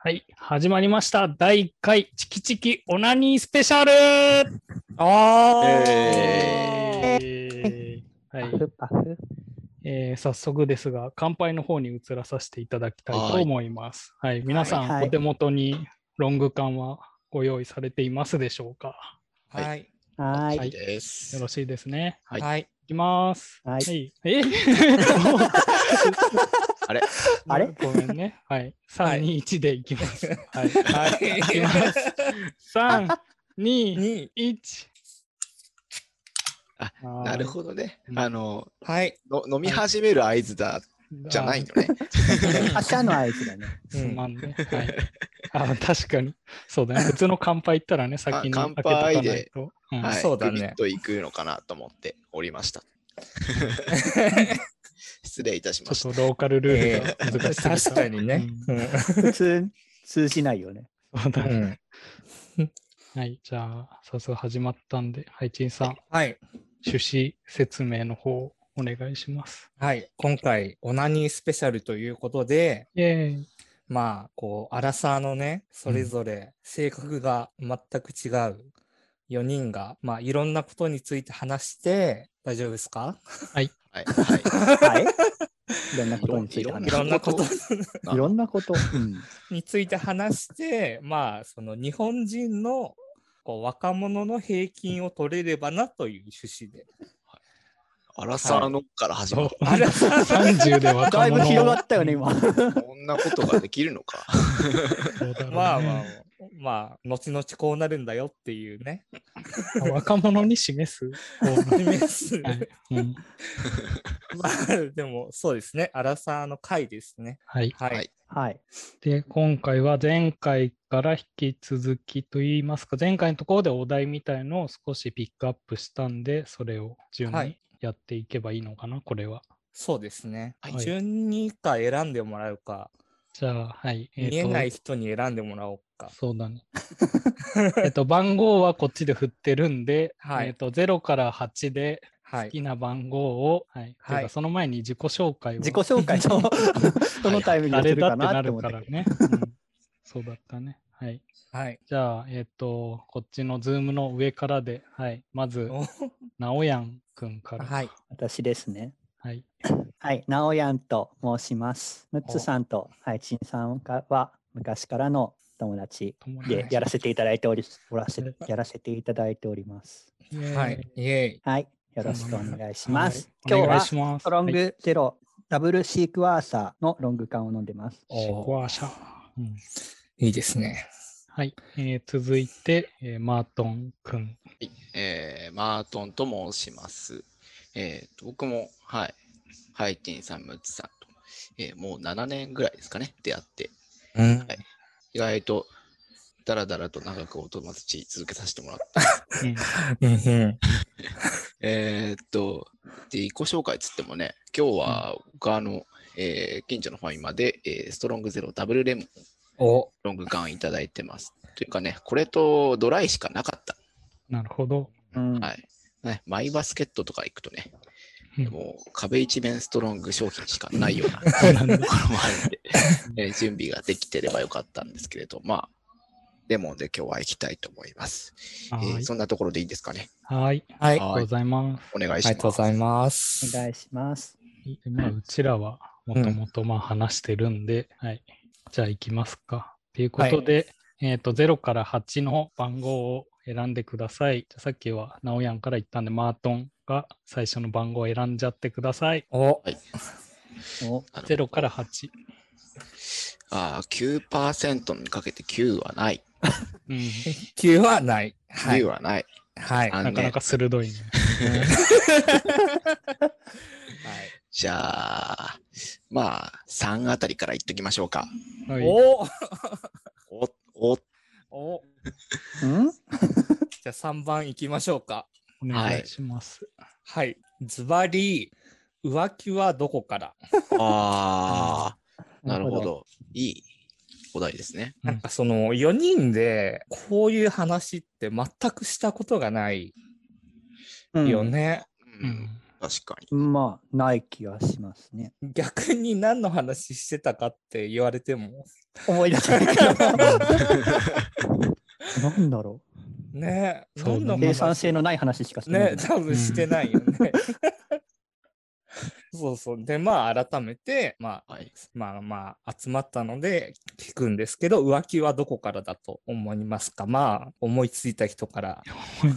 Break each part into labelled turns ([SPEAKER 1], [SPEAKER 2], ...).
[SPEAKER 1] はい、始まりました。第1回チキチキオナニースペシャル。はい、早速ですが、乾杯の方に移らさせていただきたいと思います。はい、皆さん、お手元にロング缶はご用意されていますでしょうか？
[SPEAKER 2] はい。
[SPEAKER 1] はい。
[SPEAKER 2] です。
[SPEAKER 1] よろしいですね。
[SPEAKER 2] はい。
[SPEAKER 1] いきます。
[SPEAKER 3] はい。
[SPEAKER 2] あれ
[SPEAKER 1] ごめんね。はい。3、2、1でいきます。はい。いきます。3、2、1。
[SPEAKER 2] なるほどね。
[SPEAKER 3] はい。
[SPEAKER 2] 飲み始める合図だ、じゃないのね。
[SPEAKER 3] 朝の合図だね。
[SPEAKER 1] すまんね。はい。確かに。そうだね。普通の乾杯言ったらね、先に開けとかないと。
[SPEAKER 2] そうだね。グビッといくのかなと思っておりました。失礼いたしました。
[SPEAKER 1] ちょっとローカルルールが難しい。
[SPEAKER 3] 確かにね。普通通じないよね。
[SPEAKER 1] そうだね。はい。じゃあ、早速始まったんで、ハイチンさん。
[SPEAKER 4] はい。
[SPEAKER 1] 趣旨説明の方、お願いします。
[SPEAKER 4] はい。今回、オナニースペシャルということで、まあ、こう、アラサーのね、それぞれ性格が全く違う4人が、まあ、いろんなことについて話して、大丈夫ですか？
[SPEAKER 1] はい。
[SPEAKER 3] はい。はい。いろんなことについて話して。
[SPEAKER 4] いろんなこと。
[SPEAKER 3] いろんなこと。
[SPEAKER 4] について話して、まあ、その日本人のこう若者の平均を取れればなという趣旨で。
[SPEAKER 2] アラサーのから始まる。
[SPEAKER 4] アラサー
[SPEAKER 1] 30で若者。
[SPEAKER 3] だいぶ広がったよね、今。
[SPEAKER 2] こんなことができるのか。
[SPEAKER 4] まあ、後々こうなるんだよっていうね。
[SPEAKER 1] 若者に示す。
[SPEAKER 4] まあ、でも、そうですね。アラサーの回ですね。
[SPEAKER 1] はい。
[SPEAKER 3] はい。
[SPEAKER 1] で、今回は前回から引き続きといいますか、前回のところでお題みたいのを少しピックアップしたんで、それを順にやっていけばいいのかな、これは。
[SPEAKER 4] そうですね。順にか選んでもらうか。
[SPEAKER 1] じゃあ、はい。
[SPEAKER 4] 見えない人に選んでもらおうか。
[SPEAKER 1] そうだね。番号はこっちで振ってるんで、0から8で好きな番号を、というかその前に自己紹介を。
[SPEAKER 3] 自己紹介と、そのタイミングでするかなって思った
[SPEAKER 1] からね。そうだったね。はい。じゃあ、こっちのズームの上からで、まず、なおやんくんから。
[SPEAKER 3] 私ですね。
[SPEAKER 1] はい。
[SPEAKER 3] はい、なおやんと申します。ムッツさんとハイチンさんは昔からの友達でやらせていただいております。
[SPEAKER 4] はい。イエ
[SPEAKER 3] ーイ。はい。よろしくお願いします。今日はストロングゼロダブルシークワーサーのロング缶を飲んでます。
[SPEAKER 1] シークワーサー。
[SPEAKER 4] いいですね。
[SPEAKER 1] はい。続いて、マートンくん。
[SPEAKER 2] マートンと申します。僕も、ハイティンさん、ムッツさんと、もう7年ぐらいですかね、出会って。意外と、だらだらと長くお友達続けさせてもらって。で、自己紹介つってもね、今日は僕近所のファミマで、ストロングゼロダブルレモンロング缶いただいてます。というかね、これとドライしかなかった。
[SPEAKER 1] なるほど。
[SPEAKER 2] マイバスケットとか行くとね、もう壁一面ストロング商品しかないようなところもあるんで、準備ができてればよかったんですけれど、まあ、レモンで今日は行きたいと思います。そんなところでいいですかね。
[SPEAKER 1] はい。ありがとうございます。
[SPEAKER 2] お願いします。
[SPEAKER 4] ありがとうございます。
[SPEAKER 3] お願いします。
[SPEAKER 1] うちらはもともと話してるんで、じゃあ行きますか。ということで、0から8の番号を選んでください。さっきはなおやんから言ったんで、マートンが最初の番号を選んじゃってください。0から8。
[SPEAKER 2] 9% にかけて9はない。
[SPEAKER 4] 9はない。
[SPEAKER 2] 9はない。
[SPEAKER 1] なかなか鋭いね。
[SPEAKER 2] じゃあ、まあ、3あたりからいっときましょうか。
[SPEAKER 4] じゃあ3番いきましょうか。
[SPEAKER 1] お願いします。
[SPEAKER 4] はい。ズバリ、浮気はどこから？
[SPEAKER 2] なるほど。いいお題ですね。
[SPEAKER 4] なんかその4人でこういう話って全くしたことがないよね。
[SPEAKER 2] 確かに。
[SPEAKER 3] まあ、ない気がしますね。
[SPEAKER 4] 逆に何の話してたかって言われても。
[SPEAKER 3] 思い出せないけど。なんだろ
[SPEAKER 4] ねえ、
[SPEAKER 1] そうだね
[SPEAKER 3] う。生産性のない話しかしてない
[SPEAKER 4] ね、
[SPEAKER 3] じゃない。
[SPEAKER 4] 多分してないよね。そうそう。で、まあ、改めて、まあ、
[SPEAKER 2] はい、
[SPEAKER 4] 集まったので聞くんですけど、浮気はどこからだと思いますか？まあ、思いついた人から。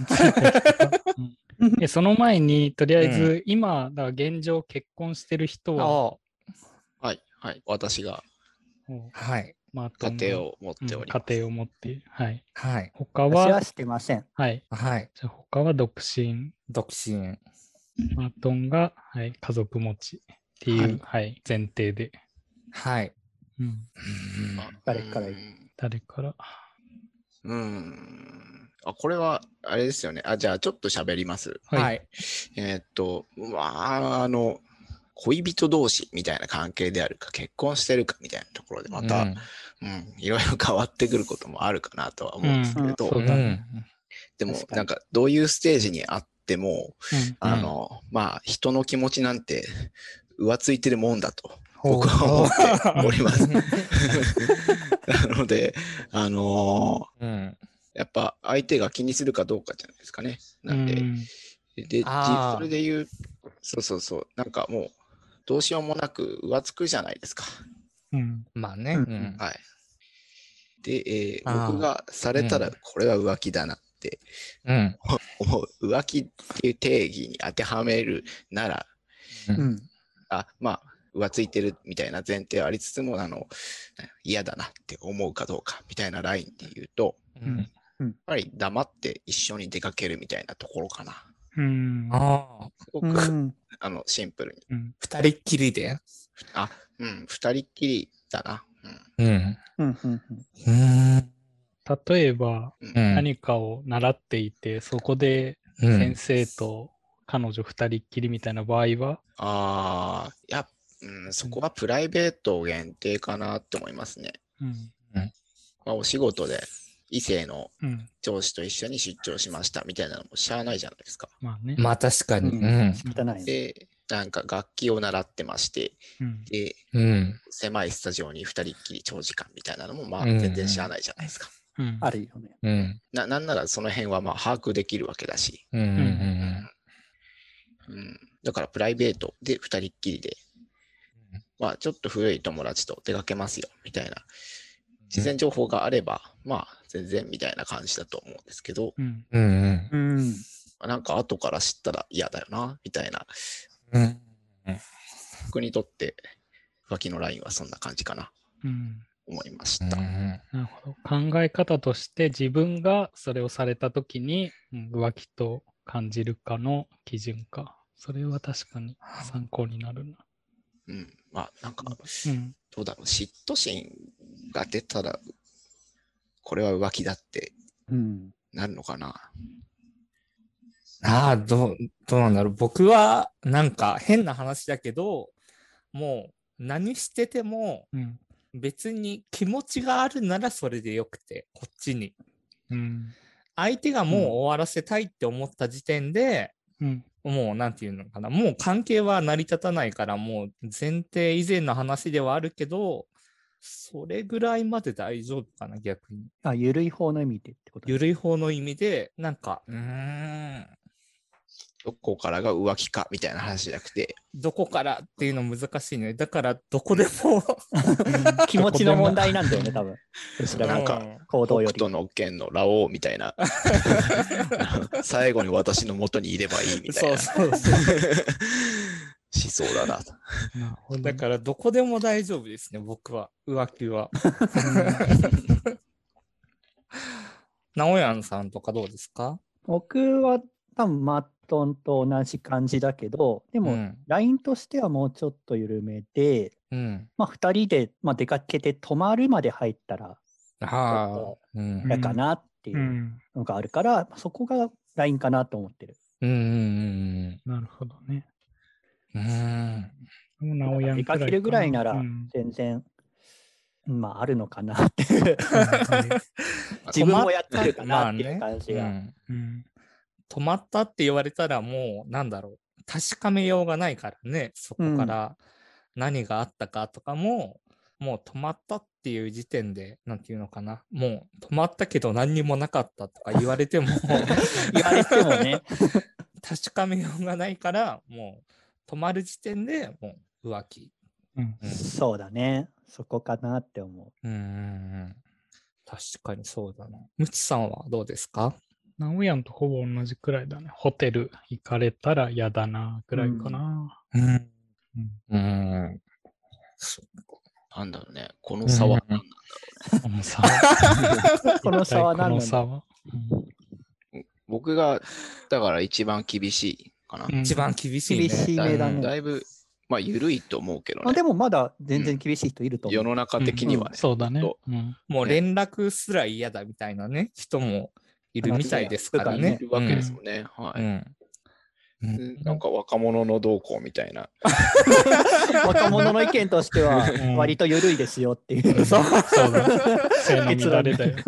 [SPEAKER 1] その前に、とりあえず、今、だから現状結婚してる人は、
[SPEAKER 2] はい、はい。私が
[SPEAKER 4] はい。
[SPEAKER 2] 家庭を持っております。
[SPEAKER 1] 家庭を持って、はい。
[SPEAKER 4] はい。
[SPEAKER 1] 他
[SPEAKER 3] 私は
[SPEAKER 1] は、
[SPEAKER 3] してません。
[SPEAKER 1] はい。
[SPEAKER 4] はい。
[SPEAKER 1] じゃあ他は独身。
[SPEAKER 4] 独身。
[SPEAKER 1] マートンが、はい、家族持ちっていう、はい前提で。
[SPEAKER 4] はい。
[SPEAKER 3] 誰から
[SPEAKER 1] 誰から
[SPEAKER 2] これは、あれですよね。じゃあ、ちょっと喋ります。
[SPEAKER 4] はい。
[SPEAKER 2] 恋人同士みたいな関係であるか、結婚してるかみたいなところで、また、いろいろ変わってくることもあるかなとは思うんですけれど、でも、なんか、どういうステージにあっても、人の気持ちなんて、浮ついてるもんだと、僕は思っております。なので、やっぱ相手が気にするかどうかじゃないですかね。なんで、それで言う、そう、なんかもう、どうしようもなく浮つくじゃないですか。
[SPEAKER 4] まあね。
[SPEAKER 2] はい。で、僕がされたら、これは浮気だなって思う。浮気っていう定義に当てはめるなら、浮ついてるみたいな前提はありつつも、嫌だなって思うかどうかみたいなラインで言うと、やっぱり黙って一緒に出かけるみたいなところかな。すごくシンプルに。
[SPEAKER 4] 二人っきりで
[SPEAKER 2] 二人っきりだな。
[SPEAKER 1] 例えば、何かを習っていて、そこで先生と彼女二人っきりみたいな場合は、
[SPEAKER 2] そこはプライベート限定かなって思いますね。お仕事で異性の上司と一緒に出張しましたみたいなのもしゃあないじゃないですか。
[SPEAKER 4] まあ確かに。
[SPEAKER 2] で、なんか楽器を習ってまして、で、狭いスタジオに二人っきり長時間みたいなのも全然しゃあないじゃないですか。
[SPEAKER 3] あるよね。
[SPEAKER 2] なんならその辺は把握できるわけだし。だからプライベートで二人っきりで、ちょっと古い友達と出かけますよみたいな事前情報があれば、全然みたいな感じだと思うんですけど、なんか後から知ったら嫌だよなみたいな。僕にとって浮気のラインはそんな感じかな、思いました。
[SPEAKER 1] なるほど。考え方として自分がそれをされたときに浮気と感じるかの基準か。それは確かに参考になるな。
[SPEAKER 2] なんか、どうだろう、嫉妬心が出たら、これは浮気だってなるのかな。
[SPEAKER 4] どうなんだろう。僕は、なんか変な話だけど、もう何してても、別に気持ちがあるならそれでよくて、こっちに。相手がもう終わらせたいって思った時点で、もうなんていうのかな、もう関係は成り立たないから、もう前提以前の話ではあるけど、それぐらいまで大丈夫かな、逆に。
[SPEAKER 3] 緩い方の意味でってこと？
[SPEAKER 4] 緩い方の意味で、なんか、
[SPEAKER 2] どこからが浮気かみたいな話じゃなくて、
[SPEAKER 4] どこからっていうの難しいね。だからどこでも
[SPEAKER 3] 気持ちの問題なんだよね、多分。
[SPEAKER 2] なんか
[SPEAKER 3] 行動より。
[SPEAKER 2] 北斗の拳のラオウみたいな最後に私の元にいればいいみたいなしそうだな。
[SPEAKER 4] だからどこでも大丈夫ですね、僕は。浮気は。直哉さんとかどうですか？
[SPEAKER 3] 僕は多分マットンと同じ感じだけど、でも、LINE としてはもうちょっと緩めで、2人で出かけて泊まるまで入ったら、嫌かなっていうのがあるから、そこが LINE かなと思ってる。
[SPEAKER 1] なるほどね。
[SPEAKER 3] 出かけるぐらいなら全然、あるのかなって自分もやってるかなっていう感じが。
[SPEAKER 4] 止まったって言われたらもうなんだろう、 確かめようがないからね、そこから何があったかとかも、もう止まったっていう時点で、なんていうのかな、もう止まったけど何にもなかったとか言われても
[SPEAKER 3] 言われてもね
[SPEAKER 4] 確かめようがないから、もう止まる時点でもう浮気。
[SPEAKER 3] そうだね。そこかなって思う。
[SPEAKER 4] 確かにそうだな。むちさんはどうですか？
[SPEAKER 1] ナオヤンとほぼ同じくらいだね。ホテル行かれたら嫌だな、くらいかな。
[SPEAKER 2] なんだろうね。この差は何なんだろうね。
[SPEAKER 1] この差は
[SPEAKER 3] この差は何なんだろう。
[SPEAKER 1] この差は
[SPEAKER 2] 僕が、だから一番厳しいかな。
[SPEAKER 4] 一番厳しいね。
[SPEAKER 3] 厳しめだね。
[SPEAKER 2] だいぶ、まあ、緩いと思うけどね。
[SPEAKER 3] でもまだ全然厳しい人いると思う。
[SPEAKER 2] 世の中的にはね。
[SPEAKER 1] そうだね。
[SPEAKER 4] もう連絡すら嫌だみたいなね、人もいるみたいですからね。
[SPEAKER 2] いるわけですもんね。はい。なんか若者の動向みたいな。
[SPEAKER 3] 若者の意見としては割と緩いですよっていう。
[SPEAKER 1] そうだ。性の乱れだよ。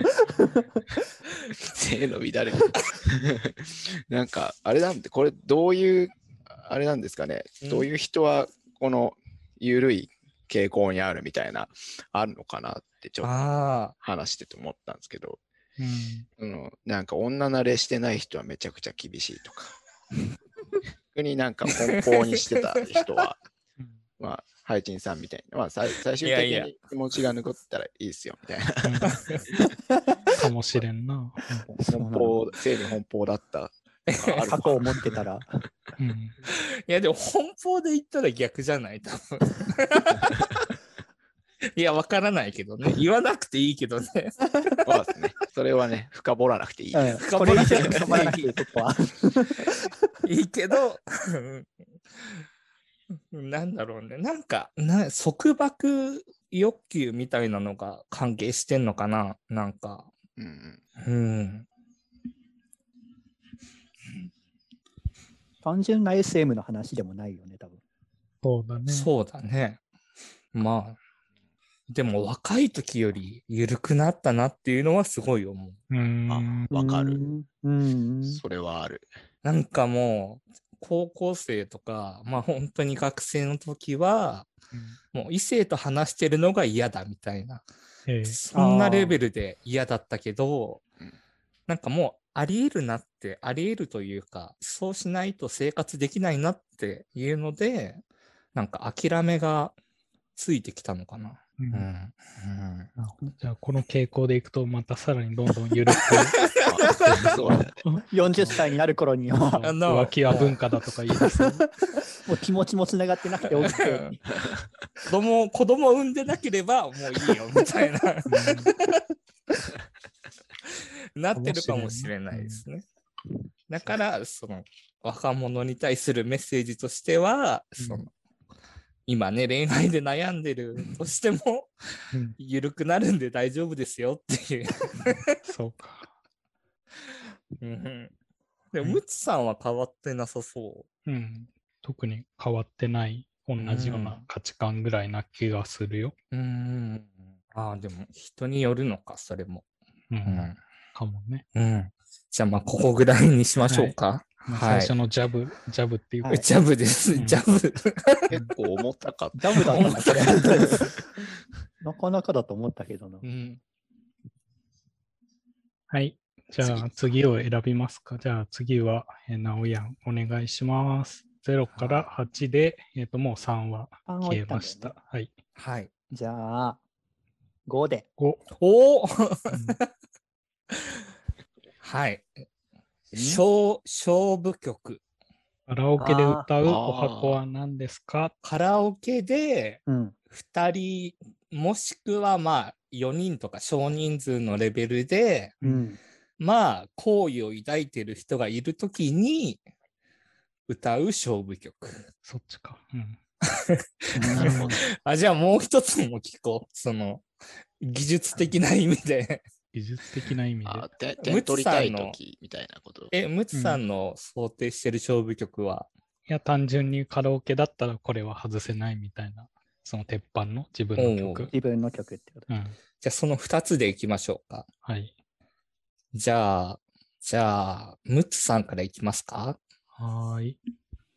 [SPEAKER 2] 性の乱れ。なんか、あれなんで、これどういう、あれなんですかね。どういう人は、この緩い傾向にあるみたいな、あるのかなってちょっと話してて思ったんですけど、なんか女慣れしてない人はめちゃくちゃ厳しいとか。逆になんか奔放にしてた人は、まあ、ハイチンさんみたいな、まあ、最終的に気持ちが残ったらいいですよ、みたいな。
[SPEAKER 1] かもしれんな。
[SPEAKER 2] 性に奔放だった。
[SPEAKER 3] 過去を持ってたら。
[SPEAKER 4] いや、でも奔放で言ったら逆じゃないと思う。いや、わからないけどね。言わなくていいけどね。
[SPEAKER 2] そうですね。それはね、深掘らなくていい。
[SPEAKER 3] 深掘らなくていいとこは。
[SPEAKER 4] いいけど、なんだろうね。なんか、束縛欲求みたいなのが関係してんのかな。なんか。
[SPEAKER 3] 単純な SM の話でもないよね、多分。
[SPEAKER 1] そうだね。
[SPEAKER 4] そうだね。まあ。でも若い時より緩くなったなっていうのはすごい思う。
[SPEAKER 2] わかる。それはある。
[SPEAKER 4] なんかもう、高校生とか、まあ本当に学生の時は、もう異性と話してるのが嫌だみたいな。そんなレベルで嫌だったけど、なんかもうあり得るなって、あり得るというか、そうしないと生活できないなっていうので、なんか諦めがついてきたのかな。
[SPEAKER 1] じゃあこの傾向でいくとまたさらにどんどん緩く
[SPEAKER 3] 40歳になる頃には
[SPEAKER 1] 浮気は文化だとか言い出す。
[SPEAKER 3] もう気持ちもつながってなくて OK。
[SPEAKER 4] 子供産んでなければもういいよみたいななってるかもしれないですね。だからその若者に対するメッセージとしては、その今ね、恋愛で悩んでるとしても、緩くなるんで大丈夫ですよっていう。
[SPEAKER 1] そうか。
[SPEAKER 4] でも、ムツさんは変わってなさそう。
[SPEAKER 1] 特に変わってない、同じような価値観ぐらいな気がするよ。
[SPEAKER 4] でも、人によるのか、それも。
[SPEAKER 1] かもね。
[SPEAKER 4] じゃあ、まあ、ここぐらいにしましょうか。
[SPEAKER 1] 最初のジャブっていうか。
[SPEAKER 4] ジャブです。ジャブ。
[SPEAKER 2] 結構重たかった。
[SPEAKER 3] ジャブだったなかなかだと思ったけどな。
[SPEAKER 1] はい。じゃあ次を選びますか。じゃあ次は、ナオヤンお願いします。0から8で、もう3は消えました。はい。
[SPEAKER 4] はい。
[SPEAKER 3] じゃあ、5で。
[SPEAKER 4] おはい。勝負曲。
[SPEAKER 1] カラオケで歌うお箱は何ですか？
[SPEAKER 4] カラオケで2人、もしくはまあ4人とか少人数のレベルで、まあ好意を抱いてる人がいるときに歌う勝負曲。
[SPEAKER 1] そっちか。
[SPEAKER 4] じゃあもう一つも聞こう。その技術的な意味で。
[SPEAKER 1] 技術的な意味
[SPEAKER 2] で。点取りたい時みたいなこと。
[SPEAKER 4] ムツさんの想定してる勝負曲は？
[SPEAKER 1] いや、単純にカラオケだったらこれは外せないみたいな、その鉄板の自分の曲。
[SPEAKER 3] 自分の曲ってこと。
[SPEAKER 4] じゃあその2つでいきましょうか。
[SPEAKER 1] はい。
[SPEAKER 4] じゃあ、ムツさんからいきますか？
[SPEAKER 1] はい。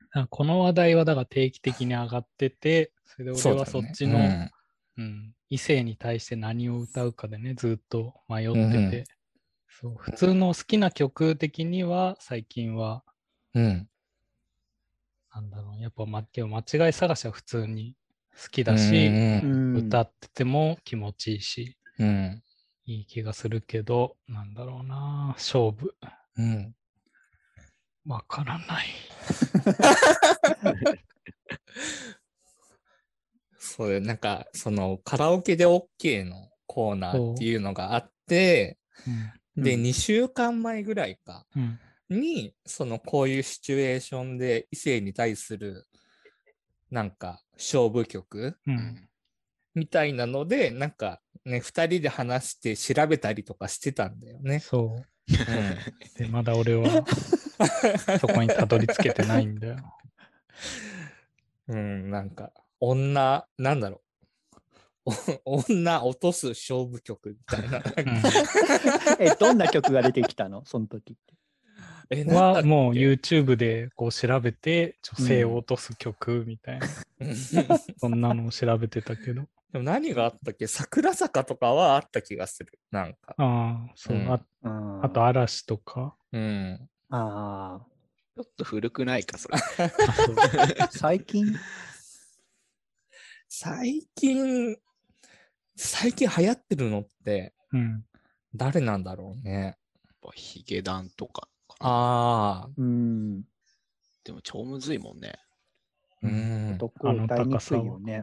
[SPEAKER 1] この話題はだから定期的に上がってて、それで俺はそっちの、異性に対して何を歌うかでね、ずっと迷ってて、そう普通の好きな曲的には最近は、なんだろう、やっぱ間違い探しは普通に好きだし、歌ってても気持ちいいし、いい気がするけど、なんだろうな、勝負。わからない。
[SPEAKER 4] そう、なんか、そのカラオケで OK のコーナーっていうのがあって、で、2週間前ぐらいか、に、こういうシチュエーションで異性に対する、なんか、勝負曲、みたいなので、なんかね、2人で話して調べたりとかしてたんだよね。
[SPEAKER 1] そう。で、まだ俺はそこにたどり着けてないんだよ。
[SPEAKER 4] なんか、なんだろう。女落とす勝負曲みたいな。
[SPEAKER 3] どんな曲が出てきたのその時って。
[SPEAKER 1] はもう YouTube でこう調べて女性を落とす曲みたいな、そんなのを調べてたけど。
[SPEAKER 4] でも何があったっけ？桜坂とかはあった気がする。なんか。
[SPEAKER 1] そう。あと嵐とか。
[SPEAKER 3] ちょ
[SPEAKER 2] っと古くないか、それ。
[SPEAKER 3] 最近
[SPEAKER 4] 流行ってるのって、誰なんだろうね。
[SPEAKER 2] ヒゲダンとか。でも超むずいもんね。
[SPEAKER 3] 男歌いにくいよね。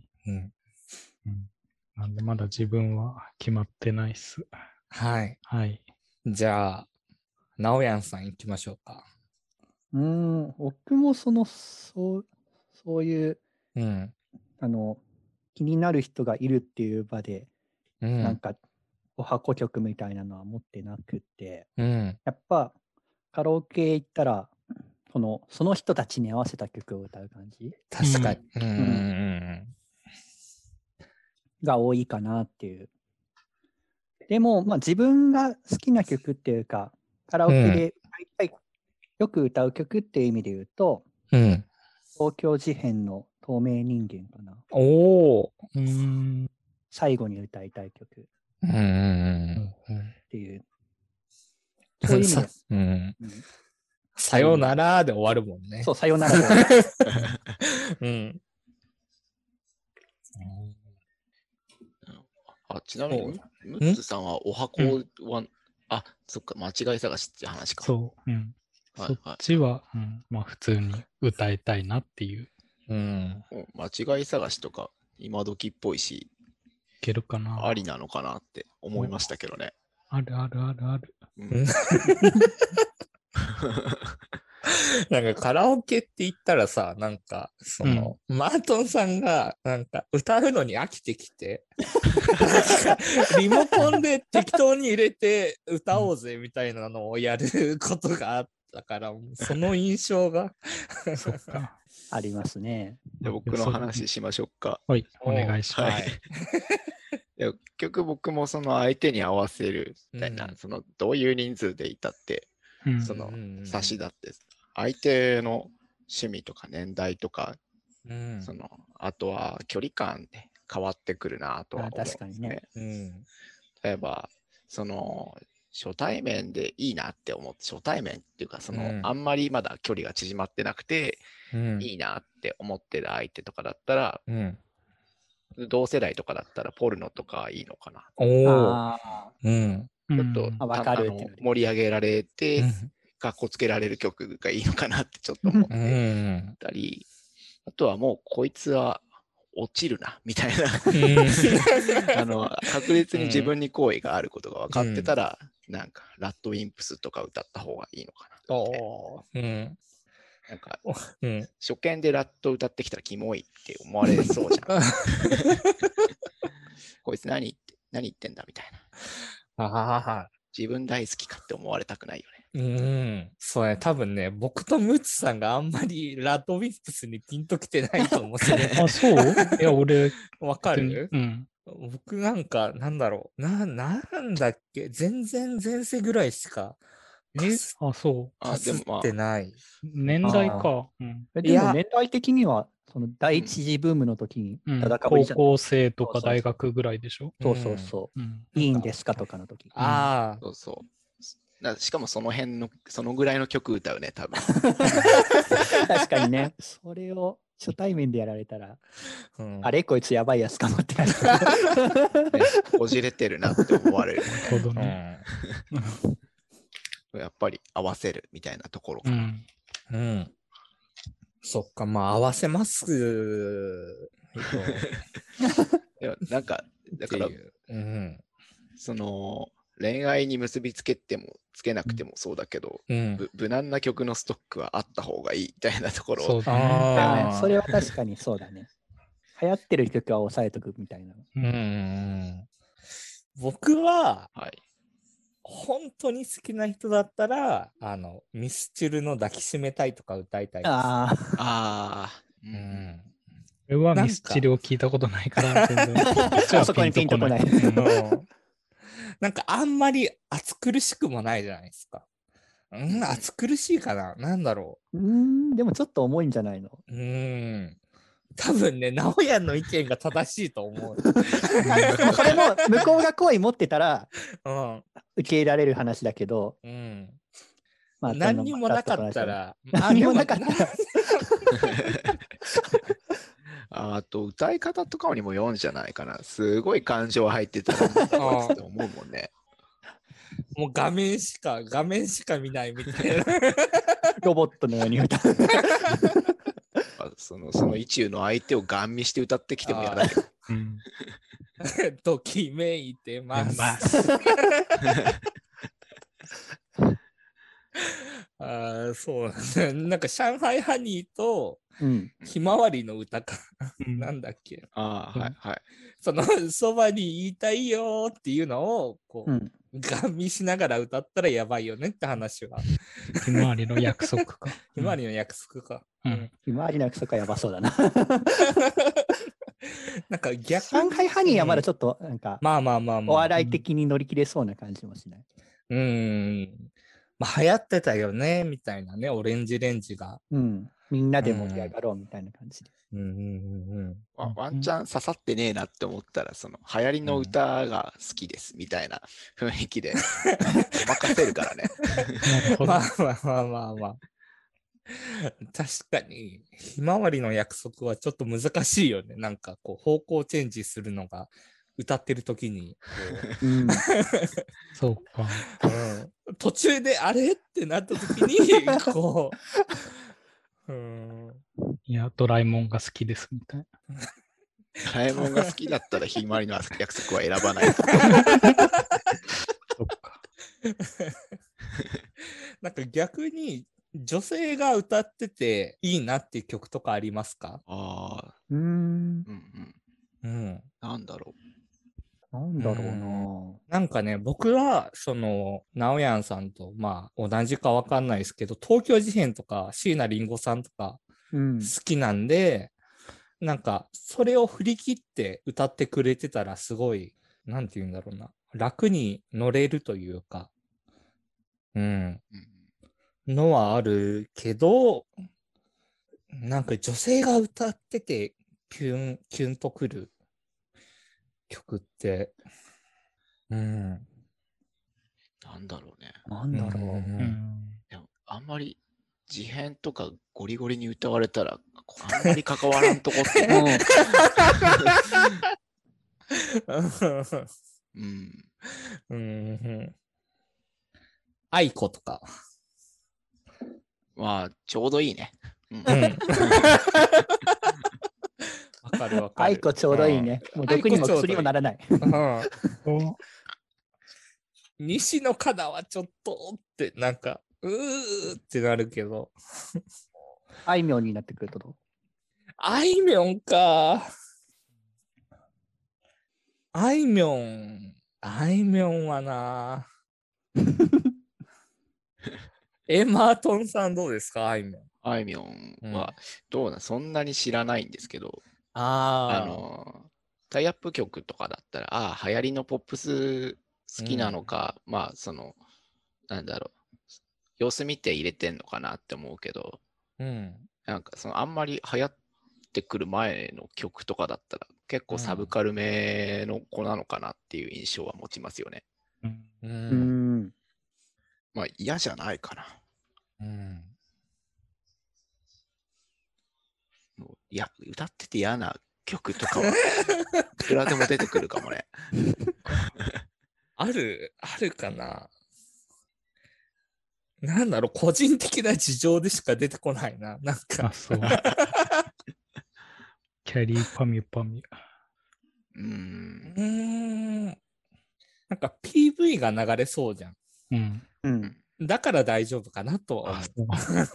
[SPEAKER 1] なんでまだ自分は決まってないっす。
[SPEAKER 4] はい。
[SPEAKER 1] はい。
[SPEAKER 4] じゃあ、なおやんさん行きましょうか。
[SPEAKER 3] 僕もそういう、気になる人がいるっていう場で、なんか、お箱曲みたいなのは持ってなくて、やっぱカラオケ行ったら、その人たちに合わせた曲を歌う感じ
[SPEAKER 4] 確かに。
[SPEAKER 3] が多いかなっていう。でも、自分が好きな曲っていうか、カラオケでよく歌う曲っていう意味で言うと、東京事変の透明人間かな。最後に歌いたい曲。っていう。そういう意味で。
[SPEAKER 4] さよならで終わるもんね。
[SPEAKER 3] そう、さよならで終わる。
[SPEAKER 2] ちなみに、ムッツさんはお箱は、そっか、間違い探しって話か。
[SPEAKER 1] そう。そっちは、普通に歌いたいなっていう。
[SPEAKER 2] 間違い探しとか、今時っぽいし、
[SPEAKER 1] いけるかな。
[SPEAKER 2] ありなのかなって思いましたけどね。
[SPEAKER 1] ある。
[SPEAKER 4] なんかカラオケって言ったらさ、なんかマートンさんがなんか歌うのに飽きてきてリモコンで適当に入れて歌おうぜみたいなのをやることがあったから、その印象が
[SPEAKER 1] そっか
[SPEAKER 3] ありますね。
[SPEAKER 2] じゃあ僕の話しましょうか。
[SPEAKER 1] はい、お願いします。
[SPEAKER 2] 結局僕もその相手に合わせるみたいな、そのどういう人数でいたって、その差しだって相手の趣味とか年代とか、あとは距離感で変わってくるなとは思うんですね。確かにね。例えばその初対面でいいなって思って、初対面っていうかあんまりまだ距離が縮まってなくて、いいなって思ってる相手とかだったら、同世代とかだったらポルノとかいいのかな。ちょっと盛り上げられて、かっこつけられる曲がいいのかなってちょっと思ってたり、あとはもうこいつは落ちるなみたいな確実に自分に好意があることが分かってたら、なんかラッドウィンプスとか歌った方がいいのかな。なんか、初見でラット歌ってきたらキモいって思われそうじゃん。こいつ何言ってんだみたいな。自分大好きかって思われたくないよ
[SPEAKER 4] ね。そうね、多分ね、僕とムツさんがあんまりラッドウィンプスにピンときてないと思う。
[SPEAKER 1] そういや、俺。
[SPEAKER 4] わかる？僕なんか、なんだろう。なんだっけ、全然前世ぐらいしか
[SPEAKER 1] そう。
[SPEAKER 4] かすってない。
[SPEAKER 1] 年代か。
[SPEAKER 3] でも年代的には、その第一次ブームの時に、
[SPEAKER 1] 高校生とか大学ぐらいでしょ。
[SPEAKER 3] そう。いいんですかとかの時。
[SPEAKER 2] そうそう。しかもそのぐらいの曲歌うね、多分。
[SPEAKER 3] 確かにね。それを初対面でやられたら、あれこいつやばいやつかもってなる。
[SPEAKER 2] こじれてるなって思われる。
[SPEAKER 1] なるほどね。
[SPEAKER 2] やっぱり合わせるみたいなところかな。
[SPEAKER 4] そっか、まあ合わせます。
[SPEAKER 2] なんか、だから、その、恋愛に結びつけてもつけなくてもそうだけど、無難な曲のストックはあった方がいいみたいなところを。
[SPEAKER 3] それは確かにそうだね。流行ってる曲は抑えとくみたいな。
[SPEAKER 4] 僕は、本当に好きな人だったら、ミスチルの抱きしめたいとか歌いたいです。
[SPEAKER 1] 俺はミスチルを聞いたことないから、全然。
[SPEAKER 3] そこにピンとこない。
[SPEAKER 4] なんかあんまり暑苦しくもないじゃないですか。暑苦しいかな、なんだろう。
[SPEAKER 3] でもちょっと重いんじゃないの？
[SPEAKER 4] 多分ね、直哉の意見が正しいと思う。
[SPEAKER 3] それも向こうが好意持ってたら受け入れられる話だけど、
[SPEAKER 4] 何にもなかったら、
[SPEAKER 3] 何にもなかったら。
[SPEAKER 2] あと歌い方とかにもよるんじゃないかな。すごい感情入ってたらって思うもんね。
[SPEAKER 4] もう画面しか見ないみたいな。
[SPEAKER 3] ロボットのように歌う。
[SPEAKER 2] その意中の相手をガン見して歌ってきても嫌だけど。
[SPEAKER 4] ときめいてます。そうなんか上海ハニーとひまわりの歌か、なんだっけ。そばに言いたいよっていうのをこう、ガン見しながら歌ったらやばいよねって話は。
[SPEAKER 1] ひまわりの約束か。
[SPEAKER 4] ひまわりの約束か。
[SPEAKER 3] ひまわりの約束はやばそうだな。
[SPEAKER 4] なんか逆
[SPEAKER 3] 上海ハニーはまだちょっとなんか
[SPEAKER 4] お
[SPEAKER 3] 笑い的に乗り切れそうな感じもしない。
[SPEAKER 4] まあ流行ってたよねみたいなね、オレンジレンジが。
[SPEAKER 3] みんなで盛り上がろうみたいな感じで。
[SPEAKER 2] ワンチャン刺さってねえなって思ったら、その流行りの歌が好きですみたいな雰囲気でごまかせるからね。
[SPEAKER 4] まあ。確かに、ひまわりの約束はちょっと難しいよね。なんかこう方向チェンジするのが歌ってる時に
[SPEAKER 1] そうか、
[SPEAKER 4] 途中であれってなった時にこう
[SPEAKER 1] いやドラえもんが好きですみたいな。
[SPEAKER 2] ドラえもんが好きだったらひまわりの約束は選ばない。
[SPEAKER 1] そっか。
[SPEAKER 4] なんか逆に女性が歌ってていいなっていう曲とかありますか？
[SPEAKER 2] なんだろ
[SPEAKER 3] う
[SPEAKER 4] なんかね、僕はそのナオヤンさんとまあ同じかわかんないですけど、東京事変とか椎名林檎さんとか好きなんで、なんかそれを振り切って歌ってくれてたらすごい、なんて言うんだろうな、楽に乗れるというか、のはあるけど、なんか女性が歌っててキュンとくる曲って、
[SPEAKER 2] なんだろうね。でもあんまり事変とかゴリゴリに歌われたらあんまり関わらんとこって
[SPEAKER 4] 愛子とか
[SPEAKER 2] まあちょうどいいね。
[SPEAKER 4] わかる。
[SPEAKER 3] 愛子ちょうどいいね。もう毒にも薬にもならない。
[SPEAKER 4] 西野カナはちょっとってなんかってなるけど。
[SPEAKER 3] あいみょんになってくるとどう？
[SPEAKER 4] あいみょんか。あいみょんはな。マートンさんどうですか？あいみょん。
[SPEAKER 2] あいみょんはどうな、そんなに知らないんですけど、タイアップ曲とかだったら、流行りのポップス好きなのか、まあそのなんだろう、 様子見て入れてんのかなって思うけど、なんかあんまり流行ってくる前の曲とかだったら結構サブカルめの子なのかなっていう印象は持ちますよね。まあ嫌じゃないかな。いや、歌ってて嫌な曲とかはいくらでも出てくるかもね。
[SPEAKER 4] あるかな。なんだろう、個人的な事情でしか出てこないな。なんか。
[SPEAKER 1] そう。キャリーパミュパミ
[SPEAKER 4] ュ。なんか PV が流れそうじゃん。だから大丈夫かなとは思う。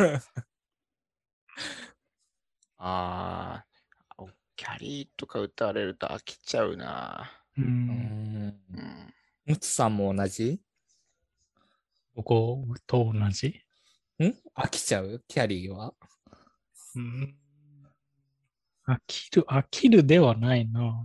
[SPEAKER 2] キャリーとか歌われると飽きちゃうな。
[SPEAKER 4] ムツさんも同じ？
[SPEAKER 1] ここと同じ？
[SPEAKER 4] 飽きちゃう？キャリーは？
[SPEAKER 1] 飽きるではないな。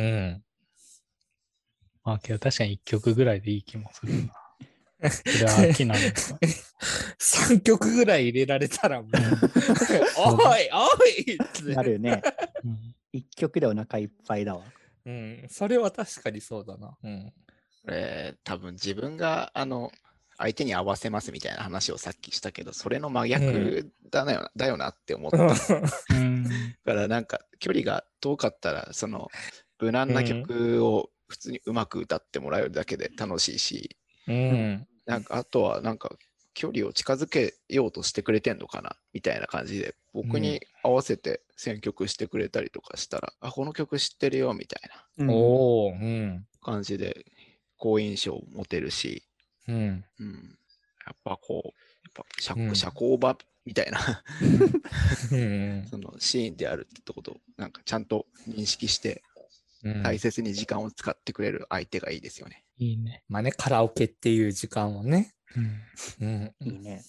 [SPEAKER 1] まあけど確かに1曲ぐらいでいい気もするな。それは飽きなのか。
[SPEAKER 4] 3曲ぐらい入れられたらもうおいおいって
[SPEAKER 3] なるね。1曲でお腹いっぱいだわ。
[SPEAKER 4] それは確かにそうだな。
[SPEAKER 2] 多分自分が相手に合わせますみたいな話をさっきしたけど、それの真逆だよなって思った。だからなんか距離が遠かったら無難な曲を普通にうまく歌ってもらえるだけで楽しいし、なんかあとはなんか距離を近づけようとしてくれてんのかなみたいな感じで、僕に合わせて選曲してくれたりとかしたら、この曲知ってるよみたいな感じで好印象を持てるし、やっぱ社交場みたいなそのシーンであるってことをなんかちゃんと認識して大切に時間を使ってくれる相手がいいですよね。
[SPEAKER 1] いいね。
[SPEAKER 4] まあね、カラオケっていう時間をね。
[SPEAKER 3] いいね。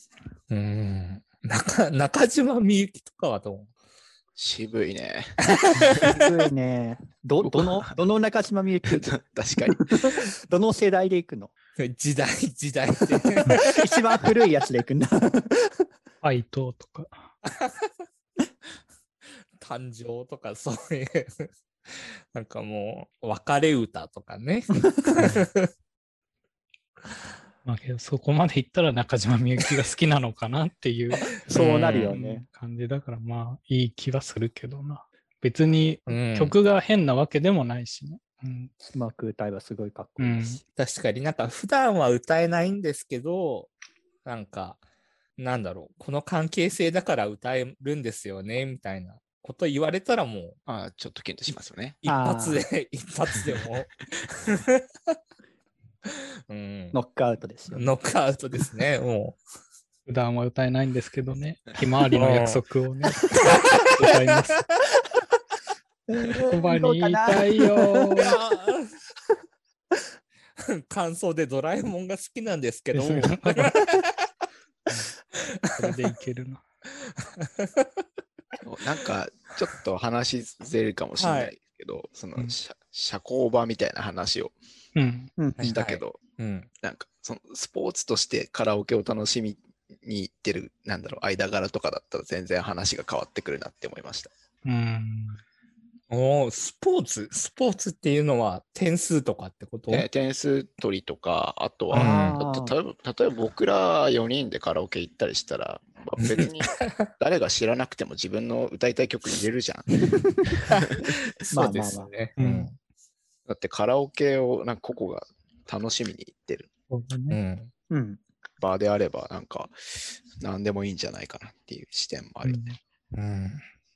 [SPEAKER 4] 中島みゆきとかはどう？
[SPEAKER 2] 渋いね。
[SPEAKER 3] 渋いね。どの中島みゆき？
[SPEAKER 2] 確かに。
[SPEAKER 3] どの世代でいくの？
[SPEAKER 4] 時代で。
[SPEAKER 3] 一番古いやつでいくんだ。フ
[SPEAKER 1] ァイトとか。
[SPEAKER 4] 誕生とかそういう。なんかもう、別れ歌とかね。
[SPEAKER 1] まあけどそこまでいったら中島みゆきが好きなのかなっていう
[SPEAKER 3] そうなるよね。
[SPEAKER 1] 感じだからまあいい気はするけどな。別に曲が変なわけでもないしね。
[SPEAKER 3] うまく歌えばすごいかっこいいし。
[SPEAKER 4] 確かになんか普段は歌えないんですけど、なんか、なんだろう、この関係性だから歌えるんですよね、みたいなこと言われたらもう、
[SPEAKER 2] ちょっとキュンとしますよね。
[SPEAKER 4] 一発でも。
[SPEAKER 3] ノックアウトですよ。
[SPEAKER 4] ノックアウトですね、もう。
[SPEAKER 1] 普段は歌えないんですけどね、ひまわりの約束をね、歌います。そばにいたいよ。
[SPEAKER 4] 感想でドラえもんが好きなんですけど。こ
[SPEAKER 1] れでいけるな。
[SPEAKER 2] なんかちょっと話ずれるかもしれないけど、社交場みたいな話をしたけど、なんかスポーツとしてカラオケを楽しみに行ってる間柄とかだったら全然話が変わってくるなって思いました。
[SPEAKER 4] スポーツっていうのは点数とかってこと？
[SPEAKER 2] 点数取りとか、あとは例えば僕ら4人でカラオケ行ったりしたら、別に誰が知らなくても自分の歌いたい曲入れるじゃん。
[SPEAKER 4] そうですね。
[SPEAKER 2] だってカラオケをなんか個々が楽しみに行ってる場であれば、なんか何でもいいんじゃないかなっていう視点もあるよね。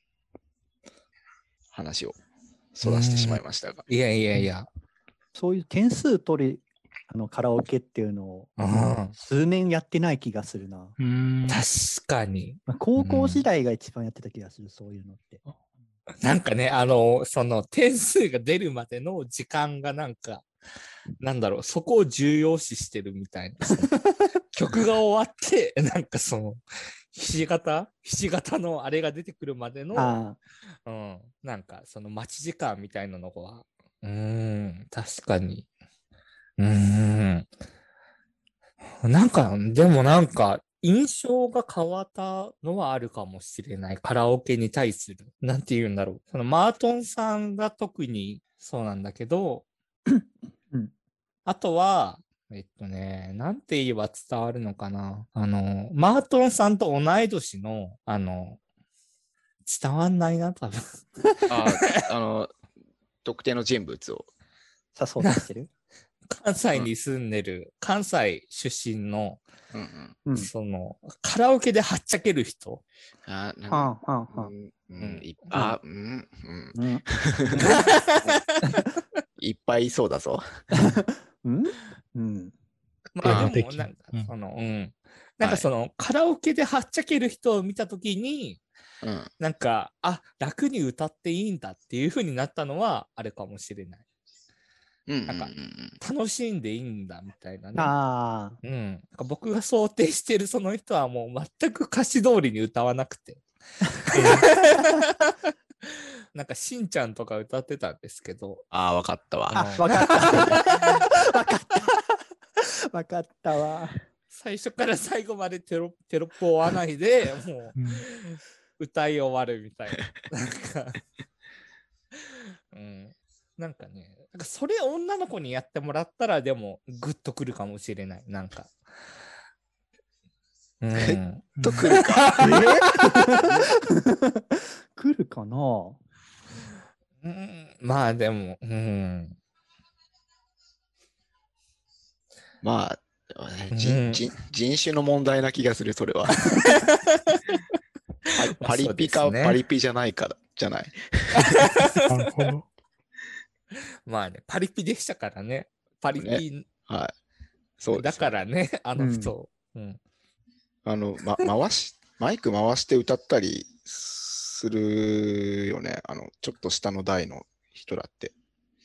[SPEAKER 2] 話をそらしてしまいましたが。
[SPEAKER 4] いや。
[SPEAKER 3] そういう点数取りカラオケっていうのを数年やってない気がするな。
[SPEAKER 4] 確かに。
[SPEAKER 3] 高校時代が一番やってた気がする、そういうのって。
[SPEAKER 4] なんかね、その点数が出るまでの時間がなんか、なんだろう、そこを重要視してるみたいな。曲が終わって、なんかひし形のあれが出てくるまでの、なんかその待ち時間みたいなのは、確かに。なんか、でもなんか、 印象が変わったのはあるかもしれない。カラオケに対する。なんて言うんだろう。そのマートンさんが特にそうなんだけど、
[SPEAKER 3] うん、
[SPEAKER 4] あとは、なんて言えば伝わるのかな。マートンさんと同い年の、伝わんないな、多分。
[SPEAKER 2] 特定の人物を。
[SPEAKER 3] 誘そうとしてる
[SPEAKER 4] 関西に住んでる、関西出身の、
[SPEAKER 3] うん、
[SPEAKER 4] その、カラオケではっちゃける人。
[SPEAKER 2] いっぱいいそうだぞ。
[SPEAKER 4] まあでも、なんかその、カラオケではっちゃける人を見たときに、なんか、楽に歌っていいんだっていう風になったのはあれかもしれない。なんか楽しんでいいんだみたいなね。なんか僕が想定してるその人はもう全く歌詞通りに歌わなくて。なんかしんちゃんとか歌ってたんですけど。
[SPEAKER 2] わかったわ。
[SPEAKER 3] わかった。わかったわ。
[SPEAKER 4] 最初から最後までテロップを追わないで、もう歌い終わるみたいな。なんかね、なんかそれ女の子にやってもらったらでもグッとくるかもしれない。なんか。
[SPEAKER 2] グッとくるか。
[SPEAKER 3] 来るかな。
[SPEAKER 4] まあでも、
[SPEAKER 2] まあ、人種の問題な気がする、それは。パリピかパリピじゃないからじゃない。
[SPEAKER 1] なるほど。
[SPEAKER 4] まあね、パリピでしたからね。パリピ。
[SPEAKER 2] はい。そう
[SPEAKER 4] だからね、あの人。
[SPEAKER 2] マイク回して歌ったりするよね。ちょっと下の台の人だって。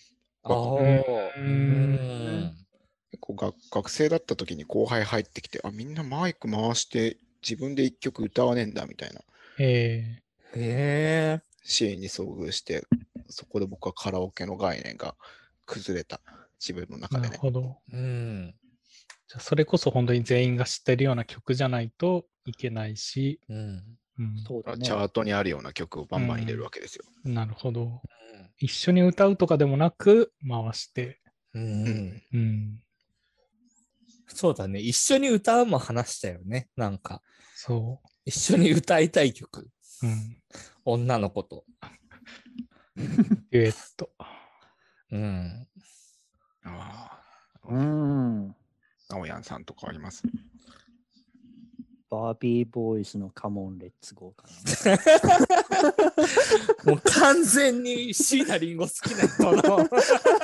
[SPEAKER 2] 学生だった時に後輩入ってきて、みんなマイク回して自分で一曲歌わねえんだみたいなシーンに遭遇して、そこで僕はカラオケの概念が崩れた、自分の中でね。
[SPEAKER 1] なるほど。じゃあそれこそ本当に全員が知ってるような曲じゃないといけないし、
[SPEAKER 3] そうだね、
[SPEAKER 2] チャートにあるような曲をバンバン入れるわけですよ。
[SPEAKER 1] なるほど。一緒に歌うとかでもなく回して。
[SPEAKER 4] そうだね。一緒に歌うも話したよね。なんか。
[SPEAKER 1] そう。
[SPEAKER 4] 一緒に歌いたい曲。女の子と。
[SPEAKER 1] デュエット。
[SPEAKER 2] なおやんさんとかあります？
[SPEAKER 3] バービーボーイズのカモンレッツゴーか
[SPEAKER 4] な。もう完全に椎名林檎好きな人の思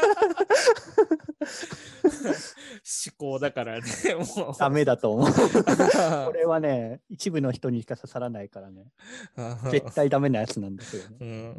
[SPEAKER 4] 考だからね。もう
[SPEAKER 3] ダメだと思う。これはね、一部の人にしか刺さらないからね。絶対ダメなやつなんですよね。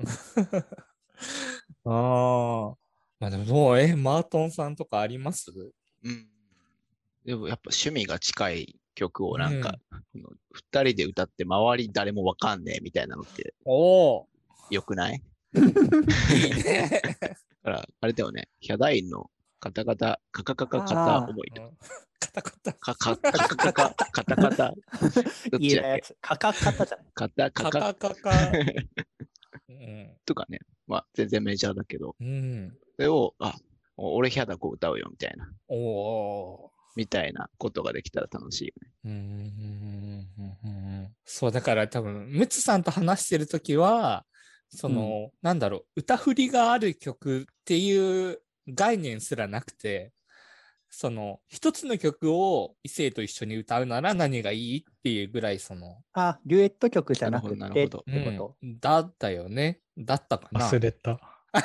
[SPEAKER 4] まあでもどうマートンさんとかあります？
[SPEAKER 2] でもやっぱ趣味が近い曲をなんか、2人で歌って周り誰もわかんねえみたいなのってよくない？いいね。だからあれだよね、ヒャダインのカタカタカカカカカタ思い出。
[SPEAKER 4] カタカタ
[SPEAKER 2] カタカタカタカタどっちだっけ？
[SPEAKER 3] カカカタじゃない？
[SPEAKER 2] カタカカ
[SPEAKER 4] カカ
[SPEAKER 2] とかね、まあ全然メジャーだけど、それを俺ヒャダこう歌うよみたいな。みたいなことができたら楽しいよ
[SPEAKER 4] ね。そう、だから多分、ムツさんと話してるときは、その、なんだろう、歌振りがある曲っていう概念すらなくて、その、一つの曲を異性と一緒に歌うなら何がいいっていうぐらい、その、
[SPEAKER 3] デュエット曲じゃなくてってこと、
[SPEAKER 4] だったよね。だったかな。
[SPEAKER 1] 忘れた。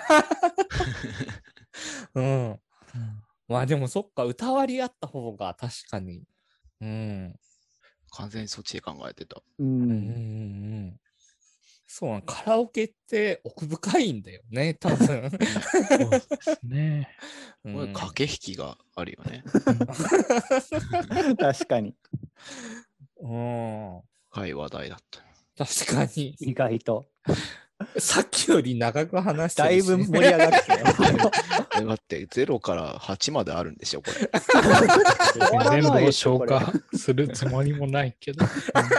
[SPEAKER 4] まあでもそっか、歌割りあった方が確かに。
[SPEAKER 2] 完全にそっちで考えてた。
[SPEAKER 4] そう、カラオケって奥深いんだよね、多分。そう
[SPEAKER 1] ですね。
[SPEAKER 2] 駆け引きがあるよね。
[SPEAKER 3] 確かに。
[SPEAKER 2] 深い話題だった。
[SPEAKER 4] 確かに。
[SPEAKER 3] 意外と。
[SPEAKER 4] さっきより長く話して
[SPEAKER 3] だい
[SPEAKER 4] るし
[SPEAKER 3] ぶ盛り上がってたよ。
[SPEAKER 2] 待って、0から8まであるんでしょ、これ。
[SPEAKER 3] 終わら
[SPEAKER 1] 全部を
[SPEAKER 3] ないでしょ
[SPEAKER 1] 消化するつもりもないけど。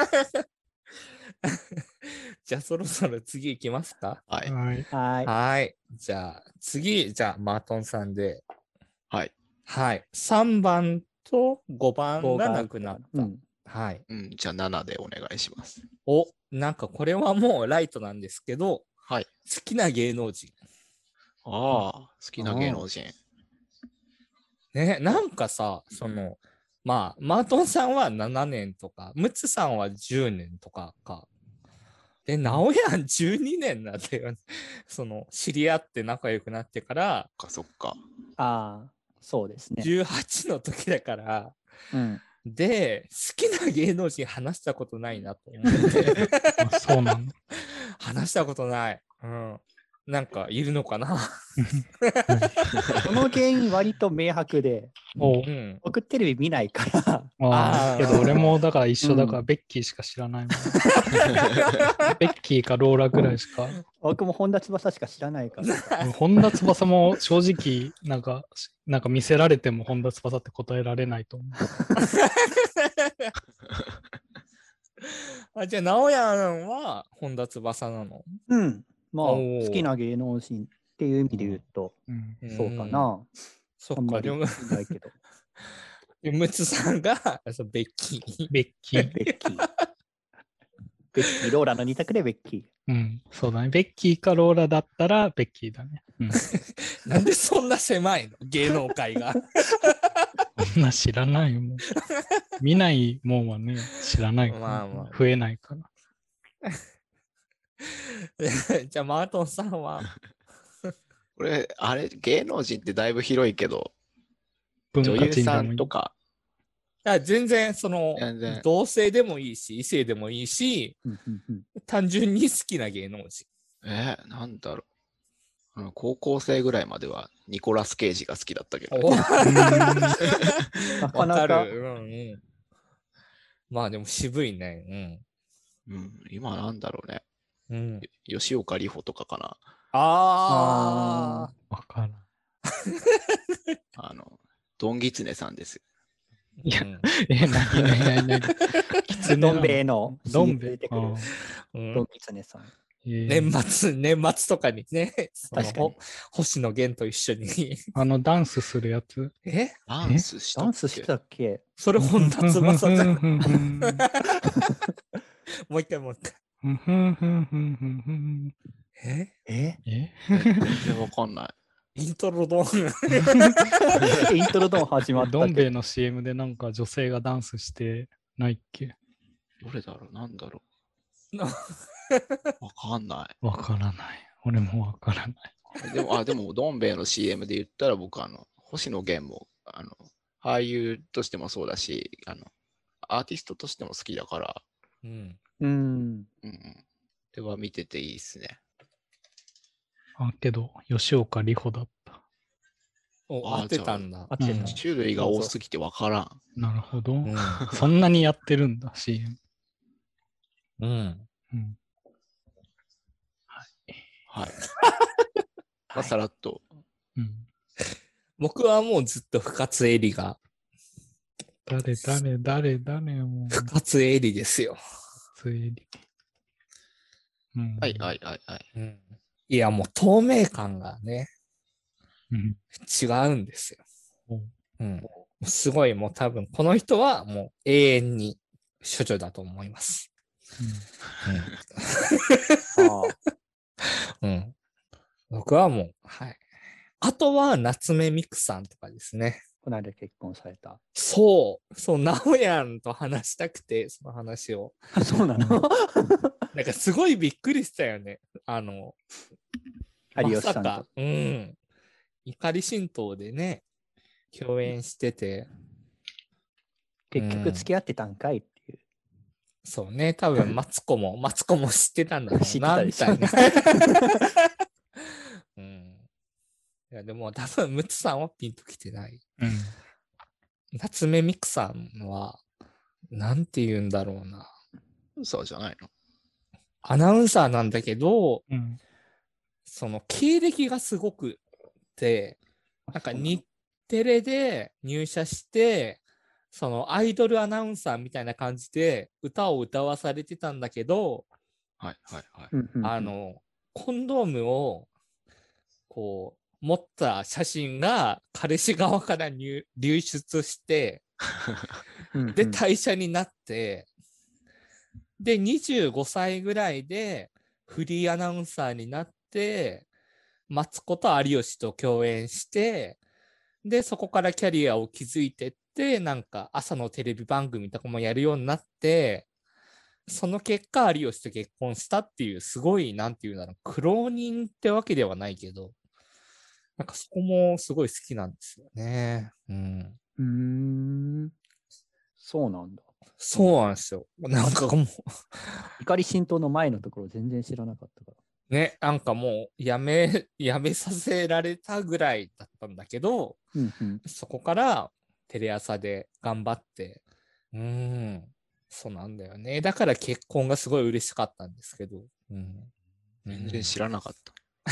[SPEAKER 4] じゃあそろそろ次行きますか。
[SPEAKER 2] はい。
[SPEAKER 1] はい。
[SPEAKER 3] はい。
[SPEAKER 4] はい。じゃあ次、じゃあマートンさんで。
[SPEAKER 2] はい。
[SPEAKER 4] はい。3番と5番がなくなった。
[SPEAKER 3] うん。
[SPEAKER 4] はい。
[SPEAKER 2] じゃあ7でお願いします。
[SPEAKER 4] なんかこれはもうライトなんですけど、
[SPEAKER 2] はい。
[SPEAKER 4] 好きな芸能人。
[SPEAKER 2] ああ、好きな芸能人。
[SPEAKER 4] ね、なんかさ、マートンさんは7年とか、ムツさんは10年とかか。で、ナオヤン12年なんだよね。知り合って仲良くなってから、
[SPEAKER 2] そっか。
[SPEAKER 3] ああ、そうですね。
[SPEAKER 4] 18の時だから、
[SPEAKER 3] うん。
[SPEAKER 4] で、好きな芸能人話したことないなと思って。
[SPEAKER 1] そうなの。
[SPEAKER 4] 話したことない。うん。なんかいるのかな。
[SPEAKER 3] この原因割と明白で、僕テレビ見ないから。
[SPEAKER 1] ああ、けど俺もだから一緒だから、ベッキーしか知らないもん。ベッキーかローラぐらいしか。
[SPEAKER 3] 僕も本田翼しか知らないから。
[SPEAKER 1] 本田翼も正直、なんか見せられても本田翼って答えられないと思
[SPEAKER 4] う。じゃあ、直哉は本田翼なの？
[SPEAKER 3] うん。まあ、好きな芸能人っていう意味で言うと、そうかな。
[SPEAKER 4] そっか、でも、
[SPEAKER 3] ないけど。
[SPEAKER 4] ムツさんがベッキー。
[SPEAKER 1] ベッキー。
[SPEAKER 3] ベッキー。ベッキー、ローラの2択でベッキー。
[SPEAKER 1] うん、そうだね。ベッキーかローラだったらベッキーだね。
[SPEAKER 4] なんでそんな狭いの？芸能界が。
[SPEAKER 1] そんな知らないもん。見ないもんはね、知らないから、増えないから。
[SPEAKER 4] じゃあ、マートンさんは
[SPEAKER 2] これ、芸能人ってだいぶ広いけど、女優さんとか。
[SPEAKER 4] 全然、同性でもいいし、異性でもいいし、単純に好きな芸能人。
[SPEAKER 2] なんだろう。高校生ぐらいまではニコラス・ケイジが好きだったけど。
[SPEAKER 3] なかなか。
[SPEAKER 4] まあでも渋いね。
[SPEAKER 2] 今なんだろうね。吉岡里帆とかかな。
[SPEAKER 4] わ
[SPEAKER 1] からん。
[SPEAKER 2] ドンギツネさんです。
[SPEAKER 1] いや、何
[SPEAKER 3] キツネどん兵衛の
[SPEAKER 1] どん兵衛。
[SPEAKER 3] ドンギツネさん。
[SPEAKER 4] 年末とかにね、星野源と一緒に
[SPEAKER 1] ダンスするやつ。
[SPEAKER 2] ダンス
[SPEAKER 3] してたっけ？
[SPEAKER 4] それ本田翼じゃん。もう一回。
[SPEAKER 2] 全然わかんない。
[SPEAKER 4] イントロドン。
[SPEAKER 3] イントロドン始まった。
[SPEAKER 1] どん兵衛の CM でなんか女性がダンスしてないっけ？
[SPEAKER 2] どれだろう？なんだろう？わかんない。
[SPEAKER 1] わからない。俺もわからない。
[SPEAKER 2] でも、どん兵衛の CM で言ったら僕、星野源も、俳優としてもそうだし、アーティストとしても好きだから、では見てていいっすね。
[SPEAKER 1] けど、吉岡里帆だった。
[SPEAKER 4] 合ってたんだ。
[SPEAKER 2] 種類が多すぎてわからん。
[SPEAKER 1] なるほど。そんなにやってるんだ、CM。
[SPEAKER 2] はい。さらっと。
[SPEAKER 4] 僕はもうずっと深津絵里が。
[SPEAKER 1] 誰もう。
[SPEAKER 4] 深津絵里ですよ。
[SPEAKER 1] 深津絵里。
[SPEAKER 2] はい。
[SPEAKER 4] いや、もう透明感がね、違うんですよ。すごい、もう多分、この人はもう永遠に処女だと思います。僕はもう、はい。あとは、夏目みくさんとかですね。
[SPEAKER 3] この間結婚された。
[SPEAKER 4] そう、ナオヤンと話したくて、その話を。
[SPEAKER 3] そうなの？
[SPEAKER 4] なんかすごいびっくりしたよね。
[SPEAKER 3] 有吉さんと。
[SPEAKER 4] 怒り神道でね、共演してて。
[SPEAKER 3] 結局付き合ってたんかいっていう。
[SPEAKER 4] そうね、多分マツコも知ってたんだろうな、みたいな。いや、でも多分ムツさんはピンときてない。夏目みくさんは、なんて言うんだろうな。
[SPEAKER 2] そうじゃないの？
[SPEAKER 4] アナウンサーなんだけど、
[SPEAKER 1] うん、
[SPEAKER 4] その経歴がすごくて、なんか日テレで入社して、そのアイドルアナウンサーみたいな感じで歌を歌わされてたんだけど、
[SPEAKER 2] はいはいはい。
[SPEAKER 4] コンドームをこう持った写真が彼氏側から流出してで退社になって、で25歳ぐらいでフリーアナウンサーになって、マツコと有吉と共演して、でそこからキャリアを築いてって、なんか朝のテレビ番組とかもやるようになって、その結果有吉と結婚したっていう、すごいなんていうんだろう、苦労人ってわけではないけど、なんかそこもすごい好きなんですよね。
[SPEAKER 3] そうなんだ。
[SPEAKER 4] そうなんですよ。なんかもう
[SPEAKER 3] 怒り浸透の前のところ全然知らなかったから。
[SPEAKER 4] ね、なんかもうやめさせられたぐらいだったんだけど、そこからテレ朝で頑張って、そうなんだよね。だから結婚がすごい嬉しかったんですけど。
[SPEAKER 2] 全然知らなかった。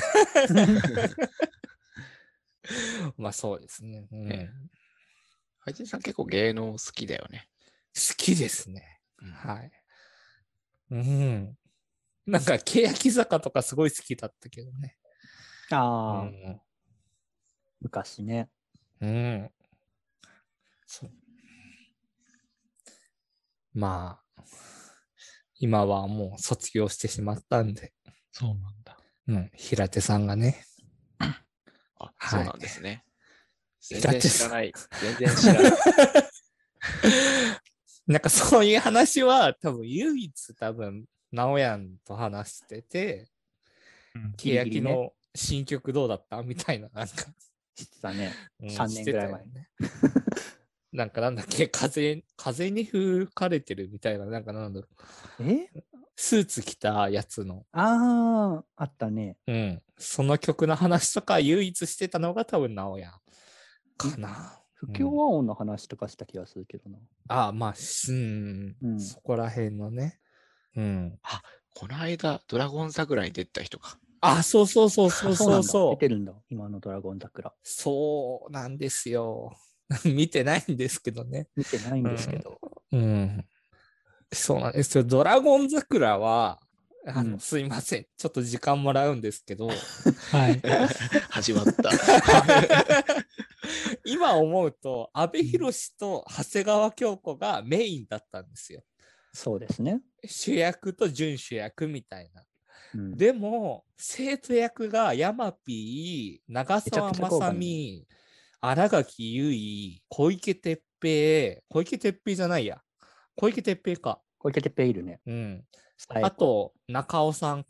[SPEAKER 4] まあそうですね。
[SPEAKER 2] ハイジンさん結構芸能好きだよね。
[SPEAKER 4] 好きですね。はい。なんか欅坂とかすごい好きだったけどね。
[SPEAKER 3] ああ、昔ね。
[SPEAKER 4] そう。まあ、今はもう卒業してしまったんで。
[SPEAKER 1] そうなんだ。
[SPEAKER 4] 平手さんがね。
[SPEAKER 2] あ、そうなんですね。全然知らない。全然知らない。
[SPEAKER 4] なんかそういう話は多分唯一直哉と話してて、欅の新曲どうだったみたいな、なんか
[SPEAKER 3] してたね。3年ぐらい前ね。
[SPEAKER 4] なんかなんだっけ、風に吹かれてるみたいな、なんかなんだろう。スーツ着たやつの。
[SPEAKER 3] あったね。
[SPEAKER 4] その曲の話とか唯一してたのが多分直哉かな。
[SPEAKER 3] 不協和音の話とかした気がするけどな。
[SPEAKER 4] まあ、そこら辺のね。
[SPEAKER 2] あ、この間、ドラゴン桜に出た人か。
[SPEAKER 4] そう。
[SPEAKER 3] 出てるんだ、今のドラゴン桜。
[SPEAKER 4] そうなんですよ。見てないんですけどね。
[SPEAKER 3] 見てないんですけど。
[SPEAKER 4] そうなんですよ。ドラゴン桜は、すいません。ちょっと時間もらうんですけど。
[SPEAKER 1] はい。
[SPEAKER 2] 始まった。
[SPEAKER 4] 今思うと、阿部寛と長谷川京子がメインだったんですよ。
[SPEAKER 3] そうですね。
[SPEAKER 4] 主役と準主役みたいな。でも、生徒役が山P、長澤まさみ、新垣結衣、小池徹平じゃないや。小池徹平か。
[SPEAKER 3] 小池徹平いるね。
[SPEAKER 4] あと、中尾さん。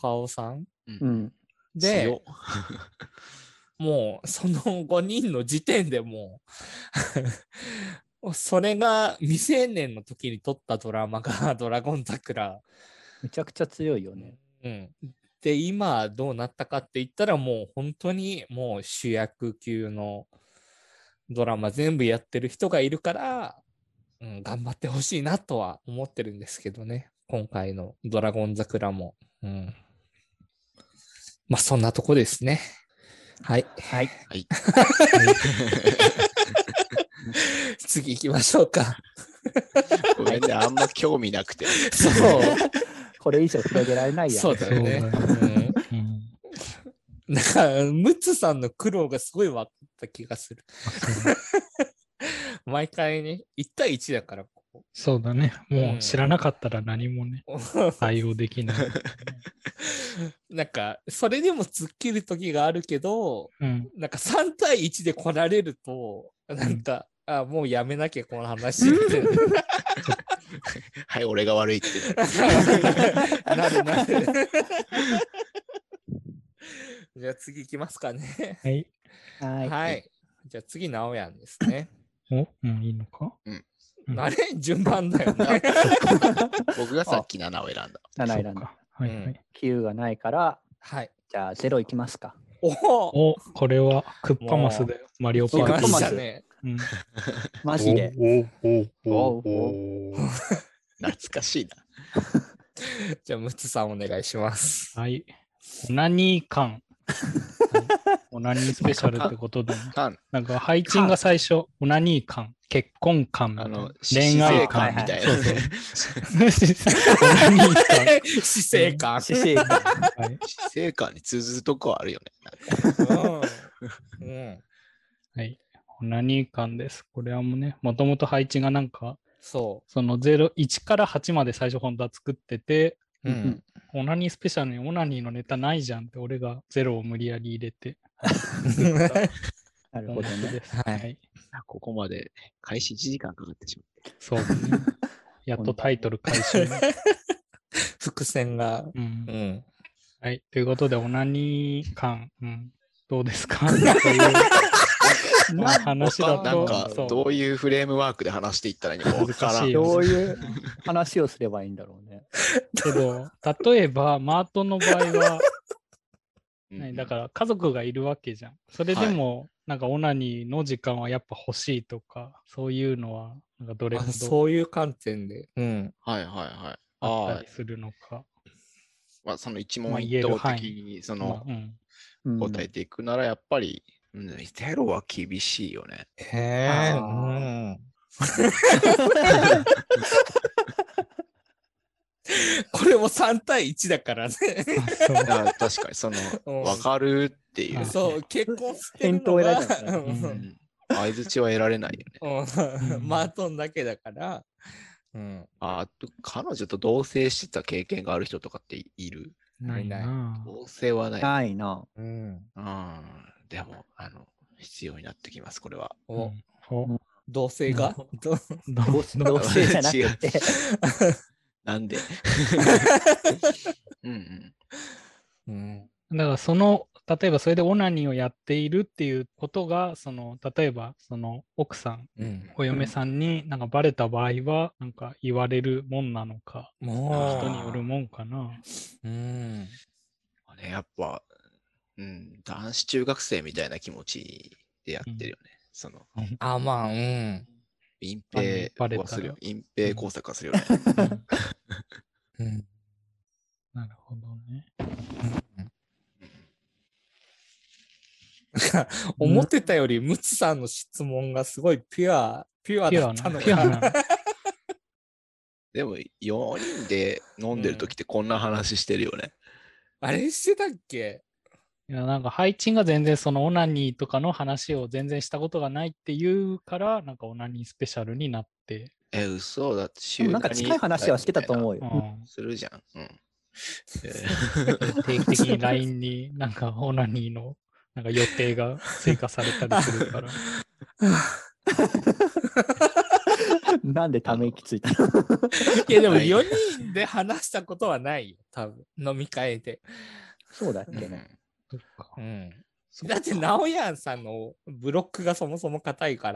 [SPEAKER 4] で、もう、その5人の時点でもう、それが未成年の時に撮ったドラマがドラゴン桜。
[SPEAKER 3] めちゃくちゃ強いよね。
[SPEAKER 4] で、今どうなったかって言ったらもう本当にもう主役級のドラマ全部やってる人がいるから、頑張ってほしいなとは思ってるんですけどね。今回のドラゴン桜も。まあそんなとこですね。はい。次行きましょうか。
[SPEAKER 2] ごめんね、あんま興味なくて。
[SPEAKER 4] そう。
[SPEAKER 3] これ以上広げられないや。
[SPEAKER 4] そうだね。なんか、ムツさんの苦労がすごい分かった気がする。毎回ね、1対1だから。
[SPEAKER 1] そうだね。もう知らなかったら何もね、対応できない。
[SPEAKER 4] なんか、それでも突っ切る時があるけど、なんか3対1で来られると、なんか、もうやめなきゃこの話って。
[SPEAKER 2] はい、俺が悪いって。
[SPEAKER 4] なる。じゃあ次行きますかね。はい。じゃあ次、直哉ですね。
[SPEAKER 1] いいのか？
[SPEAKER 4] あれ順番だよね。
[SPEAKER 2] 僕がさっき7を選んだ。
[SPEAKER 3] 7選んだ。9がないから、じゃあ0いきますか。
[SPEAKER 1] これはクッパマスでマリオパーティー
[SPEAKER 4] ね。
[SPEAKER 3] マジで。
[SPEAKER 2] 懐かしいな。
[SPEAKER 4] じゃあ、ムツさんお願いします。
[SPEAKER 1] はい。オナニー感。オナニースペシャルってことで、なんか配置が最初、オナニー感、結婚感、恋愛感
[SPEAKER 2] みたいな。
[SPEAKER 1] オナニー感。
[SPEAKER 4] 死生観。
[SPEAKER 3] 死生観。
[SPEAKER 2] 死生観に通ずるとこあるよ
[SPEAKER 1] ね。はい。オナニー感です。これはもうね、もともと配置がなんか、その0、1から8まで最初本当は作ってて、オナニースペシャルにオナニーのネタないじゃんって俺が0を無理やり入れて。
[SPEAKER 3] なるほどね。
[SPEAKER 2] はい。ここまで開始1時間かかってしまって。
[SPEAKER 1] そうね。やっとタイトル開始。
[SPEAKER 4] 伏線が。
[SPEAKER 1] はい。ということで、オナニー感、どうですか
[SPEAKER 2] 話だとなんかどういうフレームワークで話していったらいいのか分からん。
[SPEAKER 3] どういう話をすればいいんだろうね。
[SPEAKER 1] けど、例えば、マートの場合は、だから家族がいるわけじゃん。それでも、なんかオナニーの時間はやっぱ欲しいとか、そういうのは、なんかどれほど
[SPEAKER 4] そういう観点で。
[SPEAKER 1] あったりするのか。
[SPEAKER 2] まあ、その一問一答的にその答えていくならやっぱり、ゼロは厳しいよね。
[SPEAKER 4] これも3対1だからね。
[SPEAKER 2] 確かにその分かるっていう。
[SPEAKER 4] そう結婚してるのは
[SPEAKER 2] 相づちは得られないよ
[SPEAKER 4] ね。マートンだけだから。
[SPEAKER 2] あと彼女と同棲してた経験がある人とかっている？
[SPEAKER 1] ないな。
[SPEAKER 2] 同棲はない。
[SPEAKER 3] ないな。
[SPEAKER 2] でも必要になってきますこれは。
[SPEAKER 4] 同棲が？
[SPEAKER 3] 同棲じゃなくて。
[SPEAKER 2] なんで
[SPEAKER 1] だからその例えばそれでオナニーをやっているっていうことが例えばその奥さん、お嫁さんになんかバレた場合はなんか言われるもんなのか、人によるもんかな。
[SPEAKER 2] やっぱ、男子中学生みたいな気持ちでやってるよね。その隠蔽はするよ。隠蔽工作はするよね。
[SPEAKER 1] なるほどね。
[SPEAKER 4] 思ってたよりムツさんの質問がすごいピュアだったのか。
[SPEAKER 2] でも4人で飲んでる時ってこんな話してるよね。
[SPEAKER 4] あれしてたっけ？
[SPEAKER 1] いやなんか配置が全然そのオナニーとかの話を全然したことがないっていうからなんかオナニースペシャルになって。
[SPEAKER 2] 嘘だって
[SPEAKER 3] でもなんか近い話はしてたと思うよ。
[SPEAKER 2] するじゃん。
[SPEAKER 1] 定期的に LINE になんかオナニーのなんか予定が追加されたりするから。
[SPEAKER 3] なんでため息ついたの？
[SPEAKER 4] いやでも4人で話したことはないよ、多分飲み会で。
[SPEAKER 3] そうだっけね。
[SPEAKER 4] だってナオヤンさんのブロックがそもそも硬いから。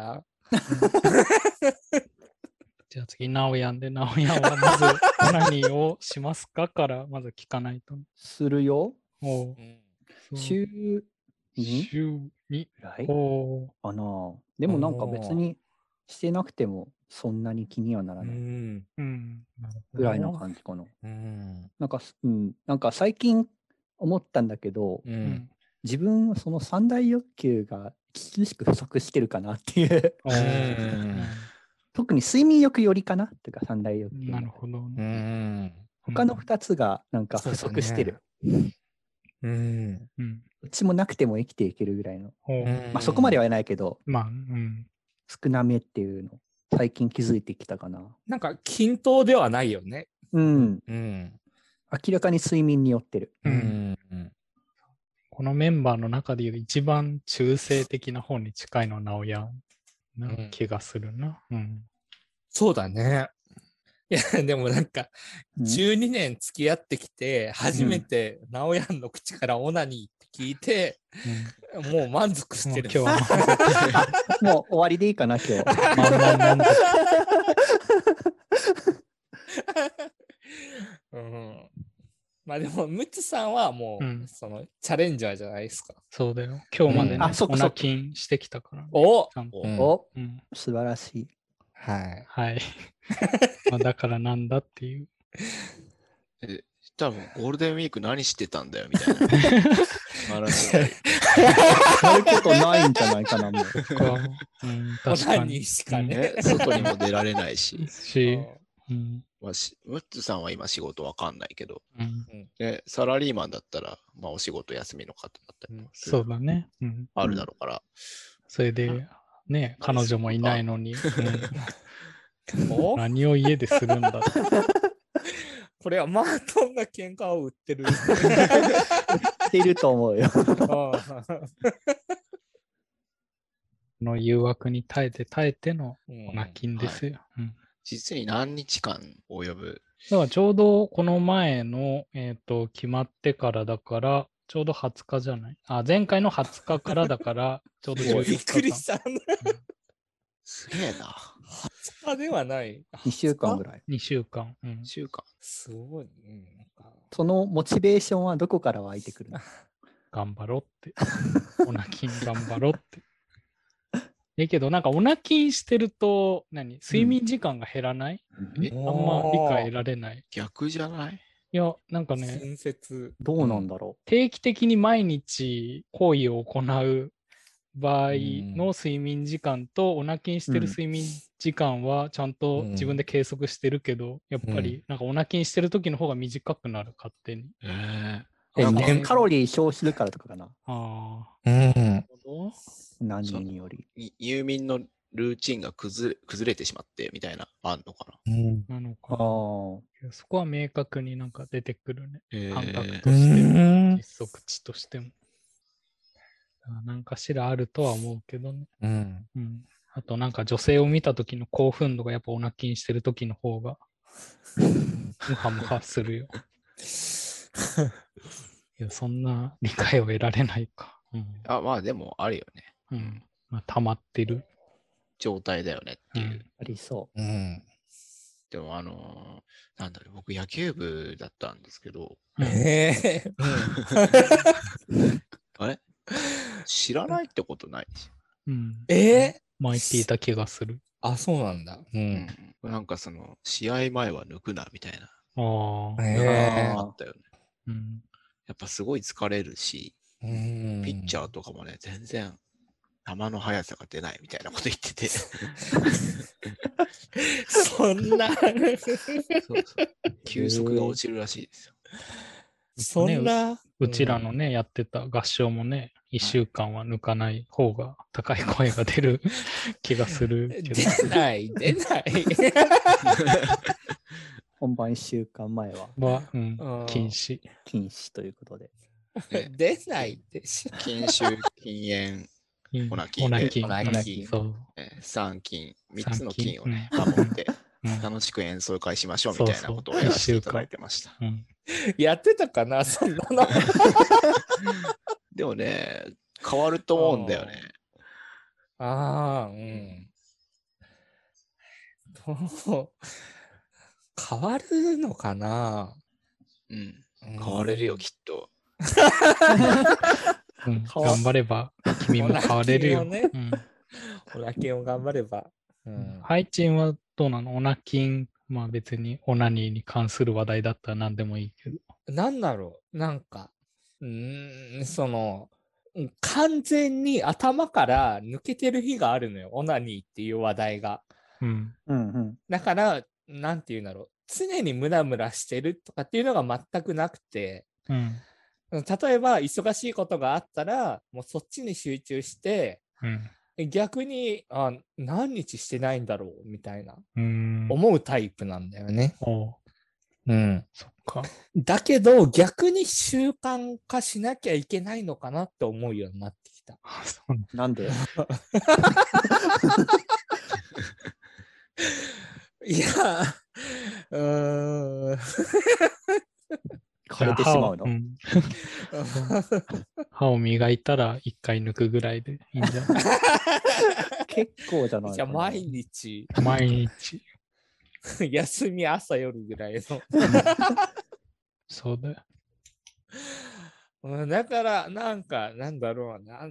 [SPEAKER 1] じゃあ次ナオヤンで、ナオヤンはまずオナニーをしますかからまず聞かないと。
[SPEAKER 3] するよ。
[SPEAKER 1] 週2
[SPEAKER 3] ぐらいかな。でもなんか別にしてなくてもそんなに気にはならないぐらいの感じかな。なんか最近思ったんだけど、自分その三大欲求が著しく不足してるかなっていう特に睡眠欲よりかなっていうか三大欲求。
[SPEAKER 1] なるほど。
[SPEAKER 3] 他の2つがなんか不足してる。うちもなくても生きていけるぐらいの。まあそこまではないけど、少なめっていうの最近気づいてきたかな。
[SPEAKER 4] なんか均等ではないよね。
[SPEAKER 3] 明らかに睡眠によってる。
[SPEAKER 1] このメンバーの中でいう一番中性的な方に近いのはナオヤンな気がするな。
[SPEAKER 4] そうだね。いやでもなんか12年付き合ってきて初めてナオヤンの口からオナニーって聞いて、もう満足してる。
[SPEAKER 3] 今日はもう終わりでいいかな今日。
[SPEAKER 4] まあでもムツさんはもう、そのチャレンジャーじゃないですか。
[SPEAKER 1] そうだよ。今日までね、オナキンしてきたから、ね。
[SPEAKER 3] 素晴らしい。
[SPEAKER 1] はい。だからなんだっていう。
[SPEAKER 2] 多分ゴールデンウィーク何してたんだよみたいな話で。
[SPEAKER 3] やることないんじゃないかな、もう。
[SPEAKER 1] 確かに。
[SPEAKER 4] しかね。
[SPEAKER 2] 外にも出られないし。ムッツさんは今仕事わかんないけど、サラリーマンだったら、まあお仕事休みの方だったりとか
[SPEAKER 1] そうだね。
[SPEAKER 2] あるだろうから。
[SPEAKER 1] それで、ね、彼女もいないのに、何を家でするんだ。
[SPEAKER 4] これはマートンが喧嘩を売ってる。売
[SPEAKER 3] ってると思うよ。
[SPEAKER 1] この誘惑に耐えてのオナキンですよ。
[SPEAKER 2] 実に何日間及ぶ？
[SPEAKER 1] だからちょうどこの前の、決まってからだから、ちょうど20日じゃない？前回の20日からだから、ちょうど14日間。
[SPEAKER 4] びっくりした
[SPEAKER 2] すげえな。
[SPEAKER 4] 20日ではない。
[SPEAKER 3] 2週間ぐらい。
[SPEAKER 1] 2週間。
[SPEAKER 2] 2週間。
[SPEAKER 4] すごい、
[SPEAKER 3] そのモチベーションはどこから湧いてくるの？
[SPEAKER 1] 頑張ろうって。オナキン頑張ろうって。けど、なんかオナキンしてると、睡眠時間が減らない？あんま理解得られない。
[SPEAKER 2] 逆じゃない？
[SPEAKER 1] いや、なんかね、
[SPEAKER 3] どうなんだろう。
[SPEAKER 1] 定期的に毎日行為を行う場合の睡眠時間と、オナキンしてる睡眠時間はちゃんと自分で計測してるけど、やっぱりなんかオナキンしてる時の方が短くなる、勝手に。
[SPEAKER 3] カロリー消費するからとかかな。何により。
[SPEAKER 2] 入眠のルーチンが崩れてしまってみたいな、あんのかな。
[SPEAKER 1] なのかな。そこは明確になんか出てくるね。感覚としても、実測値としても。なんかしらあるとは思うけどね。あとなんか女性を見た時の興奮度がやっぱオナキンしてる時の方がムハムハするよ。いや、そんな理解を得られないか。
[SPEAKER 2] まあでもあるよね。
[SPEAKER 1] 溜まってる
[SPEAKER 2] 状態だよねっていう。
[SPEAKER 3] ありそう。
[SPEAKER 2] でもなんだろう、僕野球部だったんですけど。あれ知らないってことないし。
[SPEAKER 1] 巻いていた気がする。
[SPEAKER 4] あ、そうなんだ。
[SPEAKER 2] なんかその、試合前は抜くなみたいな。
[SPEAKER 1] あ
[SPEAKER 2] ったよね。やっぱすごい疲れるし、ピッチャーとかもね、全然球の速さが出ないみたいなこと言ってて。
[SPEAKER 4] そんな
[SPEAKER 2] 球速が落ちるらしいですよ。
[SPEAKER 4] そんな、
[SPEAKER 1] うちらのね、やってた合唱もね、1週間は抜かない方が高い声が出る気がするけど。
[SPEAKER 4] 出ない。
[SPEAKER 3] 本番1週間前は。
[SPEAKER 1] 禁止。
[SPEAKER 3] 禁止ということで。
[SPEAKER 4] 出ないって。
[SPEAKER 2] 禁酒、禁煙、オナキン、3禁、3つの禁をね、守って、楽しく演奏会しましょうみたいなことをやらせていただいてました。
[SPEAKER 4] やってたかな、そんなの。
[SPEAKER 2] でもね、変わると思うんだよね。
[SPEAKER 4] 変わるのかな？
[SPEAKER 2] 変われるよ、きっと。
[SPEAKER 1] 頑張れば君も変われるよ。
[SPEAKER 4] オナキンを頑張れば。
[SPEAKER 1] ハイチンはどうなの？オナキン、まあ別にオナニーに関する話題だったら何でもいいけど。
[SPEAKER 4] なんだろう、なんか、完全に頭から抜けてる日があるのよ、オナニーっていう話題が。だから、なんていうんだろう、常にムラムラしてるとかっていうのが全くなくて、例えば忙しいことがあったら、もうそっちに集中して、逆に何日してないんだろうみたいな思うタイプなんだよね。
[SPEAKER 1] そっか。
[SPEAKER 4] だけど逆に習慣化しなきゃいけないのかなって思うようになってきた。
[SPEAKER 3] なんで？
[SPEAKER 4] いや、
[SPEAKER 3] 枯れてしまうの。
[SPEAKER 1] 歯を磨いたら1回抜くぐらいでいいんじゃない？
[SPEAKER 3] 結構じゃないかな。
[SPEAKER 4] じゃあ毎日。休み朝夜ぐらいの。
[SPEAKER 1] そうだよ。
[SPEAKER 4] だからなんだろうな、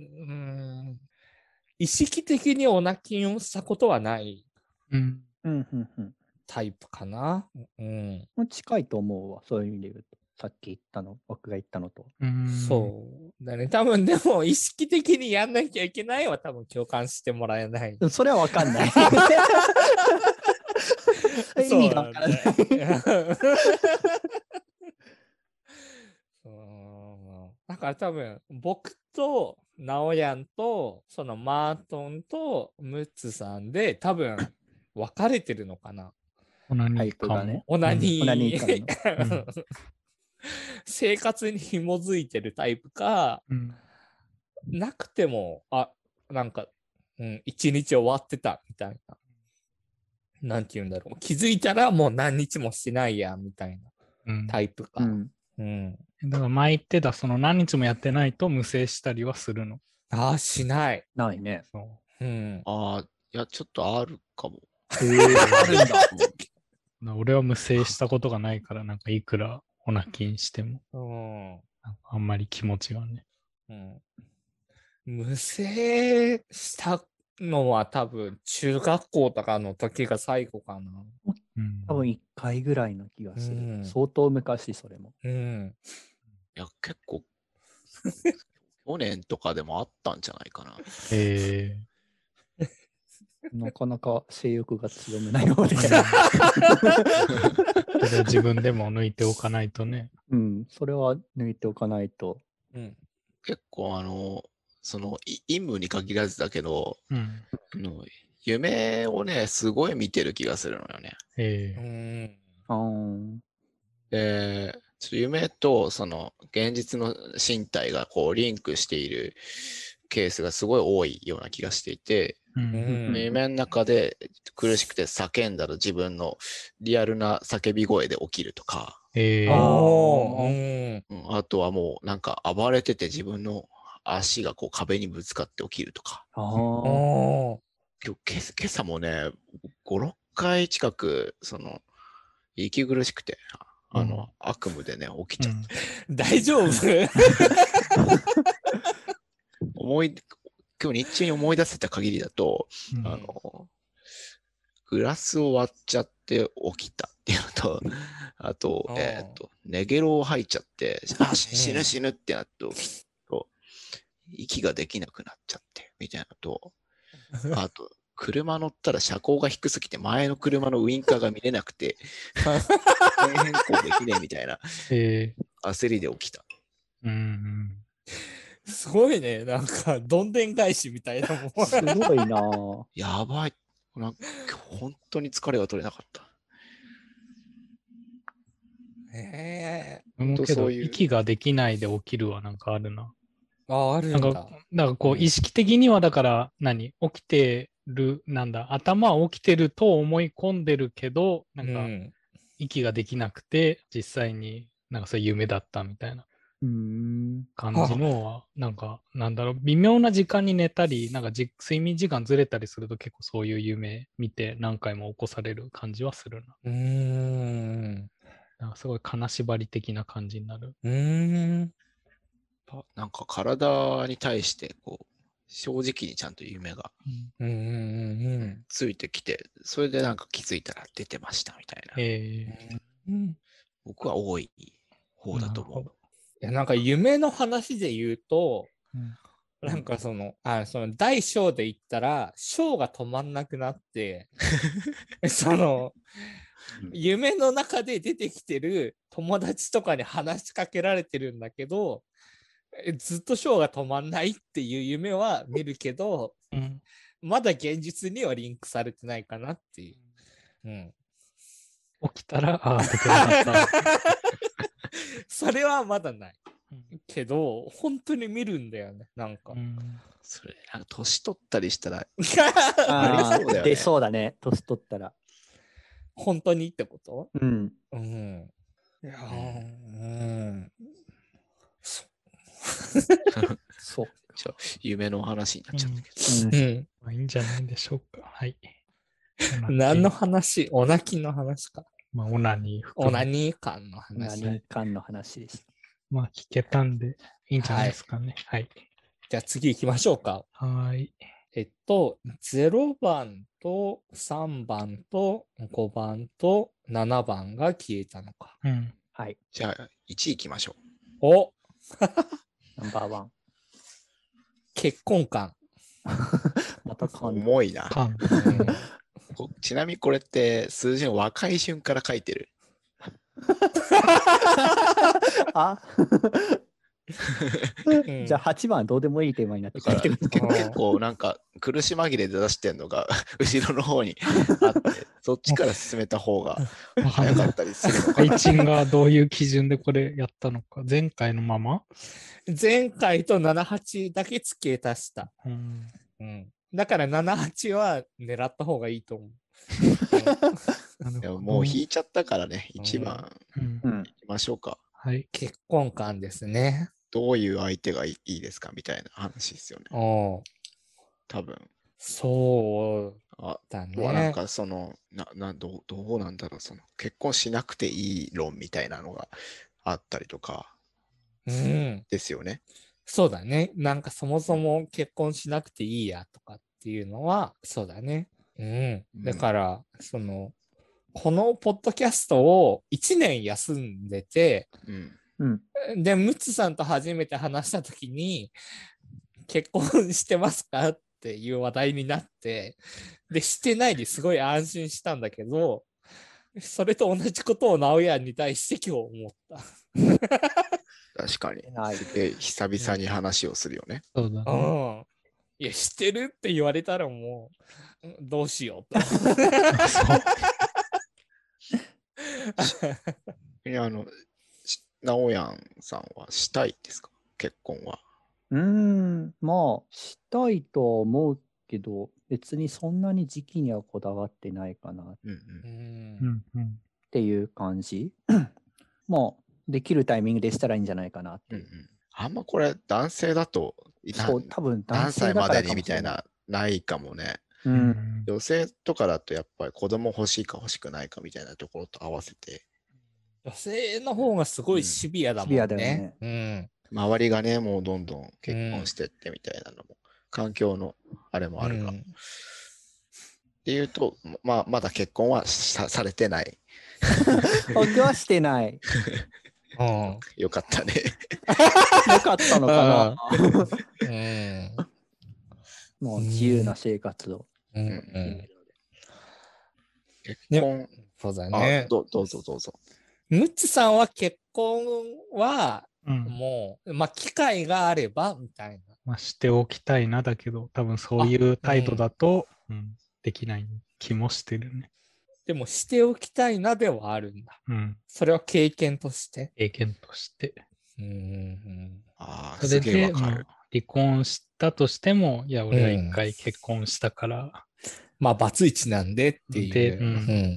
[SPEAKER 4] 意識的にオナキンをしたことはない。 タイプかな。
[SPEAKER 3] 近いと思うわ、そういう意味で言うと。さっき言ったの、僕が言ったのと。
[SPEAKER 4] そうだね。多分でも意識的にやんなきゃいけないは多分共感してもらえない。
[SPEAKER 3] それは分かんない。意味が分からない。だから多分僕とナオヤンとそのマートンとムッツさんで多分分かれてるのかな。
[SPEAKER 1] オナニー感も。
[SPEAKER 4] オナニー
[SPEAKER 3] 感
[SPEAKER 4] 生活に紐づいてるタイプか、なくてもなんか、一日終わってたみたいな。なんて言うんだろう。気づいたらもう何日もしてないやみたいなタイプか。
[SPEAKER 1] だから前言ってたその何日もやってないと無制したりはするの？
[SPEAKER 4] しない。
[SPEAKER 3] ないね。
[SPEAKER 2] いやちょっとあるかも。
[SPEAKER 3] あるんだ。
[SPEAKER 1] 俺は無制したことがないから、なんかいくらオナキンしても、なんかあんまり気持ちがね。
[SPEAKER 4] 無制したのは多分中学校とかの時が最後かな。
[SPEAKER 3] 多分1回ぐらいの気がする。相当昔、それも。
[SPEAKER 2] いや、結構、去年とかでもあったんじゃないかな。
[SPEAKER 3] なかなか性欲が強めなようで。
[SPEAKER 1] 自分でも抜いておかないとね。
[SPEAKER 3] それは抜いておかないと。
[SPEAKER 2] 結構その陰夢に限らずだけど、夢をね、すごい見てる気がするのよね。で、ちょっと夢とその現実の身体がこうリンクしているケースがすごい多いような気がしていて、夢の中で苦しくて叫んだら自分のリアルな叫び声で起きるとか、あとはもうなんか暴れてて自分の足がこう壁にぶつかって起きるとか。今朝もね、5、6回近く、息苦しくて、悪夢でね、起きちゃって。
[SPEAKER 4] 大丈夫
[SPEAKER 2] 今日日中に思い出せた限りだと、グラスを割っちゃって起きたっていうのと、あと、寝ゲロを吐いちゃって、死ぬ死ぬってなって、息ができなくなっちゃってみたいなと、あと車乗ったら車高が低すぎて前の車のウインカーが見れなくて変更できねえみたいな焦りで起きた。
[SPEAKER 4] すごいね、なんかどんでん返しみたいなもん。
[SPEAKER 3] すごいな。
[SPEAKER 2] やばい。なんか本当に疲れが取れなかった。
[SPEAKER 1] けど息ができないで起きるはなんかあるな。
[SPEAKER 4] あるんだ。
[SPEAKER 1] だからこう意識的にはだから起きてる頭は起きてると思い込んでるけどなんか息ができなくて実際になんかそういう夢だったみたいな感じのは微妙な時間に寝たりなんか睡眠時間ずれたりすると結構そういう夢見て何回も起こされる感じはするな。なんかすごい金縛り的な感じになる。
[SPEAKER 2] なんか体に対してこう正直にちゃんと夢がついてきて、それでなんか気づいたら出てましたみたいな。僕は多い方だと思う。
[SPEAKER 4] いやなんか夢の話で言うと、なんかその大小で言ったら小が止まんなくなって夢の中で出てきてる友達とかに話しかけられてるんだけどずっとショーが止まんないっていう夢は見るけど、まだ現実にはリンクされてないかなっていう。
[SPEAKER 1] 起きたら出てなかった。
[SPEAKER 4] それはまだない。けど本当に見るんだよねなんか。
[SPEAKER 2] それなんか年取ったりしたら
[SPEAKER 3] ありそうだよね。出そうだね年取ったら。
[SPEAKER 4] 本当にってこと？いや
[SPEAKER 3] そう。
[SPEAKER 2] 夢の話になっちゃった
[SPEAKER 1] けど。まあいいんじゃないでしょうか。はい。
[SPEAKER 4] 何の話？オナキンの話か。
[SPEAKER 1] まあオナニ
[SPEAKER 4] ー感の話。
[SPEAKER 3] オナニー感の話です。
[SPEAKER 1] まあ聞けたんでいいんじゃないですかね。はい。
[SPEAKER 4] じゃあ次行きましょうか。
[SPEAKER 1] はい。
[SPEAKER 4] 0番と3番と5番と7番が消えたのか。
[SPEAKER 1] うん。
[SPEAKER 3] はい。
[SPEAKER 2] じゃあ、1位いきましょ
[SPEAKER 4] う。お
[SPEAKER 3] ナンバーワン。
[SPEAKER 4] 結婚観。
[SPEAKER 3] また感動。
[SPEAKER 2] 重いな。
[SPEAKER 4] うん、
[SPEAKER 2] ちなみにこれって数字の若い順から書いてる。
[SPEAKER 3] あじゃあ8番はどうでもいいテーマになってくるってことです
[SPEAKER 2] 結構なんか苦し紛れで出してるのが後ろの方にあって、そっちから進めた方が早かったりするのかな。
[SPEAKER 1] 配置がどういう基準でこれやったのか。前回のまま
[SPEAKER 4] 前回と78だけ付け足した。
[SPEAKER 1] うん
[SPEAKER 4] うん、だから78は狙った方がいいと思う。
[SPEAKER 2] でももう引いちゃったからね、1番いきましょうか。
[SPEAKER 1] はい。
[SPEAKER 4] 結婚観ですね。
[SPEAKER 2] どういう相手がいいですかみたいな話ですよね。多分。
[SPEAKER 4] そうだね。
[SPEAKER 2] なんかそのどうなんだろう、その結婚しなくていい論みたいなのがあったりとか、ですよね。
[SPEAKER 4] そうだね。なんかそもそも結婚しなくていいやとかっていうのは、そうだね。だから、このポッドキャストを1年休んでて、で、ムツさんと初めて話したときに、結婚してますかっていう話題になって、で、してないですごい安心したんだけど、それと同じことを直哉に対して今日思った。
[SPEAKER 2] 確かに。久々に話をするよね。
[SPEAKER 1] そうだね。
[SPEAKER 4] いや、知ってるって言われたらもう、どうしようと。
[SPEAKER 2] 直哉さんはしたいですか、結婚は。
[SPEAKER 3] まあ、したいと思うけど、別にそんなに時期にはこだわってないかなっていう感じ。もう、できるタイミングでしたらいいんじゃないかなっていう。
[SPEAKER 2] あんまこれ男性だと
[SPEAKER 3] 多分
[SPEAKER 2] 何歳までにみたいなないかもね。女性とかだとやっぱり子供欲しいか欲しくないかみたいなところと合わせて。
[SPEAKER 4] 女性の方がすごいシビアだもんね。シビアだよ
[SPEAKER 2] ね。周りがね、もうどんどん結婚してってみたいなのも、環境のあれもあるが。っていうと、まだ結婚はされてない。
[SPEAKER 3] 僕はしてない。
[SPEAKER 2] よかったね。
[SPEAKER 3] よかったのかな。もう自由な生活を。
[SPEAKER 2] 結婚、
[SPEAKER 4] そうだね。
[SPEAKER 2] どうぞ。
[SPEAKER 4] ムッチさんは結婚は、もう、機会があればみたいな。
[SPEAKER 1] しておきたいなだけど、多分そういう態度だと、できない気もしてるね。
[SPEAKER 4] でもしておきたいなではあるんだ。それは経験として。
[SPEAKER 1] 経験として。
[SPEAKER 2] それで、
[SPEAKER 1] 離婚したとしても、いや、俺は一回結婚したから。
[SPEAKER 4] バツイチなんでっていう。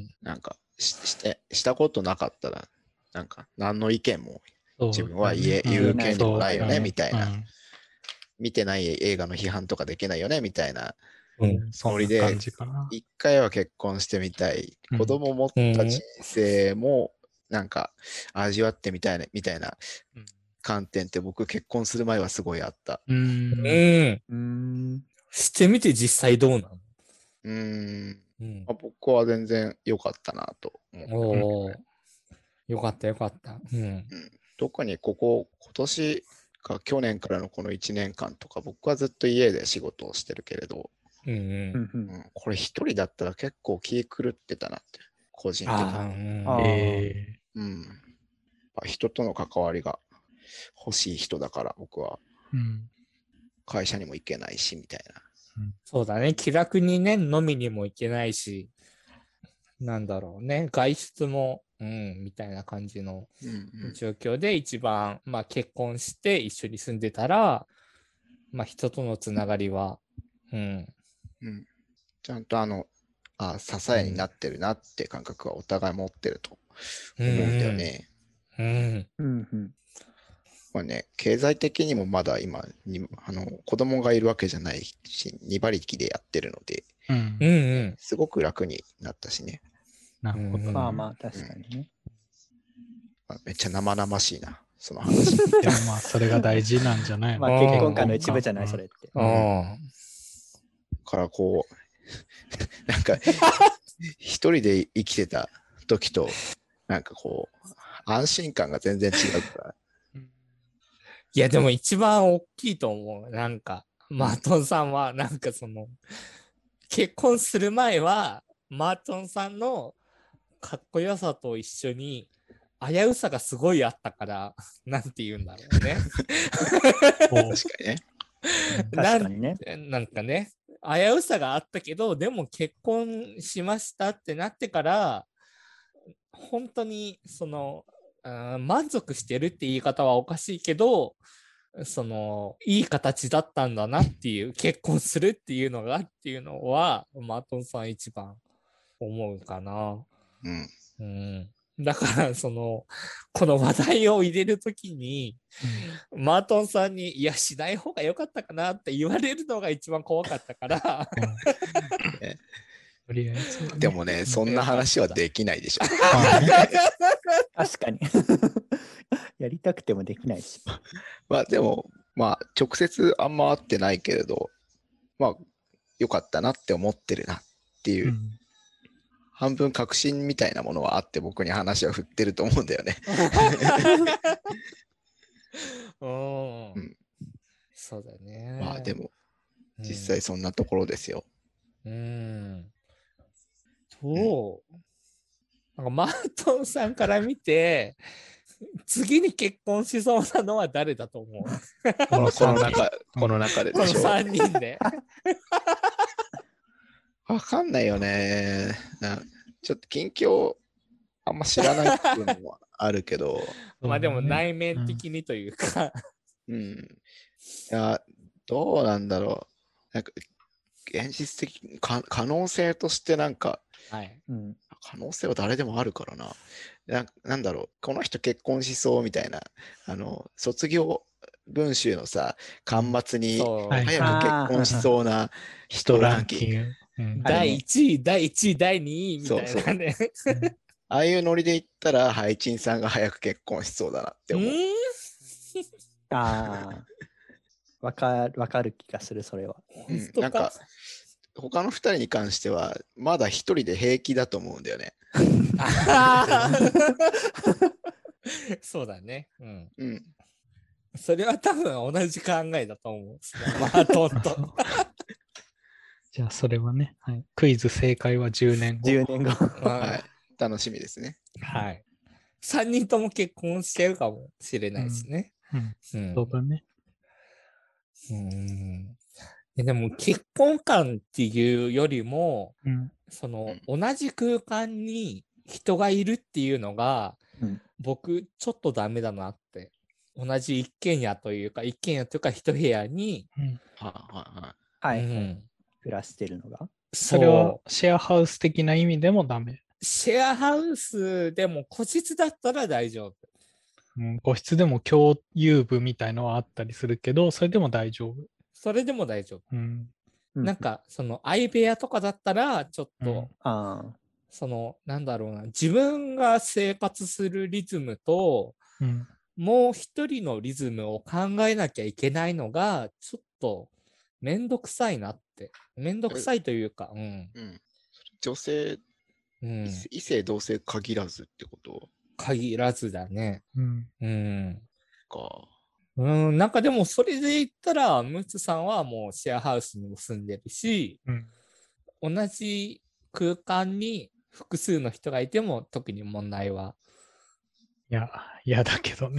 [SPEAKER 2] なんかしたことなかったら、なんか何の意見も自分は言う権利もないよね、みたいな。見てない映画の批判とかできないよね、みたいな。つもりで、一回は結婚してみたい。子供を持った人生も、なんか、味わってみたいな、みたいな観点って僕結婚する前はすごいあった。
[SPEAKER 4] してみて実際どうな
[SPEAKER 2] の？僕は全然良かったなと思
[SPEAKER 4] う。よかった。
[SPEAKER 2] 特に今年か去年からのこの1年間とか、僕はずっと家で仕事をしてるけれど、これ一人だったら結構気狂ってたなって、個人的に。人との関わりが欲しい人だから、僕は。会社にも行けないし、みたいな。
[SPEAKER 4] そうだね。気楽にね、飲みにも行けないし、なんだろうね。外出も、みたいな感じの状況で一番、結婚して一緒に住んでたら、人とのつながりは、
[SPEAKER 2] ちゃんと支えになってるなって感覚はお互い持ってると思うんだよね。経済的にもまだ今子供がいるわけじゃないし、2馬力でやってるので、すごく楽になったしね。
[SPEAKER 1] なるほど。
[SPEAKER 3] 確かにね。
[SPEAKER 2] めっちゃ生々しいな、その話。
[SPEAKER 1] でもそれが大事なんじゃないの？
[SPEAKER 3] 結婚観の一部じゃない、それって。
[SPEAKER 2] からこう、なんか、一人で生きてた時と、なんかこう、安心感が全然違うから。
[SPEAKER 4] いや、でも一番大きいと思う。なんか、マートンさんは、なんかその、結婚する前は、マートンさんのかっこよさと一緒に、危うさがすごいあったから、なんて言うんだろうね。
[SPEAKER 2] 確かにね。
[SPEAKER 3] 確かにね。
[SPEAKER 4] なんかね、危うさがあったけど、でも結婚しましたってなってから、本当にその、満足してるって言い方はおかしいけど、そのいい形だったんだなっていう、結婚するっていうのがっていうのはマートンさん一番思うかな。うん、だからそのこの話題を入れるときに、マートンさんにいやしない方が良かったかなって言われるのが一番怖かったから
[SPEAKER 1] とりあえず、ね、
[SPEAKER 2] でもね、そんな話はできないでしょ。
[SPEAKER 3] 確かに。やりたくてもできないし。
[SPEAKER 2] まあでも、まあ直接あんま会ってないけれど、まあ良かったなって思ってるなっていう、半分確信みたいなものはあって僕に話を振ってると思うんだよね。
[SPEAKER 4] うん、そうだね。
[SPEAKER 2] まあでも、実際そんなところですよ。
[SPEAKER 4] なんかマートンさんから見て、次に結婚しそうなのは誰だと思う
[SPEAKER 2] この中ででしょ。
[SPEAKER 4] この3人で。
[SPEAKER 2] わかんないよね。ちょっと近況あんま知らない部分もあるけど。
[SPEAKER 4] まあでも内面的にというか。
[SPEAKER 2] いや、どうなんだろう。なんか現実的可能性としてなんか、可能性は誰でもあるからな。なんだろう、この人結婚しそうみたいな、卒業文集のさ、巻末に早く結婚しそうな人ランキング。
[SPEAKER 4] 第1位、第1位、第2位みたいなね。
[SPEAKER 2] ああいうノリで言ったら、ハイチンさんが早く結婚しそうだなって思う。
[SPEAKER 3] わかる気がする、それは。
[SPEAKER 2] なんか、他の2人に関しては、まだ1人で平気だと思うんだよね。
[SPEAKER 4] そうだね。それは多分同じ考えだと思う。マートンと。
[SPEAKER 1] じゃあそれはね、クイズ正解は10年後。
[SPEAKER 3] 10年後。
[SPEAKER 2] はい。楽しみですね。
[SPEAKER 4] はい。3人とも結婚してるかもしれないですね。
[SPEAKER 1] そうだね。
[SPEAKER 4] でも結婚観っていうよりも、その同じ空間に人がいるっていうのが、僕ちょっとダメだなって。同じ一軒家というか一部屋に、
[SPEAKER 3] 暮らしてるのが。
[SPEAKER 1] それはシェアハウス的な意味でもダメ。
[SPEAKER 4] シェアハウスでも個室だったら大丈夫。
[SPEAKER 1] 個室でも共有部みたいのはあったりするけど、それでも大丈夫。
[SPEAKER 4] それでも大丈夫。なんかその相部屋とかだったらちょっと、そのなんだろうな、自分が生活するリズムと、もう一人のリズムを考えなきゃいけないのがちょっとめんどくさいなって。めんどくさいというか、
[SPEAKER 2] 女性、異性同性限らずってこと？
[SPEAKER 4] 限らずだね。なんかでもそれで言ったらムツさんはもうシェアハウスにも住んでるし、同じ空間に複数の人がいても特に問題は。
[SPEAKER 1] いや、嫌だけどね。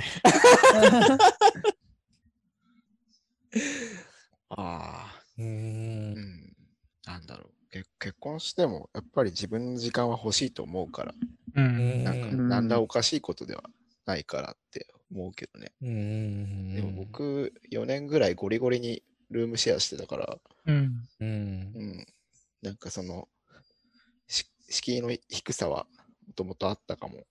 [SPEAKER 2] なんだろう。結婚してもやっぱり自分の時間は欲しいと思うから、なんらおかしいことではないからって思うけどね。でも僕4年ぐらいゴリゴリにルームシェアしてたから、なんかその敷居の低さはもともとあったかも。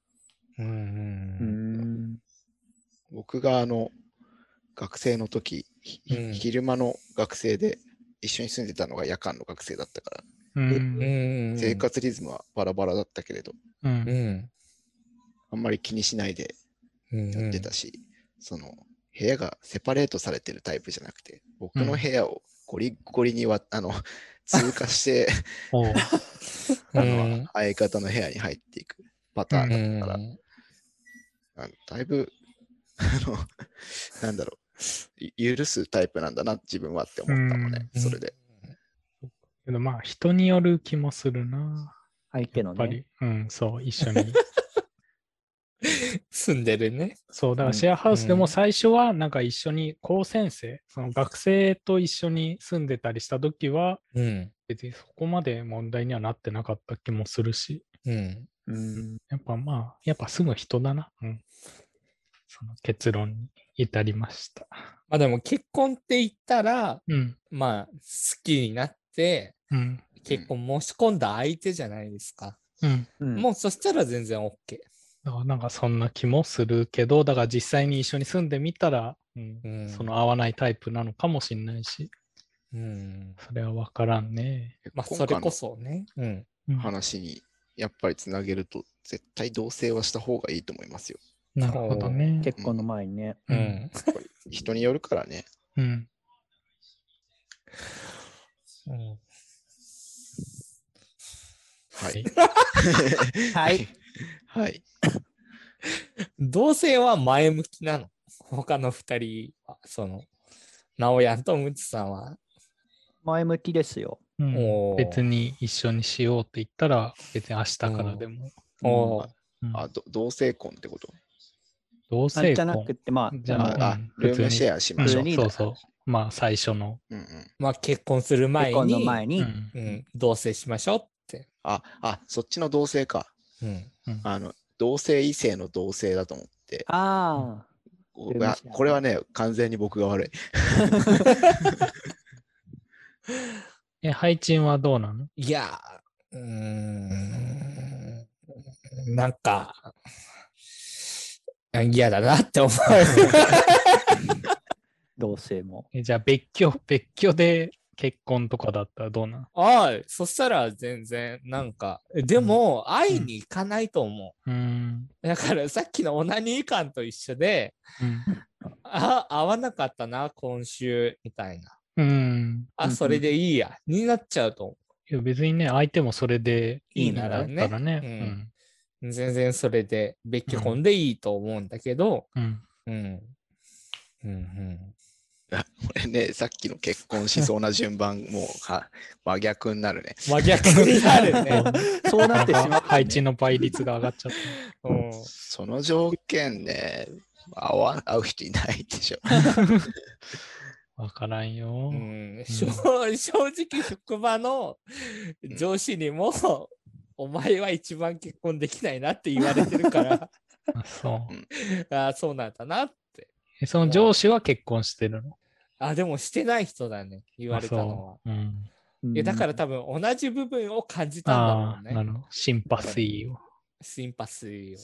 [SPEAKER 2] 僕が学生の時、昼間の学生で一緒に住んでたのが夜間の学生だったから、生活リズムはバラバラだったけれど、あんまり気にしないでやってたし、その部屋がセパレートされてるタイプじゃなくて、僕の部屋をゴリゴリに通過して
[SPEAKER 1] 相
[SPEAKER 2] 方の部屋に入っていくパターンだったから、だいぶなんだろう、許すタイプなんだな自分はって思ったのね、それで。
[SPEAKER 1] けどまあ人による気もするな。
[SPEAKER 3] 相手のね。
[SPEAKER 1] やっぱり、そう、一緒に。
[SPEAKER 4] 住んでるね。
[SPEAKER 1] そう、だからシェアハウスでも最初はなんか一緒に高専生、その学生と一緒に住んでたりした時は、別にそこまで問題にはなってなかった気もするし、やっぱやっぱ住む人だな。その結論に至りました。
[SPEAKER 4] まあでも結婚って言ったら、まあ好きになって、結婚申し込んだ相手じゃないですか。もうそしたら全然 OK。
[SPEAKER 1] なんかそんな気もするけど、だから実際に一緒に住んでみたら、その合わないタイプなのかもしれないし、それは分からんね。
[SPEAKER 4] まあそれこそね、
[SPEAKER 2] 話にやっぱりつなげると、絶対同棲はした方がいいと思いますよ。
[SPEAKER 1] なるほどね。
[SPEAKER 3] 結婚の前にね。
[SPEAKER 2] 人によるからね。はい。
[SPEAKER 3] はい。
[SPEAKER 2] はい。
[SPEAKER 4] 同性は前向きなの？他の2人は、直哉とムツさんは。
[SPEAKER 3] 前向きですよ。
[SPEAKER 1] 別に一緒にしようって言ったら、別に明日からでも。
[SPEAKER 2] 同性婚ってこと？
[SPEAKER 1] 同性婚
[SPEAKER 3] じゃなくて、まあ、
[SPEAKER 2] ルームシェアしましょう。
[SPEAKER 1] そうそう。まあ、最初の。
[SPEAKER 4] まあ、結婚する前に、同棲しましょうって。
[SPEAKER 2] そっちの同棲か。同性異性の同性だと思って。これはね、完全に僕が悪
[SPEAKER 1] い。配置はどうなの？
[SPEAKER 4] いや、なんか、嫌だなって思う。
[SPEAKER 3] 同性も。
[SPEAKER 1] じゃあ別居で結婚とかだったらどうな
[SPEAKER 4] の？そしたら全然なんか、でも会いに行かないと思う。だからさっきのオナニー感と一緒で、会わなかったな今週みたいな。それでいいやになっちゃうと思う。
[SPEAKER 1] いや別にね、相手もそれでいいならね。
[SPEAKER 4] 全然それで別居婚でいいと思うんだけど、
[SPEAKER 2] 俺ね、さっきの結婚しそうな順番も真逆になるね。
[SPEAKER 4] 真逆になるね。
[SPEAKER 3] そうなってしまう。
[SPEAKER 1] 配置の倍率が上がっちゃった。
[SPEAKER 2] その条件ね、会う人いないでしょ。
[SPEAKER 1] わからんよ。
[SPEAKER 4] 正直職場の上司にも、お前は一番結婚できないなって言われてるから。そうなんだなって。
[SPEAKER 1] その上司は結婚してるの？
[SPEAKER 4] でもしてない人だね、言われたのは。だから多分同じ部分を感じたんだろうね。
[SPEAKER 1] なるほど。シンパシーを。
[SPEAKER 4] シンパシーを。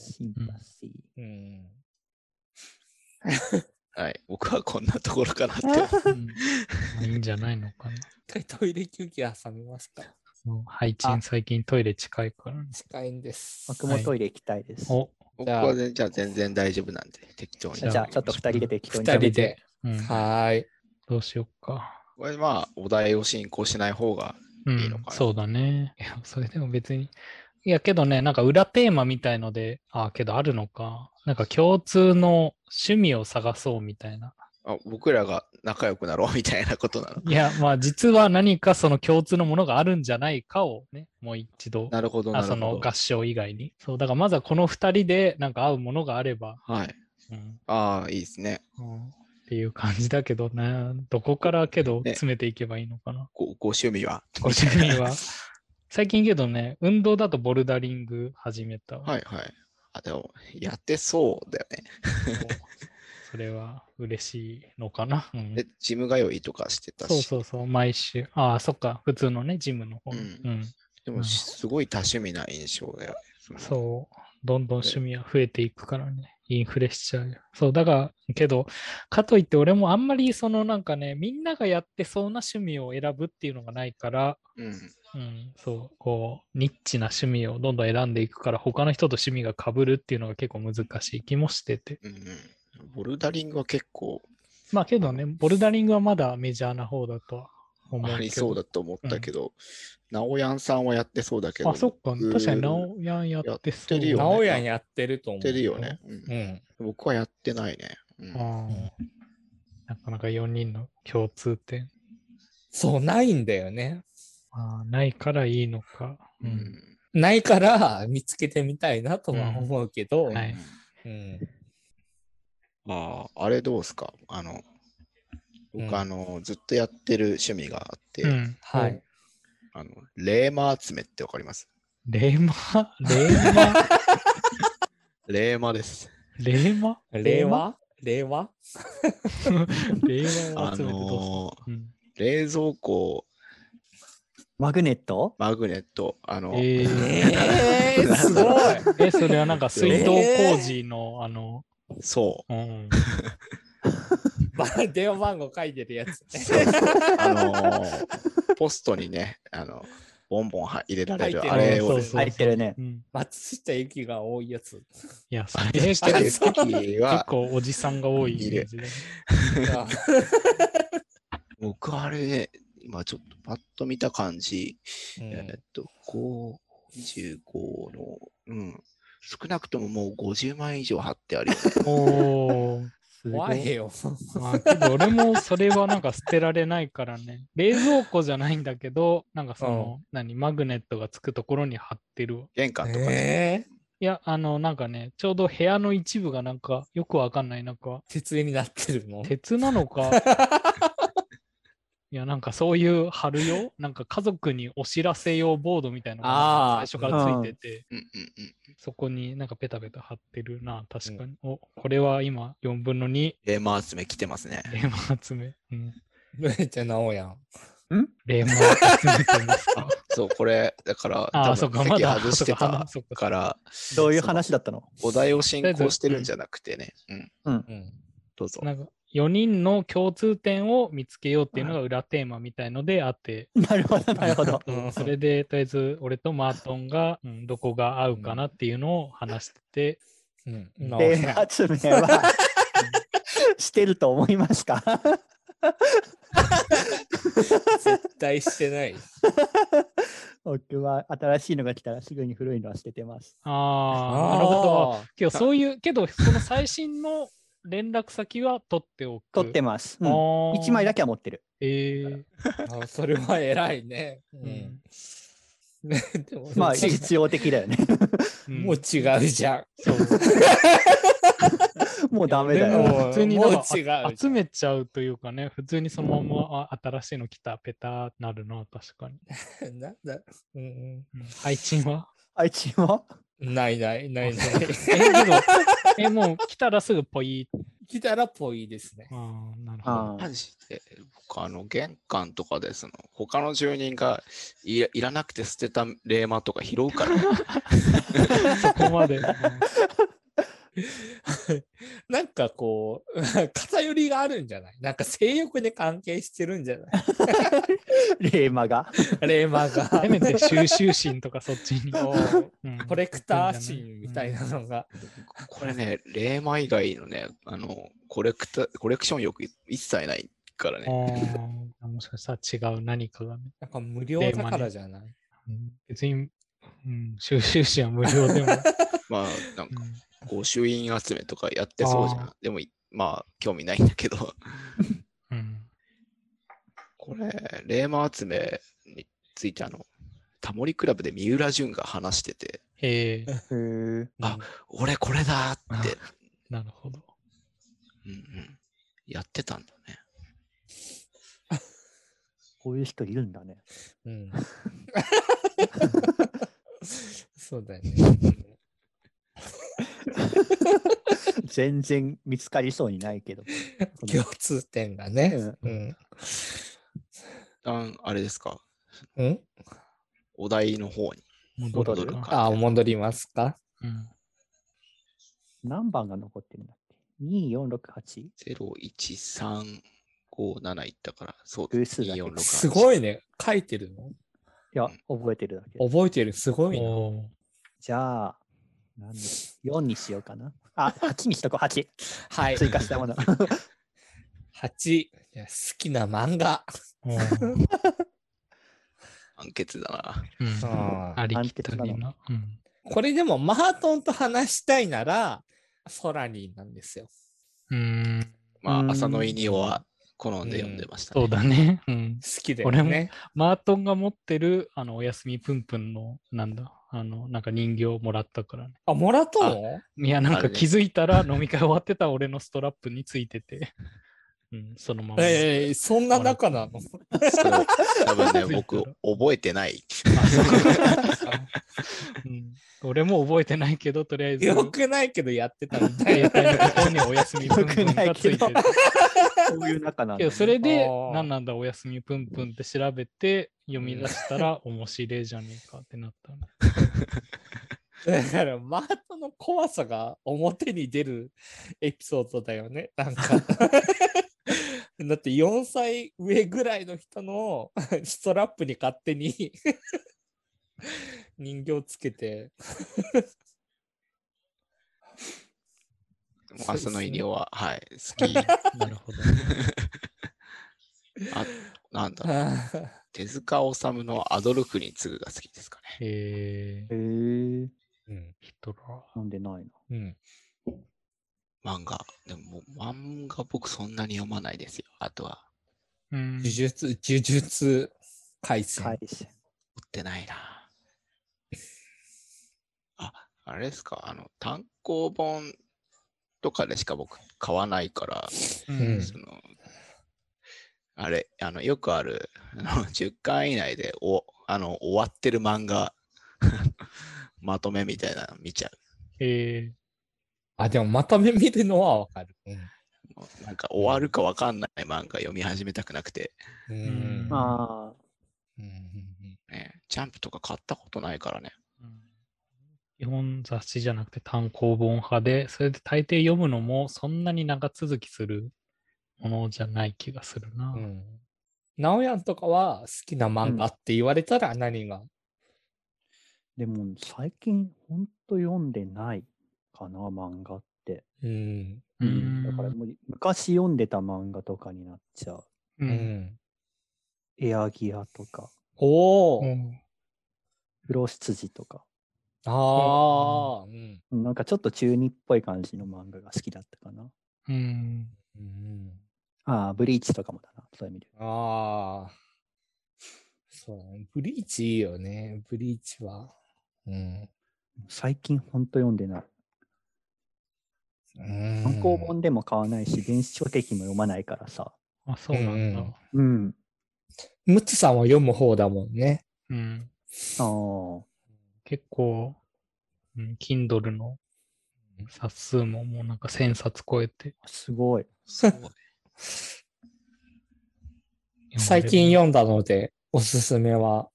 [SPEAKER 2] はい、僕はこんなところかなって。
[SPEAKER 1] いいんじゃないのかな。
[SPEAKER 4] トイレ休憩挟みますか？
[SPEAKER 1] 配置最近トイレ近いからね。
[SPEAKER 4] 近いんです。
[SPEAKER 3] 僕もトイレ行きたいです。
[SPEAKER 2] 僕はじゃあ全然大丈夫なんで、適当に。
[SPEAKER 3] じゃあちょっと2人で適当に。
[SPEAKER 4] 2人で。はい。
[SPEAKER 1] どうしよっか。
[SPEAKER 2] これお題を進行しない方がいいのかな。
[SPEAKER 1] そうだね。いや、それでも別に。いや、けどね、なんか裏テーマみたいので、けどあるのか。なんか共通の趣味を探そうみたいな。
[SPEAKER 2] 僕らが仲良くなろうみたいなことなの？
[SPEAKER 1] いや、実は何かその共通のものがあるんじゃないかをね、もう一度。
[SPEAKER 2] なるほど。
[SPEAKER 1] その合唱以外に。そう、だからまずはこの2人でなんか合うものがあれば。
[SPEAKER 2] はい。いいですね。
[SPEAKER 1] っていう感じだけどね、どこからけど詰めていけばいいのかな。
[SPEAKER 2] ご趣味は
[SPEAKER 1] 最近けどね、運動だとボルダリング始めた。
[SPEAKER 2] はい。でも、やってそうだよね。
[SPEAKER 1] それは嬉しいのかな。
[SPEAKER 2] ジム通いとかしてたし。
[SPEAKER 1] そう、毎週。そっか、普通のね、ジムの方。
[SPEAKER 2] でも、すごい多趣味な印象だよね。
[SPEAKER 1] そう、どんどん趣味は増えていくからね。インフレしちゃうよ。そう、だから、けど、かといって俺もあんまりなんかね、みんながやってそうな趣味を選ぶっていうのがないから、そう、ニッチな趣味をどんどん選んでいくから、他の人と趣味が被るっていうのが結構難しい気もしてて。
[SPEAKER 2] ボルダリングは結構。
[SPEAKER 1] けどね、ボルダリングはまだメジャーな方だとは
[SPEAKER 2] ありそうだと思ったけど、なおやんさんはやってそうだけど。
[SPEAKER 1] あ、そっか。確かになおやんやってそう。
[SPEAKER 4] なおやんやってると思う。
[SPEAKER 2] やってるよね。僕はやってないね。
[SPEAKER 1] なかなか4人の共通点。
[SPEAKER 4] そう、ないんだよね。
[SPEAKER 1] ないからいいのか。
[SPEAKER 4] ないから見つけてみたいなとは思うけど。
[SPEAKER 2] あれどうすか？僕ずっとやってる趣味があって、
[SPEAKER 4] はい。
[SPEAKER 2] レーマ集めってわかります？
[SPEAKER 1] レーマ
[SPEAKER 2] レーマです。
[SPEAKER 1] レーマ
[SPEAKER 4] 令和令和
[SPEAKER 1] 令和を集めてどうする？
[SPEAKER 2] 冷蔵庫
[SPEAKER 3] マグネット
[SPEAKER 4] すごい。
[SPEAKER 1] それはなんか水道工事の
[SPEAKER 2] そう。
[SPEAKER 4] 電話番号書いてるやつ。
[SPEAKER 2] ポストにね、ボンボン入れられる
[SPEAKER 4] 入ってる
[SPEAKER 2] あれを
[SPEAKER 3] 入ってるね。
[SPEAKER 4] 松下由紀が多いやつ。
[SPEAKER 1] いや、それ
[SPEAKER 2] 松下由紀は
[SPEAKER 1] 結構おじさんが多いイメージで。
[SPEAKER 2] 僕あれね、今ちょっとパッと見た感じ、5、25の、少なくとももう50枚以上貼ってあるよね。
[SPEAKER 1] おー。
[SPEAKER 4] 怖いよ。
[SPEAKER 1] けど俺もそれはなんか捨てられないからね。冷蔵庫じゃないんだけど、なんかマグネットがつくところに貼ってる。
[SPEAKER 2] 玄関とかね。
[SPEAKER 1] いや、なんかね、ちょうど部屋の一部がなんかよくわかんない、なんか。
[SPEAKER 4] 鉄になってるの？
[SPEAKER 1] 鉄なのか。いや、なんかそういう貼るよ。なんか家族にお知らせ用ボードみたいなのが最初からついてて、そこになんかペタペタ貼ってるな、確かに。これは今4分の2。
[SPEAKER 2] レーマ集め来てますね。
[SPEAKER 1] レーマ集め。
[SPEAKER 4] めっちゃなおやん。
[SPEAKER 1] レーマ集めてますか？
[SPEAKER 2] そう、これ、だから、
[SPEAKER 1] そうか、
[SPEAKER 2] 席外してたから、
[SPEAKER 3] どういう話だったの？
[SPEAKER 2] お題を進行してるんじゃなくてね。どうぞ。
[SPEAKER 1] なんか4人の共通点を見つけようっていうのが裏テーマみたいのであって。
[SPEAKER 3] なるほど、なるほど。
[SPEAKER 1] それで、とりあえず俺とマートンが、どこが合うかなっていうのを話してて。
[SPEAKER 3] レーマ集めはしてると思いますか？
[SPEAKER 4] 絶対してない。
[SPEAKER 3] 僕は新しいのが来たらすぐに古いのは捨ててます。
[SPEAKER 1] なるほど。けどそういう、けどその最新の連絡先は取っておく。
[SPEAKER 3] 取ってます。1枚だけは持ってる。
[SPEAKER 4] それは偉いね。
[SPEAKER 3] まあ実用的だよね。
[SPEAKER 4] もう違うじゃん。
[SPEAKER 3] もうダメだよ。
[SPEAKER 1] 普通に集めちゃうというかね、普通にそのまま新しいの来たペタなるな、確かに。
[SPEAKER 4] なんだ。
[SPEAKER 1] 配置は
[SPEAKER 4] ない。
[SPEAKER 1] けど、もう来たらすぐポイ。
[SPEAKER 4] 来たらポイですね。
[SPEAKER 1] なるほど。
[SPEAKER 2] マジで、僕玄関とかで他の住人がいらなくて捨てたレーマとか拾うから。
[SPEAKER 1] そこまで。
[SPEAKER 4] なんかこう偏りがあるんじゃない？なんか性欲で関係してるんじゃない？
[SPEAKER 3] レーマが
[SPEAKER 1] せめて収集心とかそっちに
[SPEAKER 4] コレクター心みたいなのが、
[SPEAKER 2] これね、レーマ以外のねコレクション欲一切ないからね。
[SPEAKER 1] もしかしたら違う何かがね。
[SPEAKER 4] なんか無料だからじゃない？
[SPEAKER 1] 別に、収集心は無料でも
[SPEAKER 2] まあなんか御朱印集めとかやってそうじゃん。でもまあ興味ないんだけどこれレーマ集めについてタモリクラブで三浦淳が話してて、俺これだって。
[SPEAKER 1] なるほど。
[SPEAKER 2] やってたんだね。
[SPEAKER 3] こういう人いるんだね。
[SPEAKER 4] そうだよね。
[SPEAKER 3] 全然見つかりそうにないけど。
[SPEAKER 4] 共通点がね。
[SPEAKER 2] あれですか？お題の方に
[SPEAKER 3] 戻る
[SPEAKER 4] か。戻りますか。
[SPEAKER 3] 何番が残ってるんだっけ？ 2468？
[SPEAKER 2] 01357いったから、そう
[SPEAKER 3] 偶数だけ。
[SPEAKER 4] すごいね。書いてるの？
[SPEAKER 3] いや、覚えてるだけ。
[SPEAKER 4] 覚えてる。すごいな。
[SPEAKER 3] じゃあ、4にしようかな。8にしとこう、8。
[SPEAKER 4] はい。
[SPEAKER 3] 追加したもの。
[SPEAKER 4] 8、好きな漫画。
[SPEAKER 2] 簡潔だ
[SPEAKER 1] な。ありきたりな。
[SPEAKER 4] これでもマートンと話したいなら、ソラニーなんですよ。
[SPEAKER 2] まあ、浅野いにおは好んで読んでました
[SPEAKER 1] ね。そうだね。
[SPEAKER 4] 好きだよね。
[SPEAKER 1] 俺もマートンが持ってるおやすみぷんぷんのなんか人形もらったからね。
[SPEAKER 4] あ、もらったの？
[SPEAKER 1] いや、なんか気づいたら飲み会終わってた俺のストラップについてて。そのまま。
[SPEAKER 4] そんな仲なの？
[SPEAKER 2] 多分ね、僕、覚えてない。
[SPEAKER 1] 俺も覚えてないけど、とりあえず。
[SPEAKER 4] よくないけどやってたみたい
[SPEAKER 1] な。携帯のところにおやすみぷんぷんがついてる。
[SPEAKER 3] そういう仲なんだ、
[SPEAKER 1] ね。それで、何なんだおやすみぷんぷんって調べて読み出したら面白いじゃねえかってなった
[SPEAKER 4] ね。だからマートの怖さが表に出るエピソードだよね。なんかだって4歳上ぐらいの人のストラップに勝手に人形つけて
[SPEAKER 2] 浅野いにおは、はい、好き。
[SPEAKER 1] なるほど。
[SPEAKER 2] あ、なんだろう。手塚治虫のアドルフに次ぐが好きですかね。
[SPEAKER 3] へえ。
[SPEAKER 1] ヒトラー。
[SPEAKER 3] なんでない
[SPEAKER 2] な。漫画。でも、漫画僕そんなに読まないですよ。あとは。
[SPEAKER 4] 呪術廻戦。
[SPEAKER 2] 持ってないな。あれですか、単行本とかでしか僕買わないから、あれ、よくある、10巻以内で終わってる漫画、まとめみたいなの見ちゃう。
[SPEAKER 4] でもまとめ見るのはわかる。
[SPEAKER 2] なんか終わるかわかんない漫画読み始めたくなくて。ね、ジャンプとか買ったことないからね。
[SPEAKER 1] 基本雑誌じゃなくて単行本派で、それで大抵読むのもそんなに長続きするものじゃない気がするな。
[SPEAKER 4] なおやんとかは好きな漫画って言われたら何が？
[SPEAKER 3] でも最近ほんと読んでないかな、漫画って。だからもう昔読んでた漫画とかになっちゃう。エアギアとか。風呂羊とか。なんかちょっと中二っぽい感じの漫画が好きだったかな。ブリーチとかもだな、そういう意味で。
[SPEAKER 4] そう、ブリーチいいよね、ブリーチは。
[SPEAKER 3] 最近ほんと読んでない。単行本でも買わないし、電子書籍も読まないからさ。
[SPEAKER 1] あ、そうなんだ。
[SPEAKER 4] ムツさんは読む方だもんね。
[SPEAKER 1] 結構、Kindle の冊数ももうなんか1000冊超えて。
[SPEAKER 3] すごい。
[SPEAKER 4] 最近読んだので、おすすめは？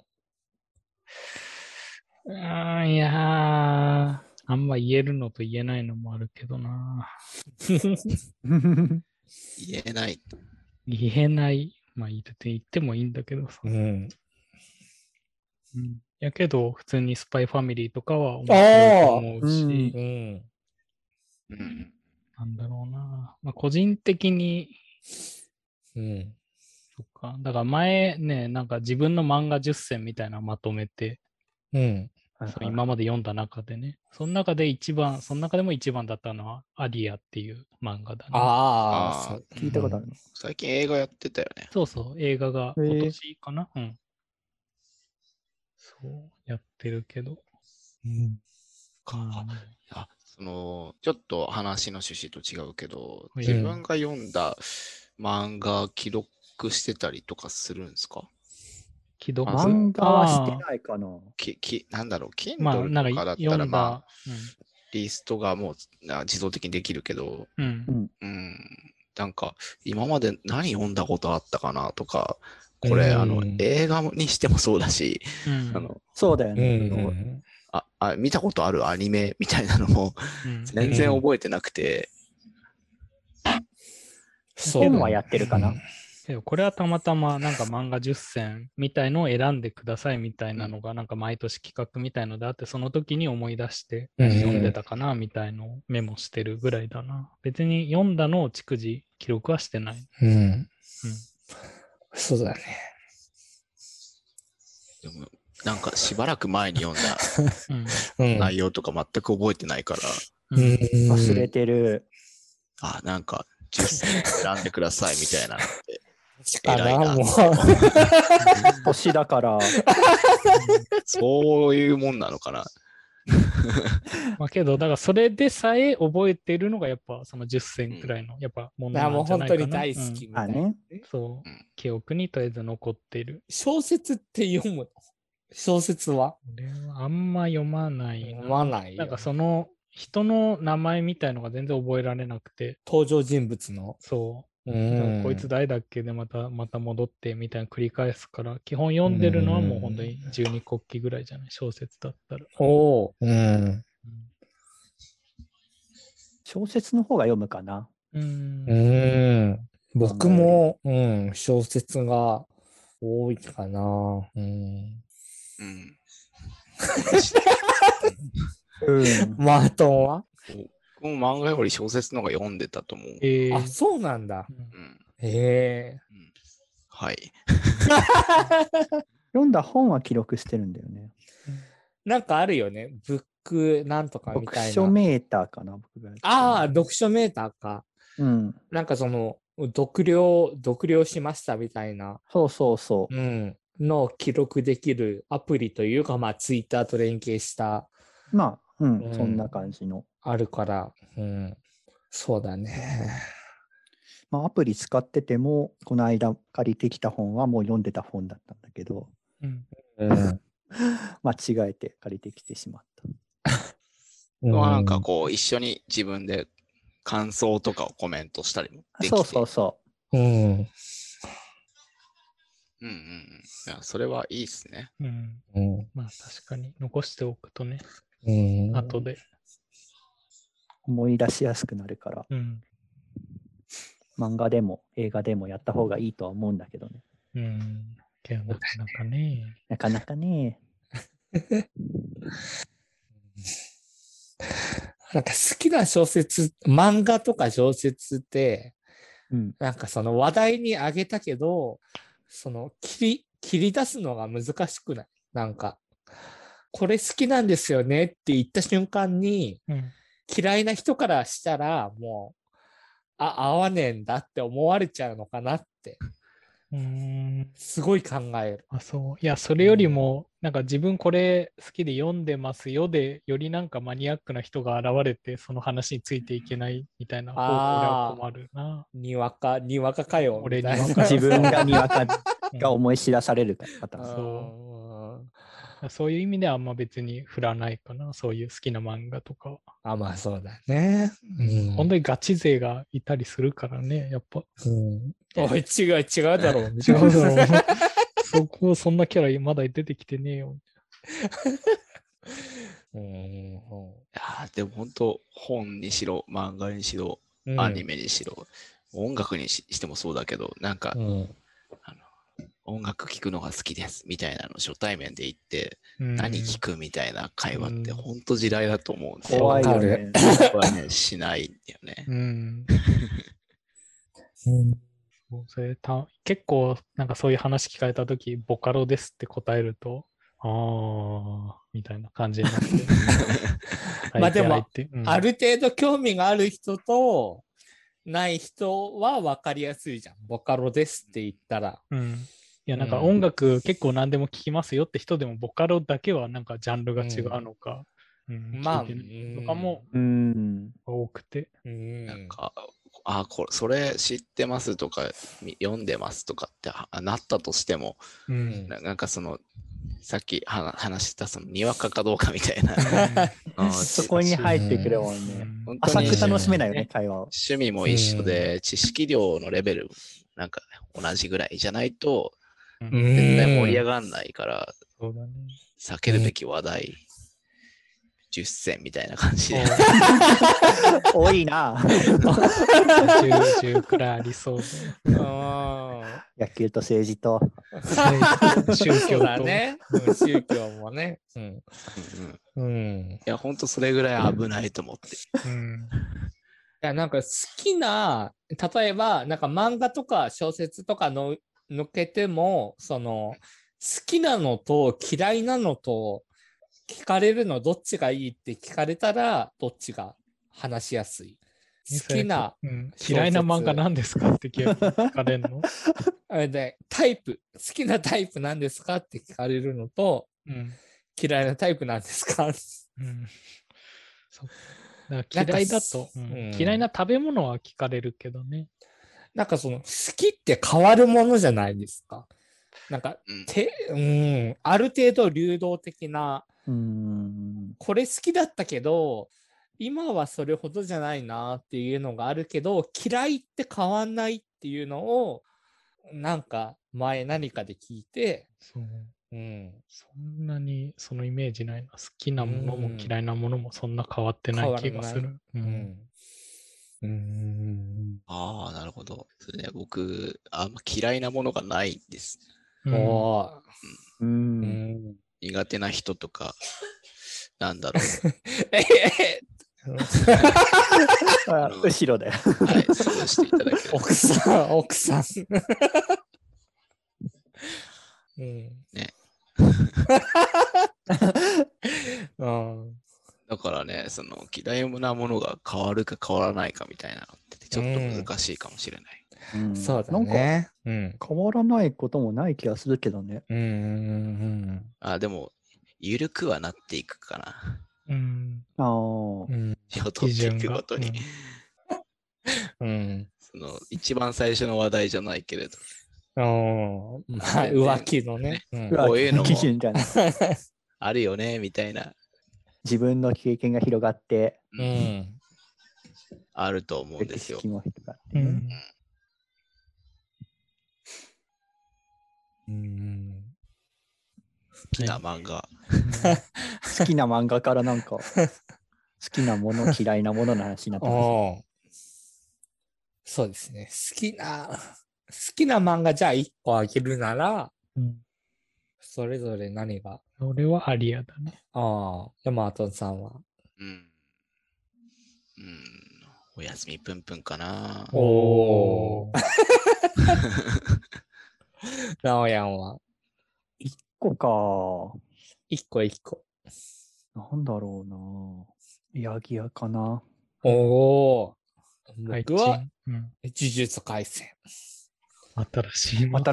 [SPEAKER 1] いやー、あんま言えるのと言えないのもあるけどな。
[SPEAKER 2] 言えない。
[SPEAKER 1] 言えない。まあ言ってもいいんだけどさ。やけど、普通にスパイファミリーとかは面白いと思うし、なんだろうな。まあ個人的に、そっか。だから前ね、なんか自分の漫画10選みたいなのまとめて、今まで読んだ中でね、その中でも一番だったのはアリアっていう漫画だね。
[SPEAKER 3] 聞いたことあるの。
[SPEAKER 2] 最近映画やってたよね。
[SPEAKER 1] そうそう、映画が今年かな。そうやってるけど。
[SPEAKER 2] ちょっと話の趣旨と違うけど、自分が読んだ漫画記録してたりとかするんですか？
[SPEAKER 3] 漫画はしてないかな。
[SPEAKER 2] なんだろう、Kindle とかだったらリストがもう自動的にできるけど、なんか今まで何読んだことあったかなとか、これ映画にしてもそうだし、
[SPEAKER 3] そうだよね。
[SPEAKER 2] 見たことあるアニメみたいなのも全然覚えてなくて。
[SPEAKER 3] ペンはやってるかな。
[SPEAKER 1] これはたまたまなんか漫画10選みたいのを選んでくださいみたいなのがなんか毎年企画みたいのであって、その時に思い出して何読んでたかなみたいのをメモしてるぐらいだな。別に読んだのを逐次記録はしてない。
[SPEAKER 4] そうだね。
[SPEAKER 2] でもなんかしばらく前に読んだ内容とか全く覚えてないから、
[SPEAKER 3] 忘れてる。
[SPEAKER 2] なんか10選選んでくださいみたいなのって
[SPEAKER 4] 偉いな。もう
[SPEAKER 3] 年だから
[SPEAKER 2] そういうもんなのかな。
[SPEAKER 1] まあけどだからそれでさえ覚えてるのがやっぱその10選くらいのやっぱものなんじゃないかな。
[SPEAKER 4] もう本当に大好きみたいな、
[SPEAKER 1] そう、記憶にとりあえず残っている。
[SPEAKER 4] 小説って読むの？小説は
[SPEAKER 1] 俺はあんま読まないな。
[SPEAKER 4] 読まないよ。
[SPEAKER 1] なんかその人の名前みたいのが全然覚えられなくて。
[SPEAKER 4] 登場人物の。
[SPEAKER 1] そう。こいつ誰だっけでまた戻ってみたいな繰り返すから、基本読んでるのはもう本当に十二国旗ぐらいじゃない、小説だったら。
[SPEAKER 3] 小説の方が読むかな。
[SPEAKER 4] 僕も、小説が多いかな。マートンは？
[SPEAKER 2] 僕も漫画より小説の方が読んでたと思う。
[SPEAKER 4] あ、そうなんだ。
[SPEAKER 2] はい。
[SPEAKER 3] 読んだ本は記録してるんだよね。
[SPEAKER 4] なんかあるよね。ブックなんとかみたいな。
[SPEAKER 3] 読書メーターかな、僕が。
[SPEAKER 4] 読書メーターか。なんかその、読了しましたみたいな。
[SPEAKER 3] そう。
[SPEAKER 4] の記録できるアプリというか、まあ、ツイッターと連携した。
[SPEAKER 3] まあ、そんな感じの。
[SPEAKER 4] あるから、そうだね。
[SPEAKER 3] まあ、アプリ使ってても、この間借りてきた本はもう読んでた本だったんだけど、間違えて借りてきてしまった。
[SPEAKER 2] なんかこう、一緒に自分で感想とかをコメントしたりもできて。
[SPEAKER 3] そう。
[SPEAKER 2] いや、それはいいですね。
[SPEAKER 1] まあ確かに残しておくとね、後で
[SPEAKER 3] 思い出しやすくなるから、漫画でも映画でもやった方がいいとは思うんだけどね。
[SPEAKER 1] けどなかなかね。
[SPEAKER 3] なかなかね。
[SPEAKER 4] なんか好きな小説、漫画とか小説って、なんかその話題にあげたけど、その切り出すのが難しくない？なんか、これ好きなんですよねって言った瞬間に、嫌いな人からしたらもう、合わねえんだって思われちゃうのかなって。すごい考える。
[SPEAKER 1] そう。いや、それよりも、なんか自分これ好きで読んでますよで、よりなんかマニアックな人が現れて、その話についていけないみたいな方が俺は困るな。
[SPEAKER 4] にわかかよ。
[SPEAKER 3] 俺にわか。自分がにわかが思い知らされるパター
[SPEAKER 1] ン。そういう意味ではあんま別に振らないかな、そういう好きな漫画とかは。
[SPEAKER 4] まあそうだね。
[SPEAKER 1] 本当にガチ勢がいたりするからね、やっぱ。
[SPEAKER 4] おい、違うだろう。
[SPEAKER 1] 違うだろう。そんなキャラまだ出てきてねえよ。
[SPEAKER 2] でも本当、本にしろ、漫画にしろ、アニメにしろ、音楽にしてもそうだけど、なんか、音楽聴くのが好きですみたいなの初対面で言って、何聴くみたいな会話って本当時代だと思うんですよ。
[SPEAKER 3] 怖いよね。
[SPEAKER 2] 僕はね、しないんだよね。
[SPEAKER 1] 結構なんかそういう話聞かれたとき、ボカロですって答えると、みたいな感じになって。
[SPEAKER 4] まあでも、ある程度興味がある人とない人は分かりやすいじゃん。ボカロですって言ったら。
[SPEAKER 1] いやなんか音楽結構何でも聴きますよって人でもボカロだけはなんかジャンルが違うのか、
[SPEAKER 4] まあ
[SPEAKER 1] とかも多くて、
[SPEAKER 2] なんかそれ知ってますとか読んでますとかってなったとしても、なんかそのさっき話したそのにわかかどうかみたいな
[SPEAKER 3] そこに入ってくるもんね。浅く楽しめないよね、会話を。
[SPEAKER 2] 趣味も一緒で、知識量のレベルなんか同じぐらいじゃないと絶対盛り上がんないから、避けるべき話題10選みたいな感じで
[SPEAKER 3] 多いな。
[SPEAKER 1] 10くらいありそうで。
[SPEAKER 3] 野球と政治と
[SPEAKER 1] 宗教と
[SPEAKER 4] だね、宗教もね。
[SPEAKER 2] いや、ほんとそれぐらい危ないと思って。
[SPEAKER 4] いや、なんか好きな、例えば、なんか漫画とか小説とかの抜けても、その、好きなのと嫌いなのと聞かれるのどっちがいいって聞かれたら、どっちが話しやすい。好きな、
[SPEAKER 1] 嫌いな漫画なんですかって聞かれるの
[SPEAKER 4] で、タイプ、好きなタイプなんですかって聞かれるのと、嫌いなタイプなんですか、
[SPEAKER 1] だ嫌いだと、嫌いな食べ物は聞かれるけどね。
[SPEAKER 4] なんかその好きって変わるものじゃないですか。なんか、ある程度流動的な、これ好きだったけど、今はそれほどじゃないなっていうのがあるけど、嫌いって変わんないっていうのを、なんか前何かで聞いて、
[SPEAKER 1] そんなにそのイメージないな。好きなものも嫌いなものもそんな変わってない気がする。
[SPEAKER 2] ああ、なるほど。それね、僕、あんま嫌いなものがないんです。苦手な人とか、なんだろう。
[SPEAKER 3] 後ろで。
[SPEAKER 2] はい、そうしていただける。
[SPEAKER 4] 奥さん。
[SPEAKER 2] ね。だからね、その嫌いなものが変わるか変わらないかみたいなのってちょっと難しいかもしれない。
[SPEAKER 4] そうだね。
[SPEAKER 3] 変わらないこともない気がするけどね。
[SPEAKER 2] でも、緩くはなっていくかな。
[SPEAKER 3] 仕
[SPEAKER 2] 事っていくごとに。その一番最初の話題じゃないけれど。
[SPEAKER 4] 浮気のね。
[SPEAKER 2] こういうのもあるよね、みたいな。
[SPEAKER 3] 自分の経験が広がって、
[SPEAKER 2] あると思うんですよ。
[SPEAKER 3] 好
[SPEAKER 2] きな漫画。
[SPEAKER 3] 好きな漫画からなんか、好きなもの、嫌いなものの話になってます。
[SPEAKER 4] そうですね。好きな漫画じゃあ1個あげるなら、それぞれ何が？
[SPEAKER 1] 俺はアリアだね。
[SPEAKER 4] ヤマトンさんは。
[SPEAKER 2] おやすみぷんぷんかな。
[SPEAKER 4] なおやんは
[SPEAKER 3] 1個か。
[SPEAKER 4] 1個。
[SPEAKER 3] なんだろうな。ヤギ屋かな。
[SPEAKER 4] 僕は、呪術廻戦。
[SPEAKER 1] 新しいね。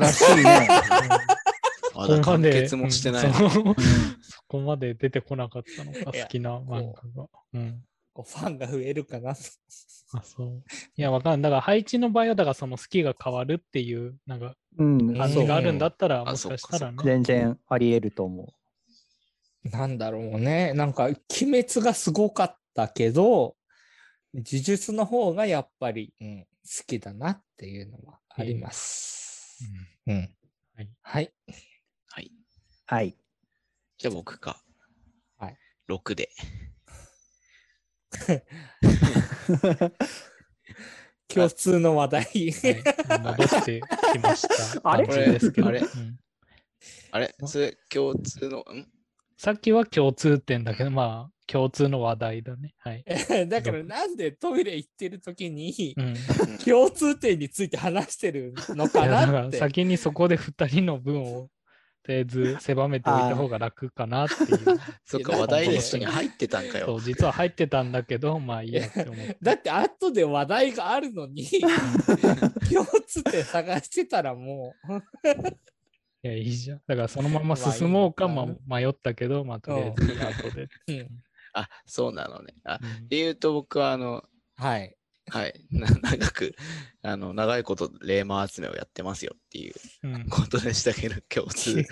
[SPEAKER 2] まだ完結もしてない。
[SPEAKER 1] そこまで出てこなかったのか、好きな漫画が。
[SPEAKER 4] ファンが増えるかな。
[SPEAKER 1] そう。いや、わかんない。だから配置の場合は、だからその好きが変わるっていう、なんか、感じがあるんだったら、もしかしたらね。
[SPEAKER 3] 全然あり得ると思
[SPEAKER 4] う。なんだろうね。なんか、鬼滅がすごかったけど、呪術の方がやっぱり、好きだなっていうのはあります。はい。
[SPEAKER 2] じゃあ僕か。6で。
[SPEAKER 4] 共通の話題、
[SPEAKER 1] 戻ってきました
[SPEAKER 3] あれ
[SPEAKER 1] ですけど。
[SPEAKER 2] あれそれ共通の
[SPEAKER 1] さっきは共通点だけど、まあ共通の話題だね。はい。
[SPEAKER 4] だからなんでトイレ行ってる時に、共通点について話してるのかなって。
[SPEAKER 1] 先にそこで2人の分をとりあえず狭めておいた方が楽かなっていう。
[SPEAKER 2] そっか、話題リストに入ってたんかよ。
[SPEAKER 1] そう、実は入ってたんだけど、まあいいやって思って。
[SPEAKER 4] だって後で話題があるのに、共通点探してたらもう。
[SPEAKER 1] いや、いいじゃん。だからそのまま進もうか迷ったけど、まあとりあえず後で。
[SPEAKER 2] そうなのね。で言うと僕は長く長いことレーマー集めをやってますよっていうことでしたけど、共通の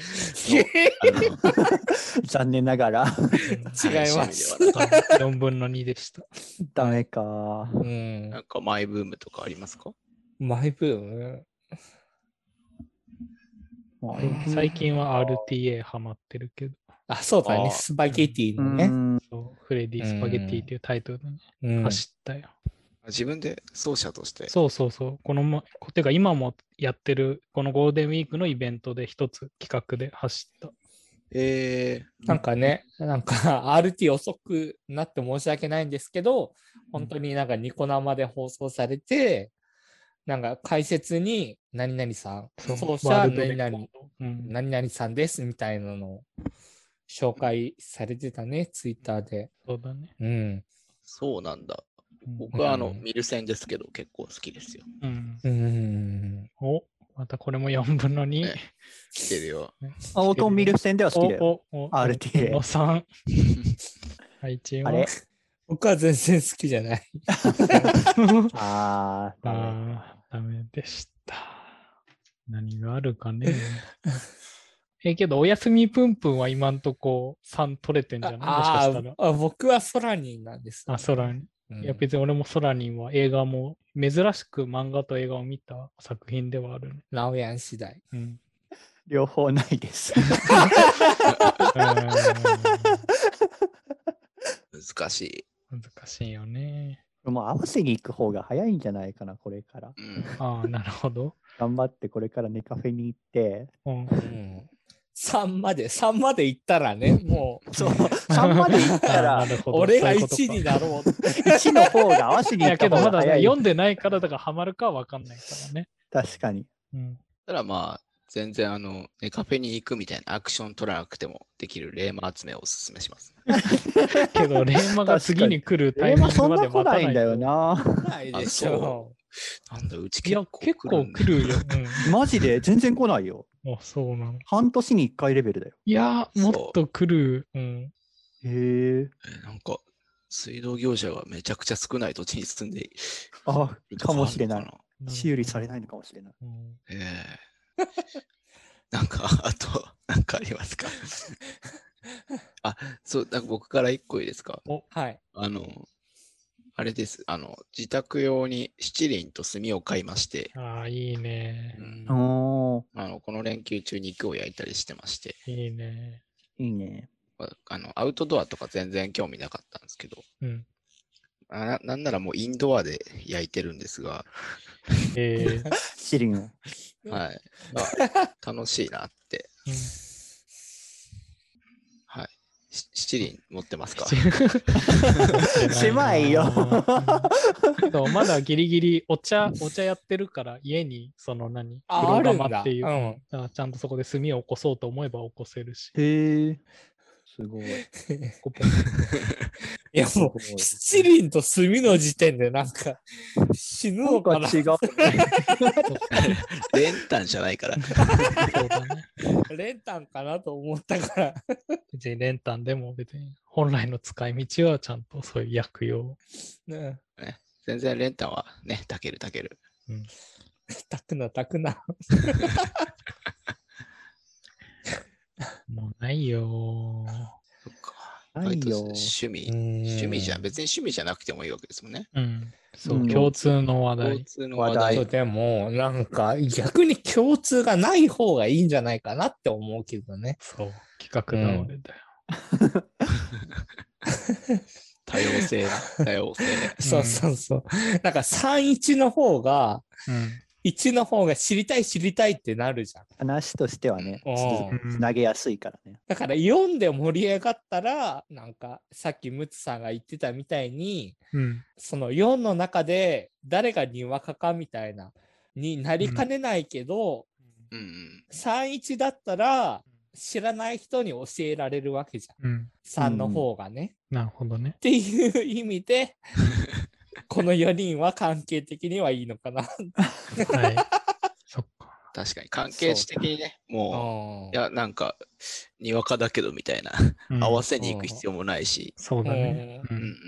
[SPEAKER 3] 残念ながら
[SPEAKER 4] 違います。
[SPEAKER 1] 4分の2でした。
[SPEAKER 3] ダメか。
[SPEAKER 2] なんかマイブームとかありますか？
[SPEAKER 4] マイブーム？
[SPEAKER 1] 最近は RTA ハマってるけど。
[SPEAKER 4] そうだね。スパゲティのね。
[SPEAKER 1] そう、フレディ・スパゲティっていうタイトルでね、走ったよ。
[SPEAKER 2] 自分で奏者として。
[SPEAKER 1] そうそうそう。てか今もやってる、このゴールデンウィークのイベントで一つ企画で走った。
[SPEAKER 4] なんかね、なんか RT 遅くなって申し訳ないんですけど、本当になんかニコ生で放送されて、なんか解説に何々さん、奏者何々、何々さんですみたいなのを紹介されてたね、ツイッターで。
[SPEAKER 1] そうだね。
[SPEAKER 4] うん。
[SPEAKER 2] そうなんだ。僕は見る線ですけど結構好きですよ。
[SPEAKER 1] お、またこれも4分の2。
[SPEAKER 2] 来てるよ。
[SPEAKER 3] 僕も見る線では好きだよ。RTA。
[SPEAKER 1] の3。配置は
[SPEAKER 3] あれ
[SPEAKER 4] 僕は全然好きじゃない。
[SPEAKER 1] ダメでした。何があるかね。けど、おやすみぷんぷんは今んとこ3取れてんじゃない？もしかしたら。
[SPEAKER 4] 僕はソラニンなんです、
[SPEAKER 1] ね。ソラニン。いや、別に俺もソラニンは映画も、珍しく漫画と映画を見た作品ではあるね。
[SPEAKER 4] ナオヤン次第。
[SPEAKER 3] 両方ないです。
[SPEAKER 2] 難しい。
[SPEAKER 1] 難しいよね。
[SPEAKER 3] もう合わせに行く方が早いんじゃないかな、これから。
[SPEAKER 1] なるほど。
[SPEAKER 3] 頑張ってこれからネカフェに行って。
[SPEAKER 4] 3まで行ったらね、もう。
[SPEAKER 3] そう、3まで行ったら、
[SPEAKER 4] 俺が1になろう。
[SPEAKER 3] 1の方が合わせに行った方が早い。
[SPEAKER 1] まだ読んでないからだからハマるかは分かんないからね。
[SPEAKER 3] 確かに。
[SPEAKER 2] ただまあ、全然ネカフェに行くみたいなアクション取らなくてもできるレーマ集めをおすすめします。
[SPEAKER 1] けど、レーマが次に来るタイミングまで待たないん
[SPEAKER 3] だよな。
[SPEAKER 4] ないでしょ。
[SPEAKER 2] なんだ、うち
[SPEAKER 1] 結構来るよ。
[SPEAKER 3] マジで全然来ないよ。
[SPEAKER 1] そうなの。
[SPEAKER 3] 半年に1回レベルだよ。
[SPEAKER 1] いや、もっと来る。
[SPEAKER 3] へえ。
[SPEAKER 2] なんか、水道業者がめちゃくちゃ少ない土地に住んで
[SPEAKER 3] かもしれない。修理されないのかもしれない。
[SPEAKER 2] なんか、あと、なんかありますか？そう、僕から1個いいですか？
[SPEAKER 4] はい。
[SPEAKER 2] あれです。自宅用に七輪と炭を買いまして。
[SPEAKER 1] いいね。
[SPEAKER 2] この連休中肉を焼いたりしてまして。
[SPEAKER 1] いいね。
[SPEAKER 3] いいね。
[SPEAKER 2] アウトドアとか全然興味なかったんですけど。なんならもうインドアで焼いてるんですが。
[SPEAKER 3] 七輪を。
[SPEAKER 2] はい。楽しいなって。はい。七輪持ってますか？
[SPEAKER 3] 狭いよ。
[SPEAKER 1] けどまだギリギリお茶やってるから家に風呂釜っていう、ちゃんとそこで炭を起こそうと思えば起こせるし。
[SPEAKER 3] へえ。すごい。
[SPEAKER 4] いやもう七輪と炭の時点でなんか死ぬのかな。
[SPEAKER 3] 違う。
[SPEAKER 2] 練炭じゃないから。
[SPEAKER 1] そうだね。
[SPEAKER 4] 練炭かなと思ったから。
[SPEAKER 1] 別に練炭でも別に本来の使い道はちゃんとそういう焼く用。
[SPEAKER 2] ね、全然練炭はね、炊ける。
[SPEAKER 4] 炊くな。
[SPEAKER 1] もうないよ。
[SPEAKER 2] そっか。趣味じゃん。別に趣味じゃなくてもいいわけですもんね。
[SPEAKER 1] そう、共通の話題。
[SPEAKER 4] でも、なんか逆に共通がない方がいいんじゃないかなって思うけどね。
[SPEAKER 1] そう、企画倒れだよ。
[SPEAKER 2] 多様性。
[SPEAKER 4] そう。なんか3-1の方が、1の方が知りたいってなるじゃん。
[SPEAKER 3] 話としてはね、つなげやすいからね。
[SPEAKER 4] だから読んで盛り上がったら、なんかさっきムツさんが言ってたみたいに、その4の中で誰がにわかかみたいなになりかねないけど、3-1だったら知らない人に教えられるわけじゃん。3の方がね。
[SPEAKER 1] なるほどね。
[SPEAKER 4] っていう意味で、この4人は関係的にはいいのかな。
[SPEAKER 1] はい。そっか。
[SPEAKER 2] 確かに関係値的にね、もう、いや、なんか、にわかだけどみたいな、合わせに行く必要もないし。
[SPEAKER 1] そうだね。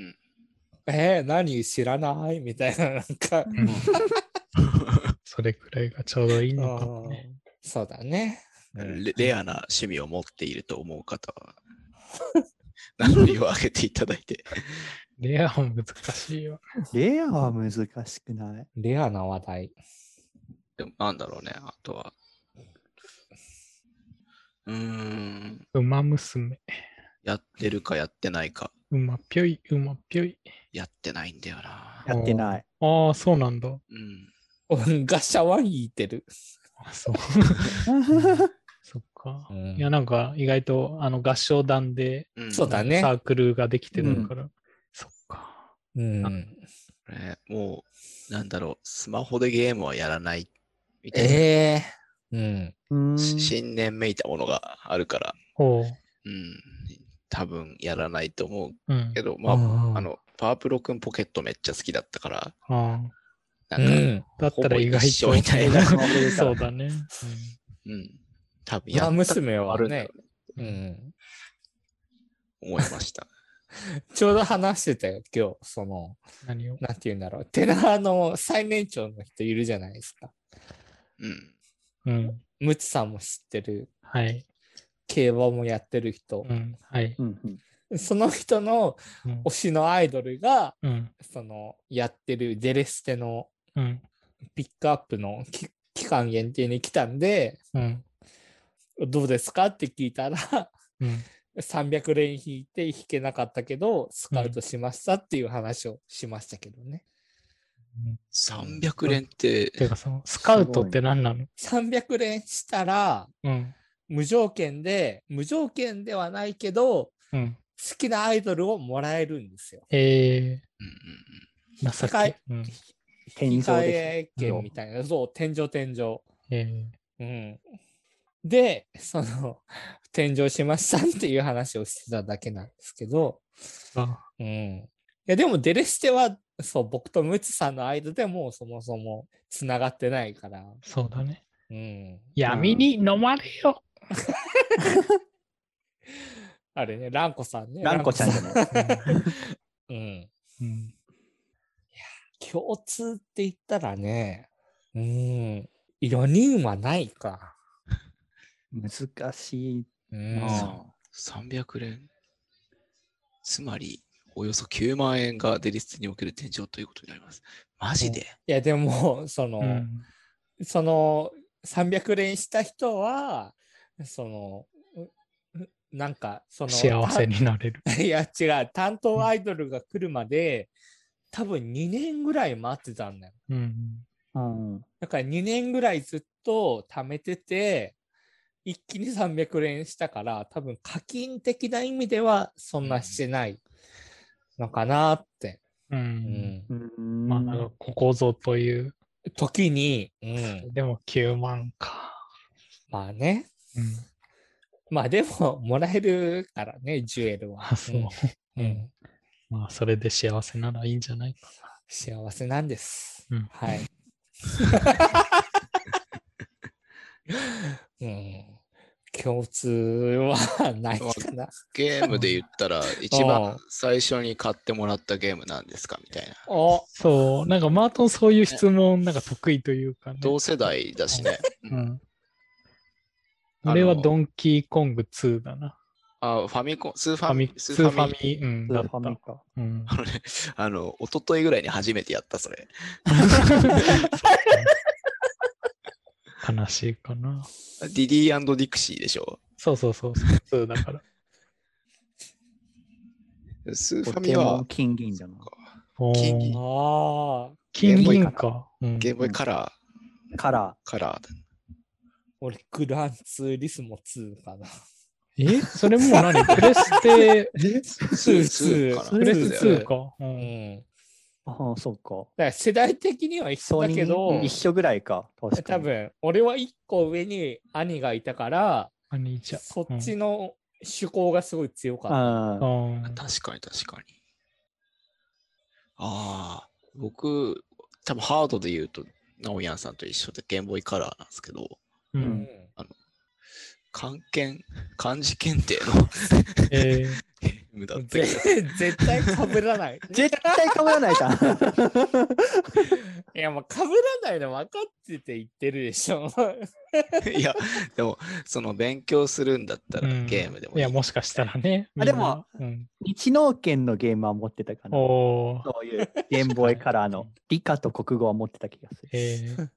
[SPEAKER 4] 何知らないみたいな、なんか。
[SPEAKER 1] それくらいがちょうどいいのかもね。
[SPEAKER 4] そうだね。
[SPEAKER 2] レアな趣味を持っていると思う方は、名乗りを上げていただいて。
[SPEAKER 1] レアは難しいよ。
[SPEAKER 3] レアは難しくない。
[SPEAKER 4] レアな話題。
[SPEAKER 2] でもなんだろうね、あとは。
[SPEAKER 1] ウマ娘。
[SPEAKER 2] やってるかやってないか。
[SPEAKER 1] 馬ぴょい、馬ぴょい。
[SPEAKER 2] やってないんだよな。
[SPEAKER 3] やってない。
[SPEAKER 1] ああ、そうなんだ。
[SPEAKER 4] ガシャは引いてる。
[SPEAKER 1] あ、そう。そっか。いや、なんか意外と合唱団で、
[SPEAKER 4] そうだね。
[SPEAKER 1] サークルができてるから。そっか。
[SPEAKER 2] もう、なんだろう、スマホでゲームはやらないみた
[SPEAKER 4] い
[SPEAKER 2] な。信念めいたものがあるから、多分やらないと思うけど、まあ、パワープロくんポケットめっちゃ好きだったから、なんか、
[SPEAKER 1] だったら意外と
[SPEAKER 2] みたいな。
[SPEAKER 1] そうだね。
[SPEAKER 2] 多分やった
[SPEAKER 4] 娘はね、
[SPEAKER 2] 思いました。
[SPEAKER 4] ちょうど話してたよ、今日。
[SPEAKER 1] 何を
[SPEAKER 4] なんて言うんだろう。寺の最年長の人いるじゃないですか。ムツさんも知ってる。
[SPEAKER 1] はい。
[SPEAKER 4] 競馬もやってる人。
[SPEAKER 1] はい。
[SPEAKER 4] その人の推しのアイドルが、やってるデレステのピックアップの期間限定に来たんで、どうですかって聞いたら、300連引いて引けなかったけど、スカウトしましたっていう話をしましたけどね。
[SPEAKER 2] 300連って。
[SPEAKER 1] てかスカウトって何なの？
[SPEAKER 4] 300 連したら、無条件ではないけど、好きなアイドルをもらえるんですよ。
[SPEAKER 1] 情け。
[SPEAKER 3] 天井
[SPEAKER 4] で券みたいな。そう、天井。で、天井しましたっていう話をしてただけなんですけど、いやでもデレステは、そう、僕とムツさんの間でもそもそもつながってないから。
[SPEAKER 1] そうだね。闇に飲まれよ。
[SPEAKER 4] あれね、ランコさんね。
[SPEAKER 3] ランコちゃんじゃない。
[SPEAKER 4] 共通って言ったらね、4人はないか。
[SPEAKER 3] 難しい。
[SPEAKER 2] 300連。つまり、およそ9万円がデリステにおける天井ということになります。マジで？
[SPEAKER 4] いや、でも、300連した人は、なんか、
[SPEAKER 1] 幸せになれる。
[SPEAKER 4] いや、違う。担当アイドルが来るまで、多分2年ぐらい待ってたんだよ。だから2年ぐらいずっと貯めてて、一気に300連したから、多分課金的な意味ではそんなしてないのかなって。
[SPEAKER 1] まあ、なんかここぞという
[SPEAKER 4] 時に、
[SPEAKER 1] でも9万か。
[SPEAKER 4] まあね。まあでも、もらえるからね、ジュエルは。
[SPEAKER 1] そう。まあ、それで幸せならいいんじゃないかな。
[SPEAKER 4] 幸せなんです。はい。共通はないかな。
[SPEAKER 2] ゲームで言ったら、一番最初に買ってもらったゲームなんですかみたいな。
[SPEAKER 1] そう、なんかマートンそういう質問なんか得意というかね。
[SPEAKER 2] 同世代だしね。
[SPEAKER 1] 俺はドンキーコング2だな。
[SPEAKER 2] ファミコン、スーファミ
[SPEAKER 1] だった。
[SPEAKER 2] 一昨日ぐらいに初めてやった、それ。
[SPEAKER 1] 悲しいかな。
[SPEAKER 2] ディディー&ディクシーでしょ。
[SPEAKER 1] そう、2だから。
[SPEAKER 2] スーファミは。
[SPEAKER 3] 金銀じゃない。
[SPEAKER 2] 金銀。
[SPEAKER 1] 金銀か。
[SPEAKER 2] ゲームボーイカラー。
[SPEAKER 3] カラ
[SPEAKER 2] ー。
[SPEAKER 4] 俺、グランツーリスモ2かな。
[SPEAKER 1] それもう何プレステ
[SPEAKER 4] 2かな。
[SPEAKER 1] プレステ2か。
[SPEAKER 3] ああ、そうか。
[SPEAKER 4] だから世代的には一緒だけど、
[SPEAKER 3] 一緒ぐらいか。確かに。
[SPEAKER 4] 多分、俺は1個上に兄がいたから、そっちの趣向がすごい強かった。
[SPEAKER 2] 確かに。僕、多分ハードで言うと、ナオヤンさんと一緒でゲームボーイカラーなんですけど、漢字検定の
[SPEAKER 4] だって絶対被らない。
[SPEAKER 3] 絶対被らないじゃん。
[SPEAKER 4] いや、もう被らないの分かってて言ってるでしょ。
[SPEAKER 2] いや、でも、勉強するんだったらゲームでも
[SPEAKER 1] いや、もしかしたらね。
[SPEAKER 3] でも、日農研のゲームは持ってたかな。そういうゲームボーイカラーの理科と国語は持ってた気がする。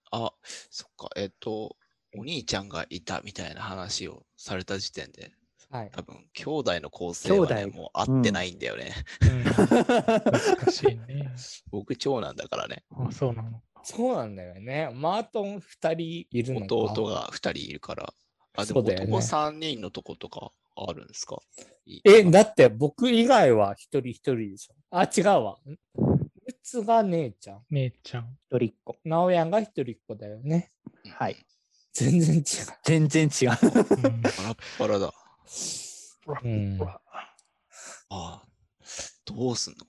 [SPEAKER 2] そっか、お兄ちゃんがいたみたいな話をされた時点で、
[SPEAKER 4] はい、
[SPEAKER 2] 多分兄弟の構成はね、もう合ってないんだよね。
[SPEAKER 1] 難しいね。
[SPEAKER 2] 僕長男だからね。
[SPEAKER 1] あ、そうなの。
[SPEAKER 4] そうなんだよね。マートン2人いるのか。
[SPEAKER 2] 弟が2人いるから。あ、でも男3人のとことかあるんですか？
[SPEAKER 4] だって僕以外は一人一人でしょ。あ、違うわ。うつが姉ちゃん。
[SPEAKER 1] 姉ちゃん。
[SPEAKER 3] 一人っ子。
[SPEAKER 4] 直哉が一人っ子だよね。
[SPEAKER 3] はい。
[SPEAKER 4] 全然違う。
[SPEAKER 3] 全然違う。
[SPEAKER 2] バラッバラだ。ああ、どうすんの？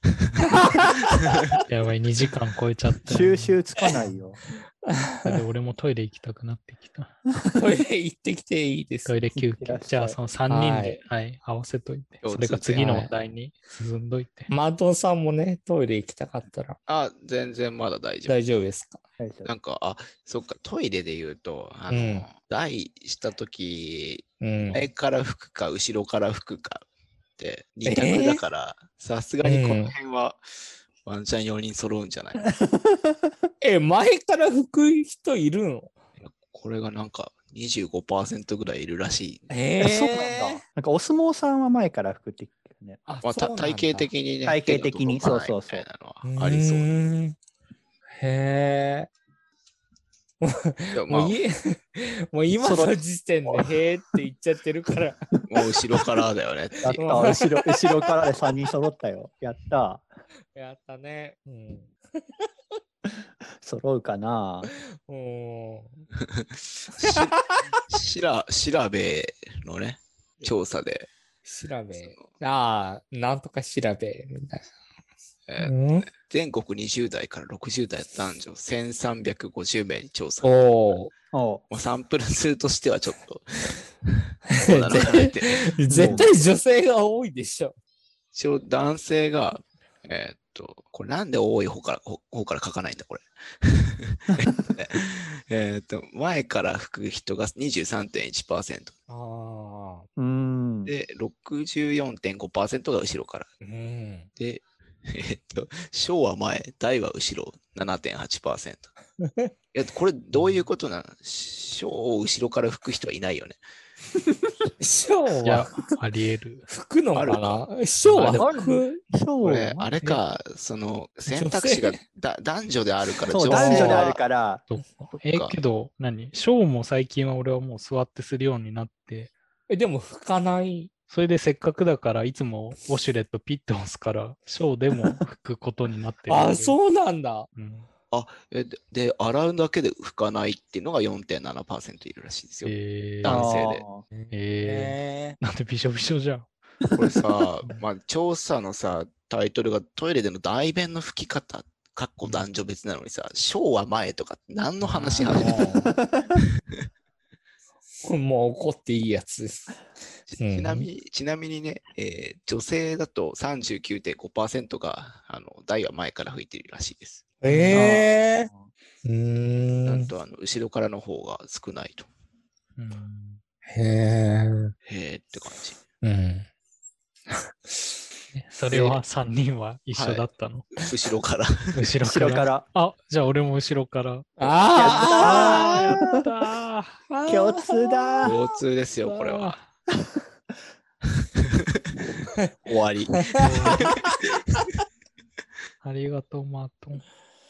[SPEAKER 1] やばい、2時間超えちゃった。
[SPEAKER 3] 収集つかないよ。
[SPEAKER 1] 俺もトイレ行きたくなってきた。
[SPEAKER 4] トイレ行ってきていいですか？
[SPEAKER 1] トイレ休憩。じゃあその3人で、はい、合わせといて。それが次のお題に進んどいて。
[SPEAKER 4] マートンさんもね、トイレ行きたかったら。
[SPEAKER 2] あ、全然まだ大丈夫。
[SPEAKER 4] 大丈夫ですか？
[SPEAKER 2] なんか、そっか、トイレで言うと、台したとき、前から拭くか、後ろから拭くかって2択だから、さすがにこの辺は、ワンチャン4人揃うんじゃない？
[SPEAKER 4] 前から拭く人いるの？
[SPEAKER 2] これがなんか 25% ぐらいいるらしい。
[SPEAKER 3] そうなんだ。なんかお相撲さんは前から拭くって言うね。
[SPEAKER 2] まあ、体型的にね。
[SPEAKER 3] 体型的に、そうそうそう。
[SPEAKER 2] ありそう。
[SPEAKER 4] へもう今の時点でへーって言っちゃってるから。
[SPEAKER 2] もう後ろからだよね。
[SPEAKER 3] やった、後ろからで3人揃ったよ。やった。
[SPEAKER 4] やったね。
[SPEAKER 3] 揃うかな。
[SPEAKER 2] 調べのね、調査で。
[SPEAKER 4] 調べ。なんとか調べみたいな。
[SPEAKER 2] 全国20代から60代男女1350名に調査。サンプル数としてはちょっと
[SPEAKER 4] 絶対女性が多いでしょ。
[SPEAKER 2] 一応男性が、これなんで多い方から書かないんだ、これ。前から拭く人が 23.1%。で、64.5% が後ろから。で、小は前、大は後ろ 7.8%。これどういうことなの？小を後ろから拭く人はいないよね。
[SPEAKER 4] 小は
[SPEAKER 1] あり得る。
[SPEAKER 4] 拭くのかな？小は拭く。
[SPEAKER 2] これ、あれか、その選択肢が男女であるから。
[SPEAKER 3] そう、男女であるから。
[SPEAKER 1] けど、小も最近は俺はもう座ってするようになって。
[SPEAKER 4] でも拭かない。
[SPEAKER 1] それでせっかくだからいつもウォシュレットピッて押すから小でも拭くことになってる。
[SPEAKER 4] そうなんだ。
[SPEAKER 2] で、洗うだけで拭かないっていうのが 4.7% いるらしいですよ。男性
[SPEAKER 1] で。なんでびしょびしょじゃん。
[SPEAKER 2] これさ、調査のさ、タイトルがトイレでの大便の拭き方、男女別なのにさ、小は前とか何の話始める？
[SPEAKER 4] もう怒っていいやつです。
[SPEAKER 2] ちなみにね、女性だと 39.5% が台は前から拭いているらしいです。なんと後ろからの方が少ないと。へーって感じ。
[SPEAKER 1] それは3人は一緒だったの？
[SPEAKER 2] 後ろから。
[SPEAKER 1] 後ろから。じゃあ俺も後ろから。
[SPEAKER 3] やったー。共通だ。
[SPEAKER 2] 共通ですよ、これは。終わり。
[SPEAKER 1] ありがとう、マートン。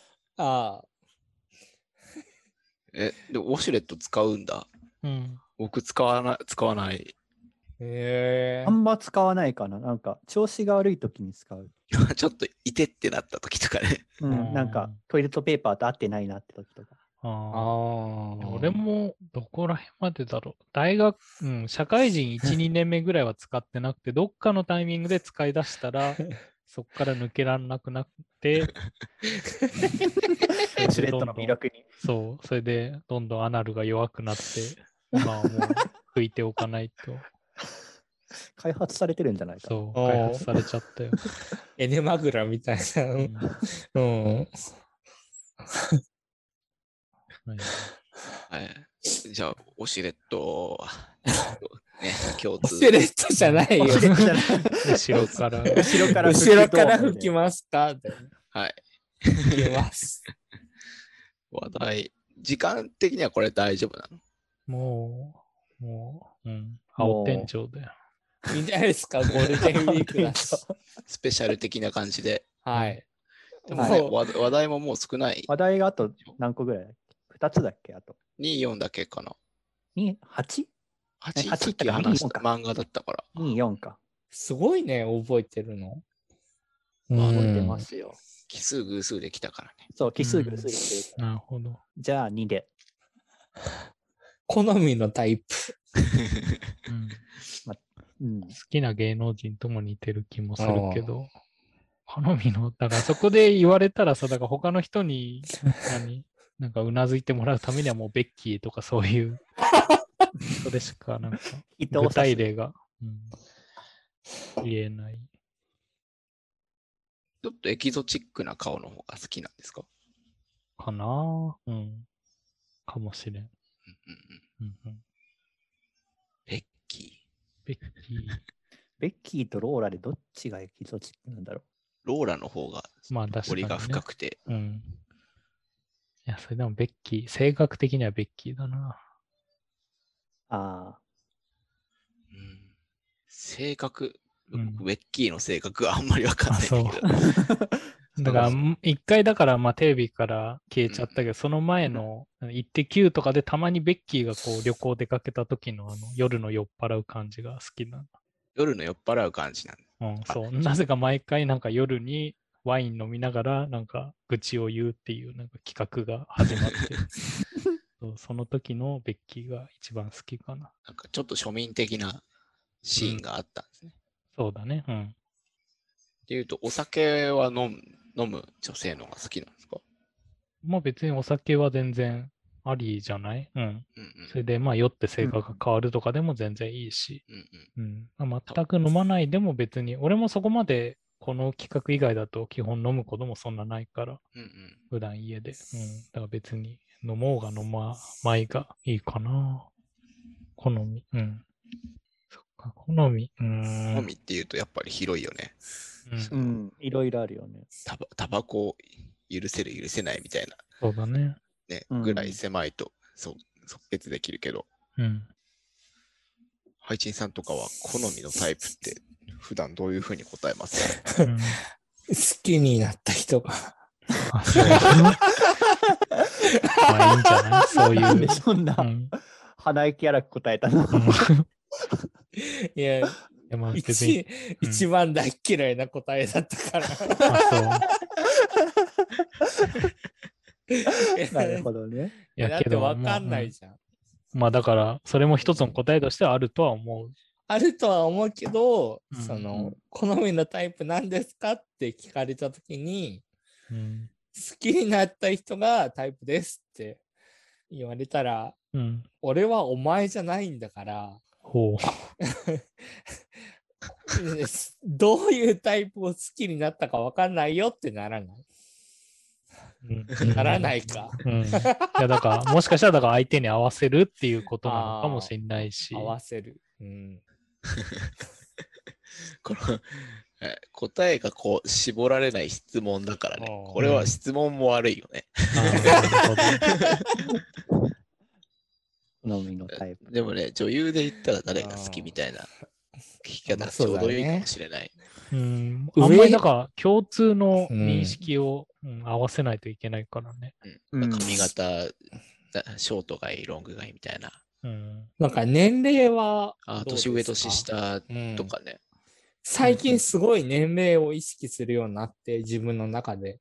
[SPEAKER 2] で、ウォシュレット使うんだ。僕使わない。
[SPEAKER 3] あんま使わないかな。なんか、調子が悪い時に使う。
[SPEAKER 2] ちょっといてってなった時とかね。
[SPEAKER 3] なんか、トイレットペーパーと合ってないなって時とか。
[SPEAKER 1] 俺もどこら辺までだろう。大学、社会人1、2年目ぐらいは使ってなくて、どっかのタイミングで使い出したら、そこから抜けらんなくなって、
[SPEAKER 3] ウォシュレットの魅力に。
[SPEAKER 1] そう、それでどんどんアナルが弱くなって、今はもう拭いておかないと。
[SPEAKER 3] 開発されてるんじゃないかな。
[SPEAKER 1] そう、開発されちゃったよ。
[SPEAKER 4] エネマグラみたいな。
[SPEAKER 2] じゃあ、ウォシュレット、ね、共通。
[SPEAKER 4] ウォシュレットじゃないよ。
[SPEAKER 1] 後ろから。
[SPEAKER 4] 後ろから拭きますか？
[SPEAKER 2] はい。
[SPEAKER 4] 拭きます。
[SPEAKER 2] 話題、時間的にはこれ大丈夫なの？
[SPEAKER 1] もう、 青天井だよ。
[SPEAKER 4] いいんじゃないですか、ゴールデンウィークだし。
[SPEAKER 2] スペシャル的な感じで。
[SPEAKER 4] はい。
[SPEAKER 2] でもね、話題ももう少ない。
[SPEAKER 3] 話題があと何個ぐらい ?2 つだっけあと。
[SPEAKER 2] 2、4だけかな。
[SPEAKER 3] 8?8
[SPEAKER 2] さっき話した漫画だったから。
[SPEAKER 3] 2、4か。
[SPEAKER 4] すごいね、覚えてるの。
[SPEAKER 3] 覚えてますよ。
[SPEAKER 2] 奇数偶数できたからね。
[SPEAKER 3] そう、奇数偶数できてるから。
[SPEAKER 1] なるほど。
[SPEAKER 3] じゃあ2で。
[SPEAKER 4] 好みのタイプ。
[SPEAKER 1] 好きな芸能人とも似てる気もするけど、好みの、だからそこで言われたらさ、だから他の人に、なんかうなずいてもらうためにはもうベッキーとかそういう、それしかなんか具体例が、言えない。
[SPEAKER 2] ちょっとエキゾチックな顔の方が好きなんですか？
[SPEAKER 1] かなぁ。かもしれん。
[SPEAKER 2] ベッキ
[SPEAKER 1] ー。
[SPEAKER 3] ベッキーとローラでどっちがエキゾチックなんだろ
[SPEAKER 2] う。ローラの方が彫りが深くて。
[SPEAKER 1] いや、それでもベッキー、性格的にはベッキーだな。
[SPEAKER 2] 性格、ベッキーの性格はあんまりわかんないんだけど。
[SPEAKER 1] だから、一回だから、まあテレビから消えちゃったけど、その前の、イッテ Q とかでたまにベッキーがこう旅行出かけた時の夜の酔っ払う感じが好きなの。
[SPEAKER 2] 夜の酔っ払う感じなん
[SPEAKER 1] だ。そう。なぜか毎回なんか夜にワイン飲みながらなんか愚痴を言うっていうなんか企画が始まってその時のベッキーが一番好きかな。
[SPEAKER 2] なんかちょっと庶民的なシーンがあったんですね。
[SPEAKER 1] そうだね。
[SPEAKER 2] っていうと、お酒は飲む女性のが好きなんですか？
[SPEAKER 1] まあ別にお酒は全然ありじゃない？それでまあ酔って性格が変わるとかでも全然いいし、全く飲まないでも別に、俺もそこまでこの企画以外だと基本飲むこともそんなないから、普段家で。だから別に飲もうが飲まないがいいかな。好み。そっか、好み。
[SPEAKER 2] 好みっていうとやっぱり広いよね。
[SPEAKER 3] いろいろあるよね。
[SPEAKER 2] タバコを許せる許せないみたいな。
[SPEAKER 1] そうだね。
[SPEAKER 2] ぐらい狭いと、即決できるけど。ハイチンさんとかは好みのタイプって普段どういうふうに答えますか？
[SPEAKER 4] 好きになった人が。
[SPEAKER 1] まあいいんじゃない？そういう。
[SPEAKER 3] なんでそんな鼻息荒く答えたの？
[SPEAKER 4] いや、一番大嫌いな答えだったから。
[SPEAKER 3] なるほどね。
[SPEAKER 1] いや、
[SPEAKER 4] だってわかんないじゃん。
[SPEAKER 1] まあだから、それも一つの答えとしてはあるとは思う。
[SPEAKER 4] あるとは思うけど、好みのタイプなんですかって聞かれたときに、好きになった人がタイプですって言われたら、俺はお前じゃないんだから、どういうタイプを好きになったか分かんないよってならない。ならないか。
[SPEAKER 1] いやだからもしかしたらだから相手に合わせるっていうことなのかもしれないし。
[SPEAKER 4] 合わせる。
[SPEAKER 2] この答えがこう絞られない質問だからね。これは質問も悪いよね。
[SPEAKER 3] 好みのタイプ。
[SPEAKER 2] でもね、女優で言ったら誰が好きみたいな聞き方がちょうどいいかもしれない。
[SPEAKER 1] あんまりだから共通の認識を合わせないといけないからね。
[SPEAKER 2] 髪型、ショートがいい、ロングがいいみたいな。
[SPEAKER 4] なんか年齢は
[SPEAKER 2] 年上年下とかね。
[SPEAKER 4] 最近すごい年齢を意識するようになって、自分の中で。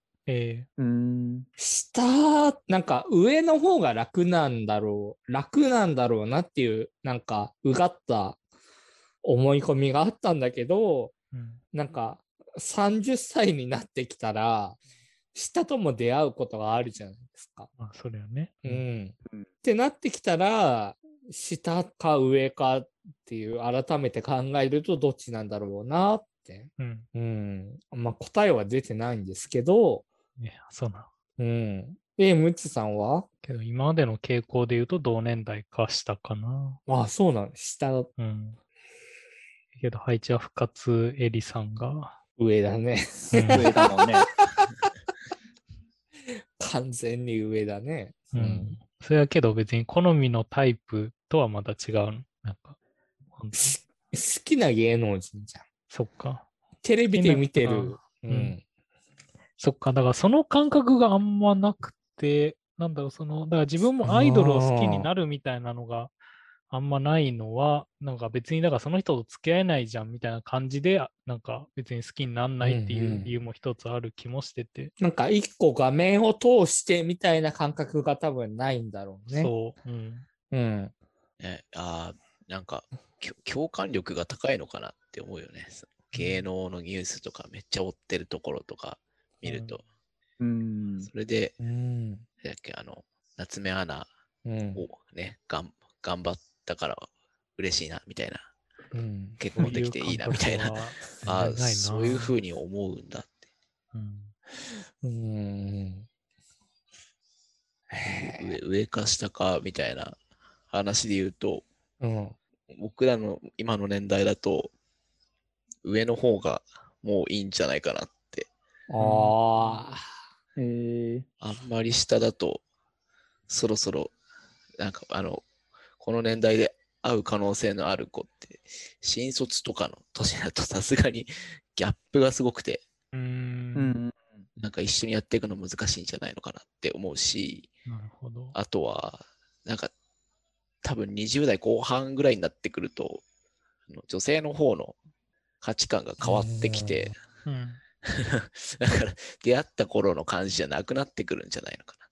[SPEAKER 4] 下、なんか上の方が楽なんだろうなっていう、なんかうがった思い込みがあったんだけど、なんか30歳になってきたら、下とも出会うことがあるじゃないですか。
[SPEAKER 1] それはね。
[SPEAKER 4] ってなってきたら、下か上かっていう改めて考えるとどっちなんだろうなって。まあ答えは出てないんですけど。
[SPEAKER 1] そうな
[SPEAKER 4] の。ムツさんは？
[SPEAKER 1] けど今までの傾向で言うと同年代か下かな。
[SPEAKER 4] そうなの。下。
[SPEAKER 1] けど配置は深津絵里さんが
[SPEAKER 4] 上だね。
[SPEAKER 3] 上だもんね。
[SPEAKER 4] 完全に上だね。
[SPEAKER 1] それはけど別に好みのタイプとはまた違う。なんか本当
[SPEAKER 4] 好きな芸能人じゃん。
[SPEAKER 1] そっか。
[SPEAKER 4] テレビで見てる。
[SPEAKER 1] そっか。だからその感覚があんまなくて、だから自分もアイドルを好きになるみたいなのがあんまないのは、なんか別にだからその人と付き合えないじゃんみたいな感じで、なんか別に好きにならないっていう理由も一つある気もしてて。
[SPEAKER 4] なんか一個画面を通してみたいな感覚が多分ないんだろうね。
[SPEAKER 1] そう。
[SPEAKER 2] なんか共感力が高いのかなって思うよね。芸能のニュースとかめっちゃ追ってるところとか見ると。それで、夏目アナをね、頑張ったから嬉しいなみたいな。結婚できていいなみたいな。そういうふうに思うんだって。上か下かみたいな話で言うと、僕らの今の年代だと上の方がもういいんじゃないかなって。あんまり下だとそろそろなんかこの年代で会う可能性のある子って新卒とかの年だとさすがにギャップがすごくて、なんか一緒にやっていくの難しいんじゃないのかなって思うし、
[SPEAKER 1] なるほど。
[SPEAKER 2] あとはなんか多分20代後半ぐらいになってくると女性の方の価値観が変わってきて、だから出会った頃の感じじゃなくなってくるんじゃないのか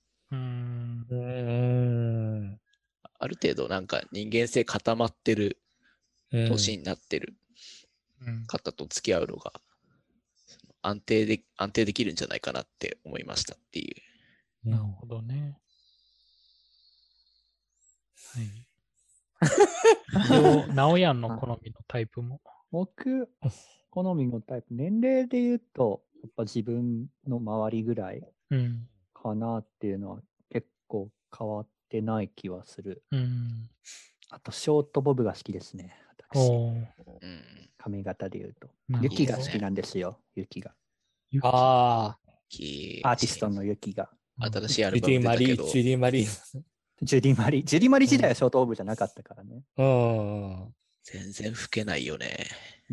[SPEAKER 2] な。ある程度なんか人間性固まってる年になってる方と付き合うのが安定できるんじゃないかなって思いましたっていう。
[SPEAKER 1] なるほどね。はい。直哉の好みのタイプも。
[SPEAKER 3] 僕、好みのタイプ、年齢で言うと、やっぱ自分の周りぐらいかなっていうのは結構変わってない気はする。あと、ショートボブが好きですね、私。髪型で言うと。ユキが好きなんですよ、ユキが。アーティストのユキが。
[SPEAKER 2] 新しいアルバム出たけど。
[SPEAKER 3] ジュディマリ時代はショートボブじゃなかったからね。
[SPEAKER 2] 全然老けないよね。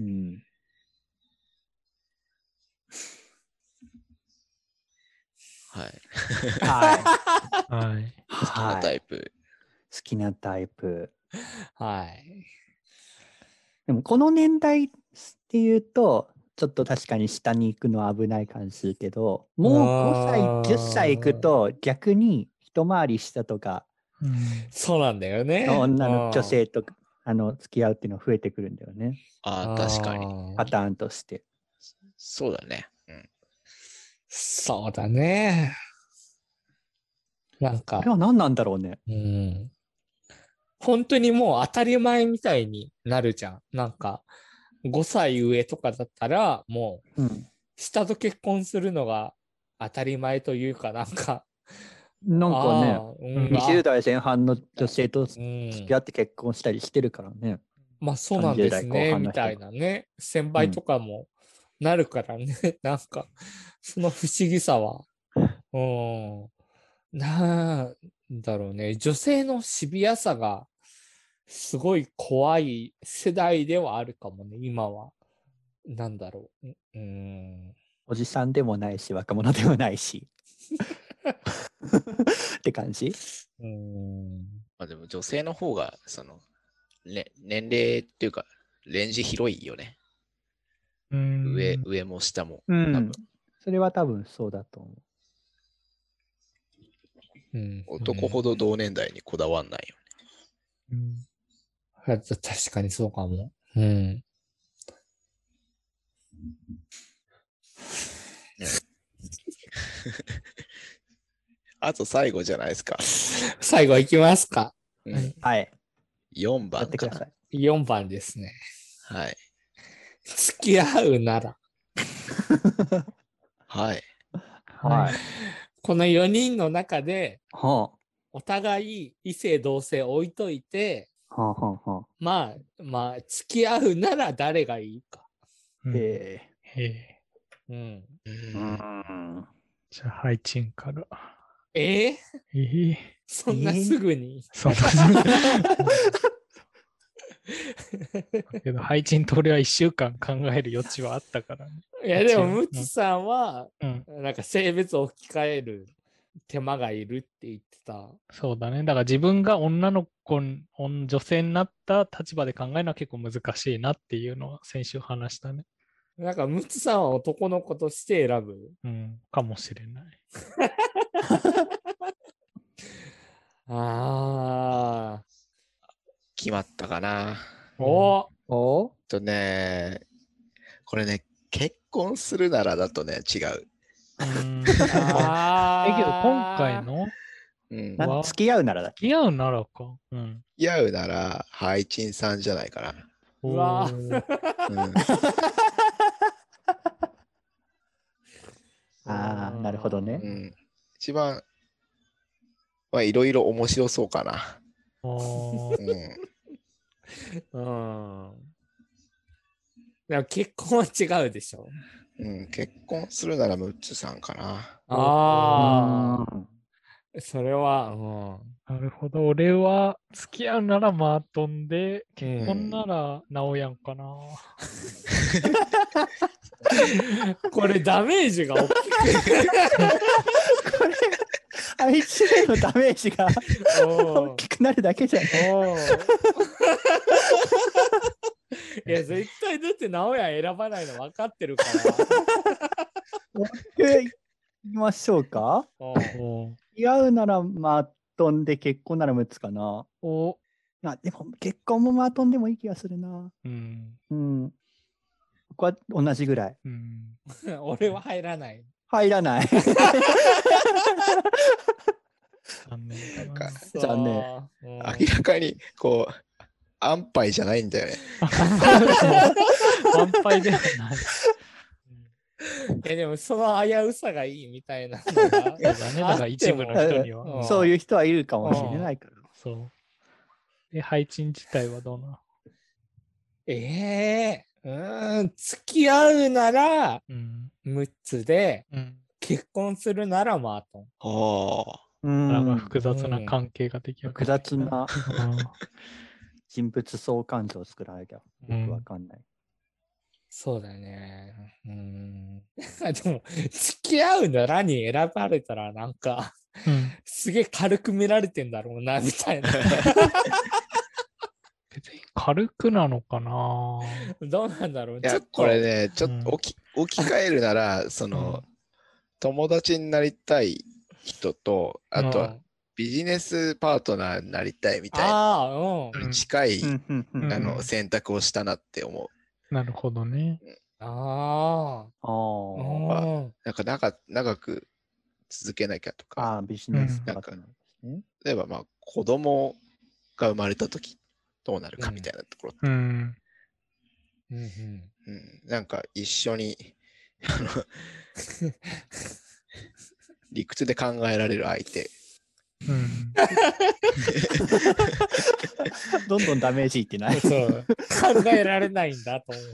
[SPEAKER 2] はい。
[SPEAKER 1] はい。
[SPEAKER 2] 好きなタイプ。
[SPEAKER 3] 好きなタイプ。
[SPEAKER 4] はい。
[SPEAKER 3] でもこの年代っていうと、ちょっと確かに下に行くのは危ない感じするけど、もう5歳、10歳行くと逆に一回り下とか、
[SPEAKER 4] そうなんだよね。
[SPEAKER 3] 女性と付き合うっていうのが増えてくるんだよね。
[SPEAKER 2] 確かに。
[SPEAKER 3] パターンとして。
[SPEAKER 2] そうだね。
[SPEAKER 4] そうだね。なんか。
[SPEAKER 3] これは何なんだろうね。
[SPEAKER 4] 本当にもう当たり前みたいになるじゃん。なんか、5歳上とかだったら、もう、下と結婚するのが当たり前というかなんか
[SPEAKER 3] ね、20代前半の女性と付き合って結婚したりしてるからね。
[SPEAKER 4] まあそうなんですね、みたいなね。1000倍とかもなるからね。なんか、その不思議さは。なんだろうね。女性のシビアさがすごい怖い世代ではあるかもね、今は。なんだろう。
[SPEAKER 3] おじさんでもないし、若者でもないし。って感じ。
[SPEAKER 2] まあでも女性の方が、年齢っていうか、レンジ広いよね。上も下も。多分
[SPEAKER 3] それは多分そうだと思
[SPEAKER 2] う。男ほど同年代にこだわんないよ
[SPEAKER 4] ね。確かにそうかも。
[SPEAKER 2] あと最後じゃないですか。
[SPEAKER 4] 最後いきますか。
[SPEAKER 3] はい。
[SPEAKER 2] 4番かな。
[SPEAKER 4] 4番ですね。
[SPEAKER 2] はい。
[SPEAKER 4] 付き合うなら。
[SPEAKER 2] はい。
[SPEAKER 3] はい。
[SPEAKER 4] この4人の中で、
[SPEAKER 3] お
[SPEAKER 4] 互い異性同性置いといて、まあ、付き合うなら誰がいいか。
[SPEAKER 1] じゃあ、ハイチンから。
[SPEAKER 4] そんなすぐに。
[SPEAKER 1] けど、配置と俺は1週間考える余地はあったからね。
[SPEAKER 4] いや、でも、ムツさんは、なんか性別を置き換える手間がいるって言ってた。
[SPEAKER 1] そうだね。だから自分が女の子、女性になった立場で考えるのは結構難しいなっていうのは先週話したね。
[SPEAKER 4] なんか、ムツさんは男の子として選ぶ。
[SPEAKER 1] かもしれない。
[SPEAKER 4] ああ。
[SPEAKER 2] 決まったかな。
[SPEAKER 4] お
[SPEAKER 2] ね、これね、結婚するならだとね、違う。
[SPEAKER 1] けど今回の
[SPEAKER 3] 付き合うならだ。
[SPEAKER 1] 付き合うならか。
[SPEAKER 2] 付き合うなら、ハイチンさんじゃないかな。
[SPEAKER 4] うわ
[SPEAKER 3] ああ、なるほどね。
[SPEAKER 2] 一番、まあ、いろいろ面白そうかな。
[SPEAKER 4] でも結婚は違うでしょ。
[SPEAKER 2] 結婚するならムッツさんかな。
[SPEAKER 4] ああ。それは、
[SPEAKER 1] なるほど。俺は付き合うならマートンで、結婚ならナオヤンかな。
[SPEAKER 4] これダメージが大きく
[SPEAKER 3] これ愛知へのダメージが大きくなるだけじゃない。
[SPEAKER 4] いや絶対だってナオヤン選ばないの分かってるから。
[SPEAKER 3] 行きましょうか。付き合うならマートンで結婚ならムツかな。でも結婚もマートンでもいい気がするな。僕は同じぐらい。
[SPEAKER 4] 俺は入らない。
[SPEAKER 3] 入らない。
[SPEAKER 2] 残念。明らかにこう安牌じゃないんだよね。
[SPEAKER 1] 安牌ではない。
[SPEAKER 4] でもその危うさがいいみたいなのが
[SPEAKER 1] だから一部の人には。
[SPEAKER 3] そういう人はいるかもしれないから。
[SPEAKER 1] そう。で、配置自体はどうな
[SPEAKER 4] の？付き合うなら6つで、結婚するならマート
[SPEAKER 1] ン。複雑な関係ができる。
[SPEAKER 3] 複雑な人物相関図を作らなきゃよくわかんない。
[SPEAKER 4] そうだね。でも、付き合うならに選ばれたらなんか、すげえ軽く見られてんだろうな、みたいな。
[SPEAKER 1] 別に軽くなのかな。
[SPEAKER 4] どうなんだろう。
[SPEAKER 2] いや、これね、ちょっと置き換えるなら、その、友達になりたい人と、あとはビジネスパートナーになりたいみたいな、近い選択をしたなって思う。
[SPEAKER 1] なるほどね。
[SPEAKER 2] なんか長く続けなきゃとか、
[SPEAKER 3] ビジネスパートナーですね。
[SPEAKER 2] 例えば、まあ、子供が生まれたとき、どうなるかみたいなところって。なんか一緒に理屈で考えられる相手。
[SPEAKER 3] どんどんダメージいってない。
[SPEAKER 4] そう考えられないんだと思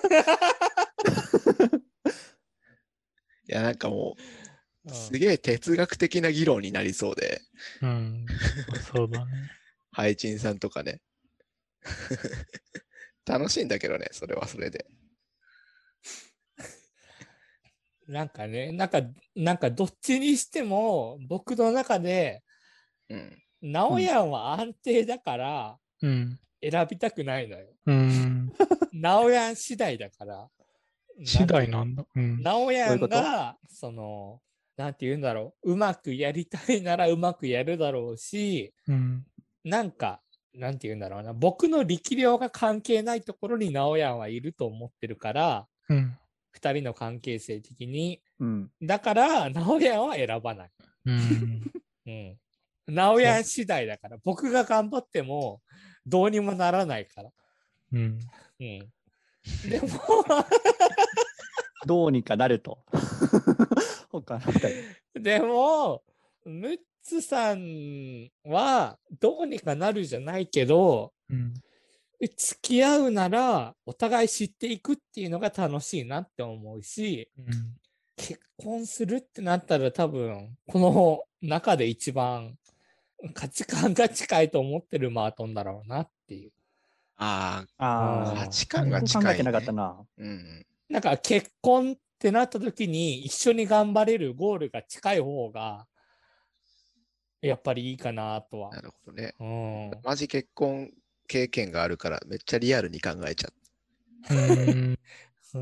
[SPEAKER 4] って。
[SPEAKER 2] いや、なんかもう、すげえ哲学的な議論になりそうで。
[SPEAKER 1] そうだね。
[SPEAKER 2] ハイチンさんとかね。楽しいんだけどね、それはそれで。
[SPEAKER 4] なんかね、なんかどっちにしても、僕の中で、ナオヤンは安定だから、選びたくないのよ。ナオヤン次第だから。
[SPEAKER 1] 次第なんだ。
[SPEAKER 4] ナオヤンが、その、なんて言うんだろう、うまくやりたいならうまくやるだろうし、なんか、なんて言うんだろうな、僕の力量が関係ないところにナオヤンはいると思ってるから、2人の関係性的に。だから、ナオヤンは選ばない。ナオヤン次第だから、僕が頑張ってもどうにもならないから。でも
[SPEAKER 3] どうにかなると。他の2
[SPEAKER 4] 人。でも、ムッツさんはどうにかなるじゃないけど、付き合うならお互い知っていくっていうのが楽しいなって思うし、結婚するってなったら多分この中で一番価値観が近いと思ってるマートンだろうなっていう。
[SPEAKER 2] ああ、
[SPEAKER 3] ああ、
[SPEAKER 2] 価値観が近い、ね。
[SPEAKER 3] 考えてなかったな。
[SPEAKER 2] うん。
[SPEAKER 4] なんか結婚ってなった時に一緒に頑張れるゴールが近い方がやっぱりいいかなとは。
[SPEAKER 2] なるほどね。
[SPEAKER 4] うん。
[SPEAKER 2] マジ結婚経験があるからめっちゃリアルに考えちゃう。
[SPEAKER 4] うん。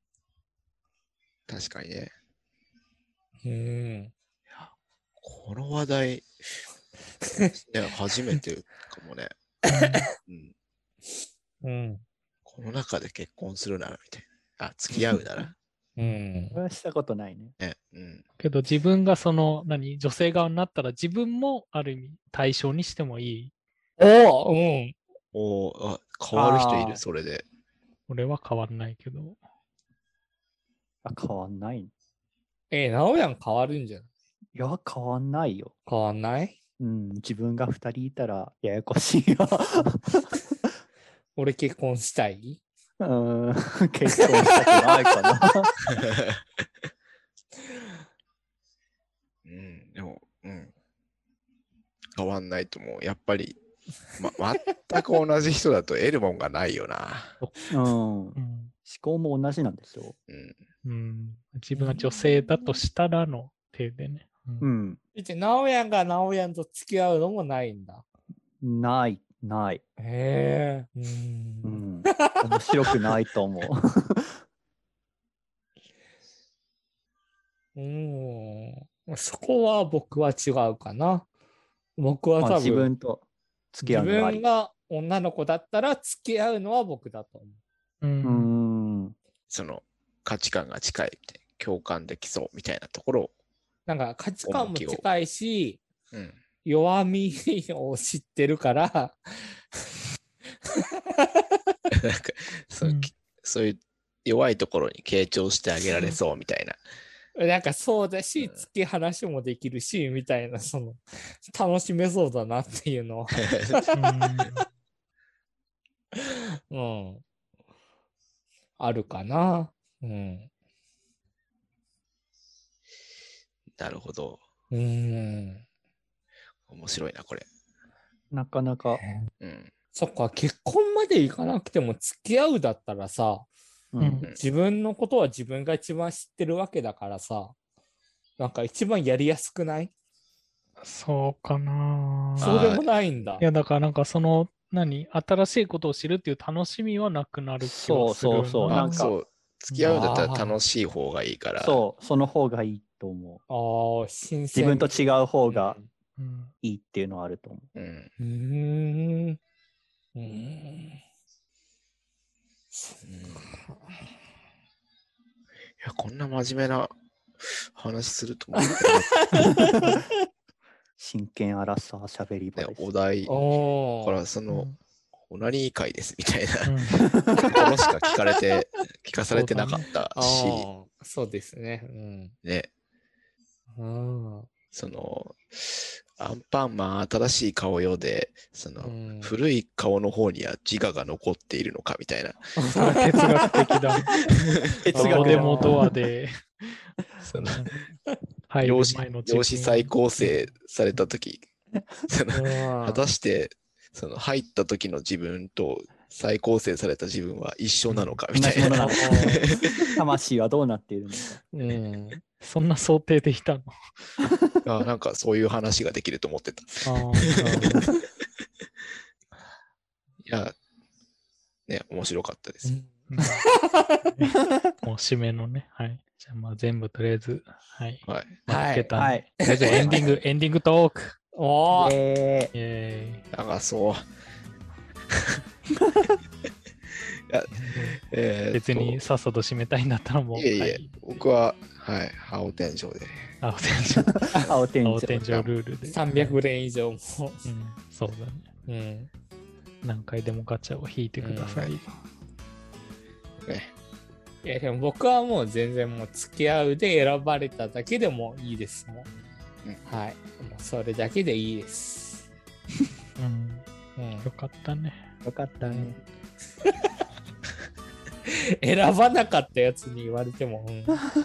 [SPEAKER 2] 確かにね。
[SPEAKER 4] うん。
[SPEAKER 2] この話題、ね、初めてかもね。うん。
[SPEAKER 4] うん。
[SPEAKER 2] この中で結婚するならみたいな。あ、付き合うなら。
[SPEAKER 4] うん。
[SPEAKER 3] それはしたことないね。
[SPEAKER 2] ね。うん。
[SPEAKER 1] けど自分がその、女性側になったら自分もある意味対象にしてもいい。
[SPEAKER 4] おお、うん。
[SPEAKER 2] おー、あ、変わる人いる、
[SPEAKER 3] あー
[SPEAKER 2] それで。
[SPEAKER 1] 俺は変わんないけど。
[SPEAKER 3] あ、変わんない。
[SPEAKER 4] なおやん変わるんじゃない？
[SPEAKER 3] いや、変わんないよ。
[SPEAKER 4] 変わんない？
[SPEAKER 3] うん、自分が2人いたらややこしいよ。
[SPEAKER 4] 俺結婚したい？
[SPEAKER 3] 結婚したくないかな。
[SPEAKER 2] うん、でも、うん。変わんないと思う。やっぱり、全く同じ人だと得るもんがないよな。
[SPEAKER 3] うん。思考も同じなんでしょ
[SPEAKER 1] う。自分が女性だとしたらの手でね。
[SPEAKER 3] うん。
[SPEAKER 4] なおやんがなおやんと付き合うのもないんだ。
[SPEAKER 3] ない。
[SPEAKER 4] へえ。
[SPEAKER 3] うん。面白くないと思
[SPEAKER 4] う。そこは僕は違うかな。僕は
[SPEAKER 3] う。
[SPEAKER 4] 多分、
[SPEAKER 3] 自分と付き合うのはあり。
[SPEAKER 4] 自分が女の子だったら付き合うのは僕だと思う。
[SPEAKER 2] その価値観が近いみたいな、共感できそうみたいなところを。
[SPEAKER 4] なんか価値観も近いし、
[SPEAKER 2] うん、
[SPEAKER 4] 弱みを知ってるから
[SPEAKER 2] なんかそういう弱いところに傾聴してあげられそうみたいな。
[SPEAKER 4] なんかそうだし、突き話もできるし、みたいな、楽しめそうだなっていうのは。うん。あるかな。うん。
[SPEAKER 2] なるほど。
[SPEAKER 4] 面
[SPEAKER 2] 白いな、これ。
[SPEAKER 3] なかなか。
[SPEAKER 4] そっか、結婚までいかなくても付き合うだったらさ、自分のことは自分が一番知ってるわけだからさ、なんか一番やりやすくない？
[SPEAKER 1] そうかな。
[SPEAKER 4] そうでもないんだ。
[SPEAKER 1] いや、だから新しいことを知るっていう楽しみはなくなる気がする。
[SPEAKER 3] そう。なんか、
[SPEAKER 2] 付き合うんだったら楽しい方がいいから。
[SPEAKER 3] その方がいいと思
[SPEAKER 4] う。
[SPEAKER 3] 自分と違う方がいいっていうのはあると思う。
[SPEAKER 2] いや、こんな真面目な話すると思う。
[SPEAKER 3] 真剣アラサーしゃべり場です。
[SPEAKER 2] お題からオナニー会ですみたいなところしか聞かされてなかったし。
[SPEAKER 4] そうですね。
[SPEAKER 2] ね。アンパンマン新しい顔よで、古い顔の方には自我が残っているのかみたいな。
[SPEAKER 1] 哲学的だ。哲学でもドアで、
[SPEAKER 2] 容姿再構成されたとき、果たして、入った時の自分と再構成された自分は一緒なのかみたいな。
[SPEAKER 3] 魂はどうなっているの
[SPEAKER 1] か。そんな想定でいたの？
[SPEAKER 2] なんかそういう話ができると思ってた。いや、ね、面白かったです。
[SPEAKER 1] もう締めのね。はい。じゃあ全部とりあえず、はい。
[SPEAKER 2] はい。
[SPEAKER 1] とりあえずエンディングトーク。
[SPEAKER 4] お
[SPEAKER 1] ー。
[SPEAKER 2] なんかそう。
[SPEAKER 1] 別にさっさと締めたいんだったらもう。
[SPEAKER 2] 僕は、青天井で。
[SPEAKER 3] 青天井
[SPEAKER 1] ルールで。
[SPEAKER 4] 300連以上も。
[SPEAKER 1] そうだね。何回でもガチャを引いてください。
[SPEAKER 4] いやでも僕はもう全然もう付き合うで選ばれただけでもいいですもん。はい。もうそれだけでいいです。
[SPEAKER 1] よかったね。
[SPEAKER 3] よかったね。
[SPEAKER 4] 選ばなかったやつに言われても。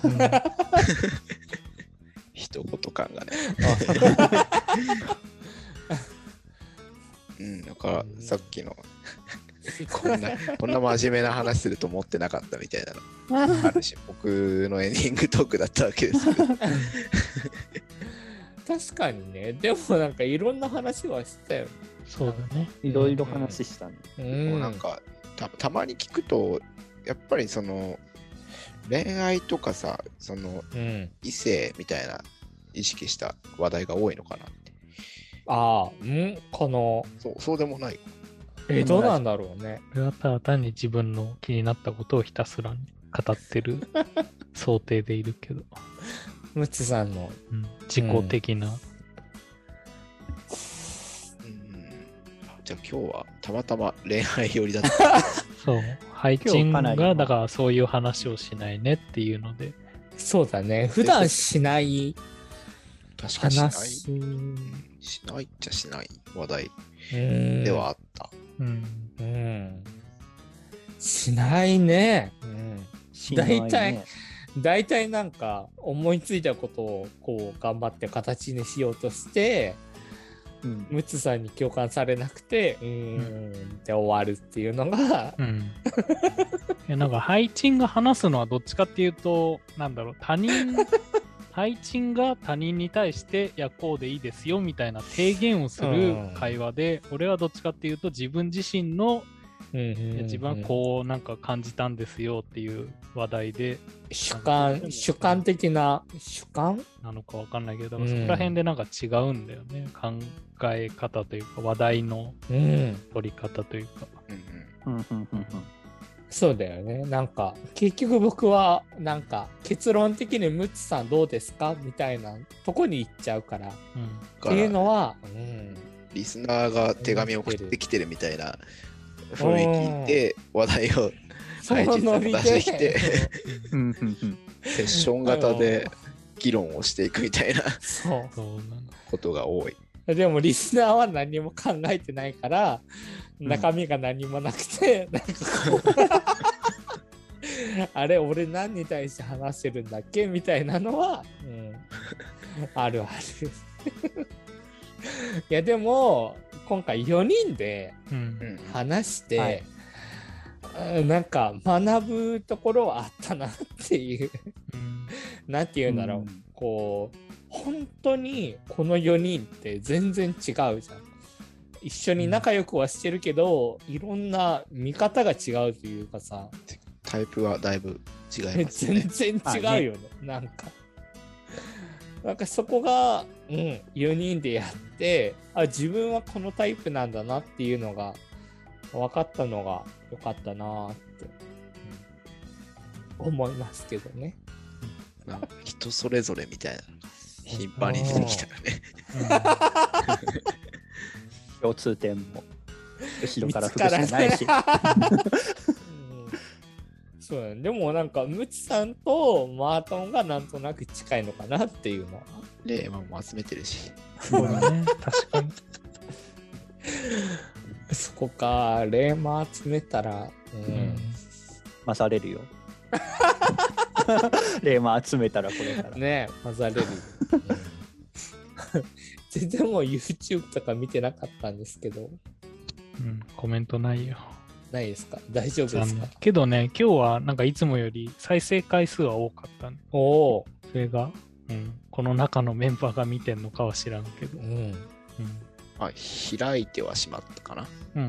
[SPEAKER 2] 一言感がね。だからさっきのこんな真面目な話すると思ってなかったみたいなのあるし、僕のエンディングトークだったわけですけど
[SPEAKER 4] 確かにね。でもなんかいろんな話はしたよね。
[SPEAKER 1] そうだね。
[SPEAKER 3] いろいろ話したね。
[SPEAKER 2] もうなんかたまに聞くとやっぱりその恋愛とかさ、その異性みたいな意識した話題が多いのかなって。
[SPEAKER 4] ああ、かな。
[SPEAKER 2] そうでもない。
[SPEAKER 4] どうなんだろうね。
[SPEAKER 1] これはただ単に自分の気になったことをひたすら語ってる想定でいるけど。
[SPEAKER 4] ムツさんの、
[SPEAKER 1] 自己的な。
[SPEAKER 2] じゃあ今日はたまたま恋愛寄りだった。
[SPEAKER 1] そう。配置がだからそういう話をしないねっていうので。
[SPEAKER 4] そうだね。普段しない
[SPEAKER 2] 確かにしないっちゃしない話題ではあった。
[SPEAKER 4] しないね。大体なんか思いついたことをこう頑張って形にしようとして、ムツさんに共感されなくてで終わるっていうのが、
[SPEAKER 1] なんか配置が話すのはどっちかっていうと、なんだろう、配置が他人に対していやこうでいいですよみたいな提言をする会話で、俺はどっちかっていうと自分自身の自分はこうなんか感じたんですよっていう話題で、
[SPEAKER 4] 主観的な主観
[SPEAKER 1] なのかわかんないけど、そこら辺でなんか違うんだよね、考え方というか話題の取り方というか。
[SPEAKER 4] そうだよね。なんか結局僕はなんか結論的にムツさんどうですかみたいなとこに行っちゃうから、っていうのは、
[SPEAKER 2] リスナーが手紙を送ってきてるみたいな雰囲気で話題を配置さん出してきてセッション型で議論をしていくみたいなことが多い。
[SPEAKER 4] でもリスナーは何も考えてないから中身が何もなくて、なんかこうあれ俺何に対して話してるんだっけみたいなのは、あるあるいやでも今回4人で話して、なんか学ぶところはあったなっていうなんていうんだろう、こう本当にこの4人って全然違うじゃん。一緒に仲良くはしてるけど、いろんな見方が違うというかさ、
[SPEAKER 2] タイプはだいぶ違いますね。
[SPEAKER 4] 全然違うよね。なんかそこが、4人でやって自分はこのタイプなんだなっていうのが分かったのが良かったなって、思いますけどね。
[SPEAKER 2] なんか人それぞれみたいな頻繁に出てきたよね。
[SPEAKER 3] 共通点も後ろから吹くしないし。
[SPEAKER 4] そうだね。でもなんかムツさんとマートンがなんとなく近いのかなっていうのは。
[SPEAKER 2] レーマンも集めてるし。
[SPEAKER 1] そうだね。確かに。
[SPEAKER 4] そこか、レーマン集めたら、
[SPEAKER 3] 混ざれるよ。レーマン集めたらこれから。
[SPEAKER 4] ね、混ざれる。全然もう YouTube とか見てなかったんですけど。
[SPEAKER 1] コメントないよ。
[SPEAKER 4] ないですか？大丈夫ですか？
[SPEAKER 1] けどね、今日はなんかいつもより再生回数は多かったね。それが、この中のメンバーが見てんのかは知らんけど。
[SPEAKER 2] 開いてはしまったかな。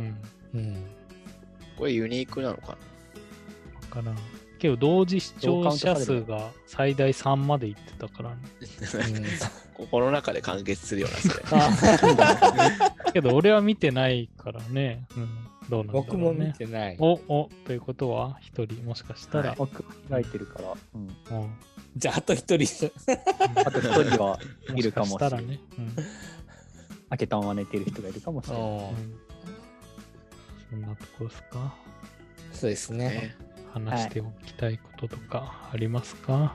[SPEAKER 2] これユニークなのかな。わ
[SPEAKER 1] からん。けど同時視聴者数が最大3までいってたからね。
[SPEAKER 2] この中で完結するようなそれ。
[SPEAKER 1] けど俺は見てないからね。どうなんだろうね。
[SPEAKER 4] 僕も見てない。
[SPEAKER 1] ということは1人もしかしたら。
[SPEAKER 3] 僕開いてるから。
[SPEAKER 4] じゃああと1人。
[SPEAKER 3] あと1人はいるかもしれない。
[SPEAKER 1] ね。
[SPEAKER 3] 開けたまま寝てる人がいるかもしれない。
[SPEAKER 1] そんなとこですか。
[SPEAKER 4] そうですね。
[SPEAKER 1] 話しておきたいこととかありますか？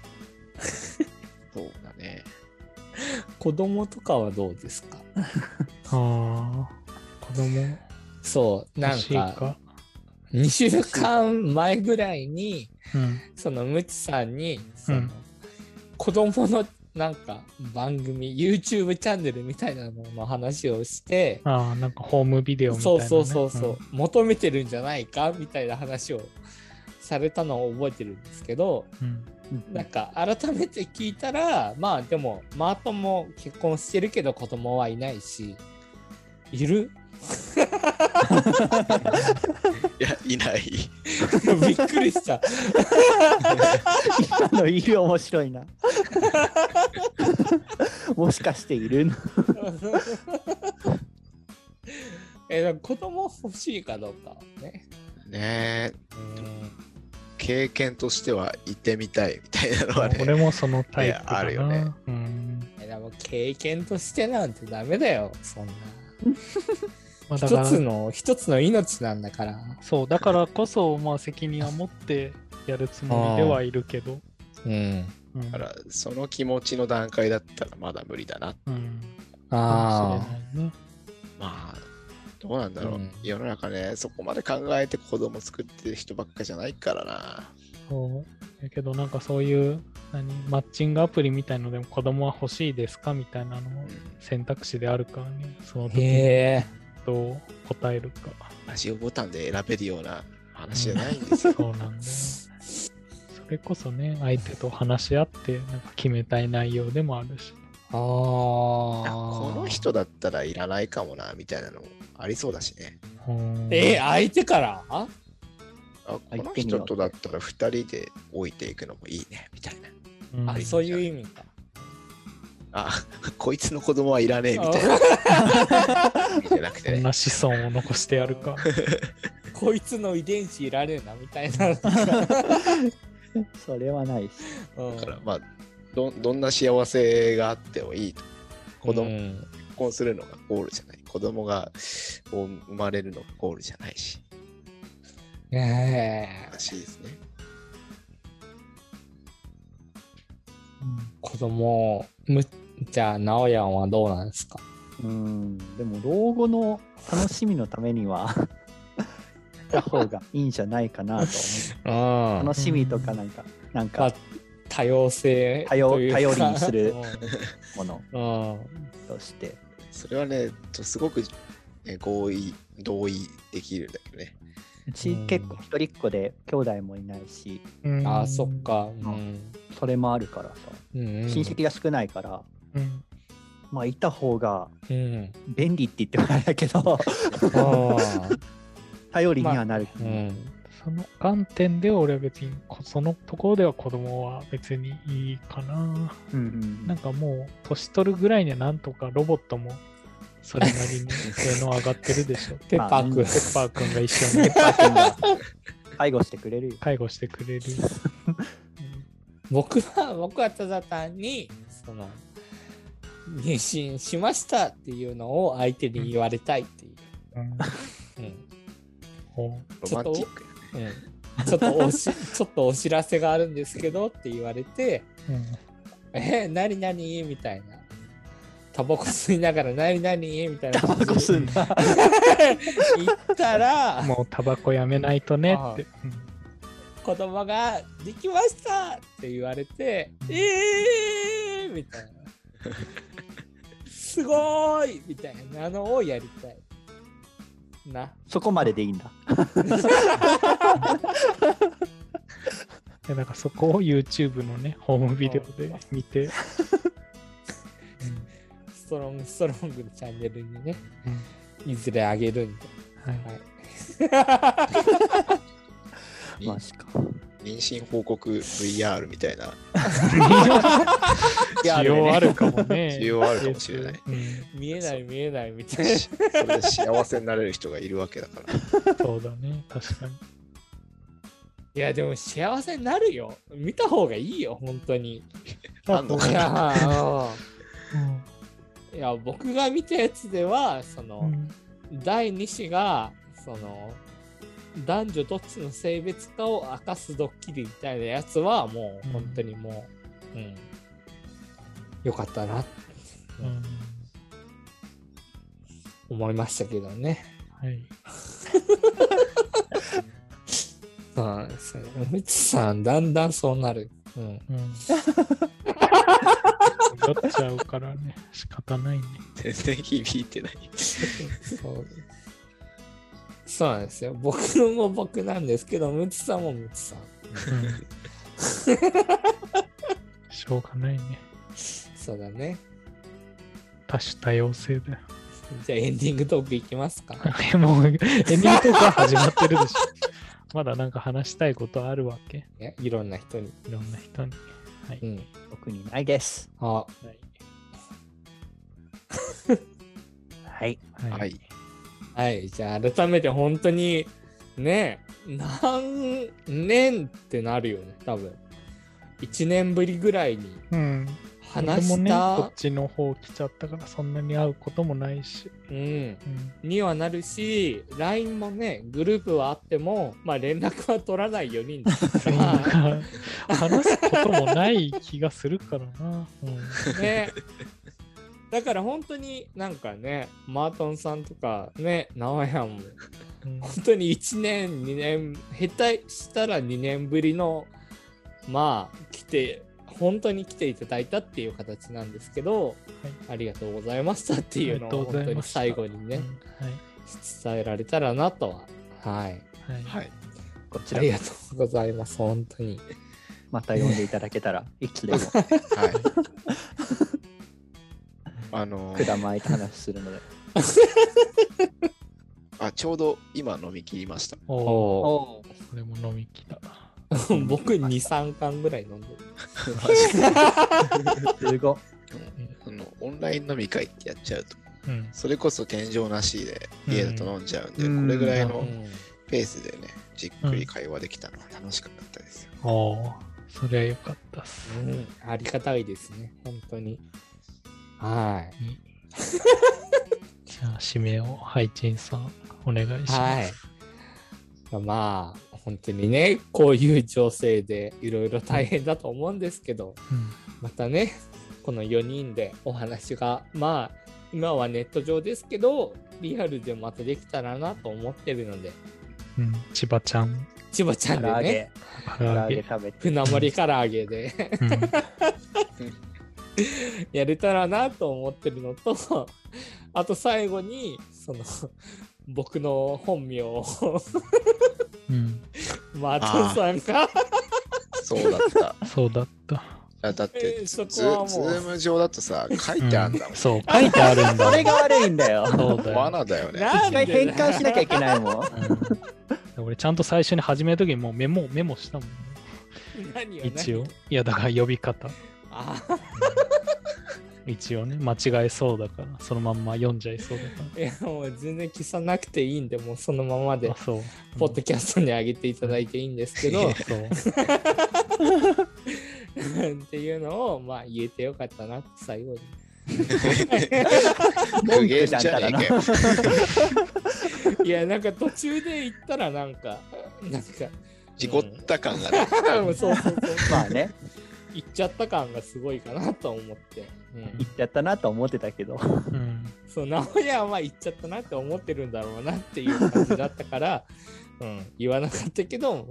[SPEAKER 2] そうだね。
[SPEAKER 4] 子供とかはどうですか？
[SPEAKER 1] 子供？
[SPEAKER 4] そう、なんか2週間前ぐらいに、そのムチさんに、子供のなんか番組 YouTube チャンネルみたいなのの話をして、
[SPEAKER 1] なんかホームビデオみたいな、ね、
[SPEAKER 4] そう、求めてるんじゃないかみたいな話をされたのを覚えてるんですけど、なんか改めて聞いたら、まあでもマートンも結婚してるけど子供はいないし、いる
[SPEAKER 2] いや、いない。
[SPEAKER 4] びっくりした。
[SPEAKER 3] 今のいる面白いな。もしかしているの
[SPEAKER 4] 子供欲しいかどうかね。
[SPEAKER 2] ねえ。経験としては行ってみたいみたいなのはね。
[SPEAKER 1] 俺もそのタイプだな。
[SPEAKER 2] あるよね。
[SPEAKER 4] でも経験としてなんてダメだよ、そんな。
[SPEAKER 1] まあ
[SPEAKER 4] 一つの命なんだから。
[SPEAKER 1] そう、だからこそ、まあ責任は持ってやるつもりではいるけど。
[SPEAKER 2] だから、その気持ちの段階だったらまだ無理だな。
[SPEAKER 1] かもしれないね。
[SPEAKER 2] まあ、どうなんだろう。世の中ね、そこまで考えて子供作ってる人ばっかじゃないからな。
[SPEAKER 1] そう。だけどなんかそういうマッチングアプリみたいのでも子供は欲しいですかみたいなのも選択肢であるからね。その時にどう答えるか。
[SPEAKER 2] ラジオボタンで選べるような話じゃないんですよ。
[SPEAKER 1] そうなんだよ。それこそね、相手と話し合ってなんか決めたい内容でもあるし。
[SPEAKER 2] この人だったらいらないかもなみたいなのもありそうだしね。
[SPEAKER 4] 相手から
[SPEAKER 2] この人とだったら2人で置いていくのもいいねみたいな。
[SPEAKER 4] そういう意味か。
[SPEAKER 2] こいつの子供はいらねえみたいな。じゃなくてね。
[SPEAKER 1] そんな子孫を残してやるか。
[SPEAKER 4] こいつの遺伝子いらねえなみたいな。
[SPEAKER 3] それはないし。
[SPEAKER 2] だからまあどんな幸せがあってもいいと。結婚するのがゴールじゃない。子供が生まれるのがゴールじゃないし。らしいですね。
[SPEAKER 4] 子供じゃあ直哉はどうなんですか？
[SPEAKER 3] でも老後の楽しみのためにはた方がいいんじゃないかなと思う。楽しみとかなんか、まあ、
[SPEAKER 4] 多様性
[SPEAKER 3] 頼りにするものとして。
[SPEAKER 2] それはね、すごく、同意できるんだけどね。
[SPEAKER 3] うち結構一人っ子で兄弟もいないし、
[SPEAKER 4] そっか、
[SPEAKER 3] それもあるからさ、親戚が少ないから、まあいた方が便利って言ってもあれだけど、頼りにはなる。
[SPEAKER 1] その観点で俺は別にそのところでは子供は別にいいかな。なんかもう年取るぐらいにはなんとかロボットもそれなりに性能上がってるでしょ。
[SPEAKER 4] ペッパー
[SPEAKER 1] 君が一緒に
[SPEAKER 3] ペッパー君が介護してくれるよ。
[SPEAKER 1] 介護してくれる。
[SPEAKER 4] 僕はただ単にその妊娠しましたっていうのを相手に言われたいっていう。
[SPEAKER 2] ロマンティック。
[SPEAKER 4] ちょっとお知らせがあるんですけどって言われて、何々みたいな。タバコ吸いながら何々みたいな。
[SPEAKER 3] タバコ吸うんだ。
[SPEAKER 4] 言ったら、
[SPEAKER 1] もうタバコやめないとねって。
[SPEAKER 4] 子供ができましたって言われて、みたいな。すごいみたいなのをやりたい。
[SPEAKER 3] そこまででいいんだ。
[SPEAKER 1] なんかそこを YouTube のね、ホームビデオで見て。
[SPEAKER 4] ストロングのチャンネルにね、いずれあげるんで。
[SPEAKER 3] マジか。
[SPEAKER 2] 妊娠報告 VR みたいな。
[SPEAKER 1] 需要あるかもね。
[SPEAKER 2] 需要あるかもしれない。
[SPEAKER 4] 見えないみたいな。
[SPEAKER 2] それで幸せになれる人がいるわけだから。
[SPEAKER 1] そうだね、確かに。
[SPEAKER 4] いや、でも幸せになるよ。見た方がいいよ、本当に。いや、僕が見たやつでは、第2子が、男女どっちの性別かを明かすドッキリみたいなやつはもう本当にもう、よかったな、思いましたけどね。
[SPEAKER 1] はい。
[SPEAKER 4] そうですね。むちさんだんだんそうなる。
[SPEAKER 1] 酔っちゃうからね、仕方ないね。
[SPEAKER 2] 全然響いてない。
[SPEAKER 4] そうなんですよ。僕も僕なんですけど、ムツさんもムツさん。
[SPEAKER 1] しょうがないね。
[SPEAKER 4] そうだね。
[SPEAKER 1] 多種多様性だよ。
[SPEAKER 4] じゃあエンディングトークいきますか。
[SPEAKER 1] もうエンディングトークは始まってるでしょ。まだなんか話したいことあるわけ？
[SPEAKER 4] いろんな人に。
[SPEAKER 1] いろんな人に。はい。
[SPEAKER 3] 特にないです。
[SPEAKER 4] はい。
[SPEAKER 2] はい。
[SPEAKER 4] はい。じゃあ改めて本当にね、何年ってなるよね、多分。1年ぶりぐらいに話した、
[SPEAKER 1] ね、こっちの方来ちゃったからそんなに会うこともないし、
[SPEAKER 4] にはなるし、 LINE もね、グループはあってもまあ連絡は取らない4人
[SPEAKER 1] 話すこともない気がするからな、
[SPEAKER 4] ね。だから本当になんかね、マートンさんとかね、直哉も本当に1年2年下手したら2年ぶりのまあ本当に来ていただいたっていう形なんですけど、はい、ありがとうございましたっていうのを本当に最後にね、伝えられたらなとは、はい、こちらありがとうございます。本当に
[SPEAKER 3] また読んでいただけたらいつでもくだまいと話するので
[SPEAKER 2] ちょうど今飲み切りました。
[SPEAKER 1] これも飲み切った。
[SPEAKER 4] 僕 2,3 缶ぐらい飲んでる。
[SPEAKER 3] すごい。
[SPEAKER 2] オンライン飲み会ってやっちゃうと、それこそ天井なしで家だと飲んじゃうんで、これぐらいのペースでね、じっくり会話できたのは楽しかったですよ。
[SPEAKER 1] そりゃよかったっす。
[SPEAKER 4] ありがたいですね、本当に。はい。
[SPEAKER 1] じゃあ締めをハイチンさんお願いします。
[SPEAKER 4] まあ本当にね、こういう情勢でいろいろ大変だと思うんですけど、またね、この4人でお話がまあ今はネット上ですけどリアルでまたできたらなと思ってるので、
[SPEAKER 1] 千葉ちゃん
[SPEAKER 4] でね、
[SPEAKER 3] 唐揚げ食べて、
[SPEAKER 4] 船盛り唐揚げでやれたらなと思ってるのと、あと最後にその僕の本名をマートンさんが
[SPEAKER 2] そうだった。だってズーム上だとさ、書いてあるんだもん。
[SPEAKER 1] そう、書いてあるんだ。
[SPEAKER 3] それが悪いんだよ。
[SPEAKER 2] 罠だよね。
[SPEAKER 3] 一回変換しなきゃいけないもん。
[SPEAKER 1] 俺ちゃんと最初に始めるときにもうメモしたもん。一応。いやだから呼び方。一応ね、間違えそうだからそのまんま読んじゃいそうだから。
[SPEAKER 4] いやもう全然消さなくていいんで、もうそのままでポッドキャストに上げていただいていいんですけど、っていうのをまあ言えてよかったなって最後に。
[SPEAKER 2] 文句じゃんたらな。
[SPEAKER 4] いやなんか途中で言ったらなんか
[SPEAKER 2] 事故った感がね。
[SPEAKER 4] そう
[SPEAKER 3] まあね。
[SPEAKER 4] 言っちゃった感がすごいかなと思って、
[SPEAKER 3] 言っちゃったなと思ってたけど、
[SPEAKER 4] そう直哉は言っちゃったなって思ってるんだろうなっていう感じだったから、言わなかったけど、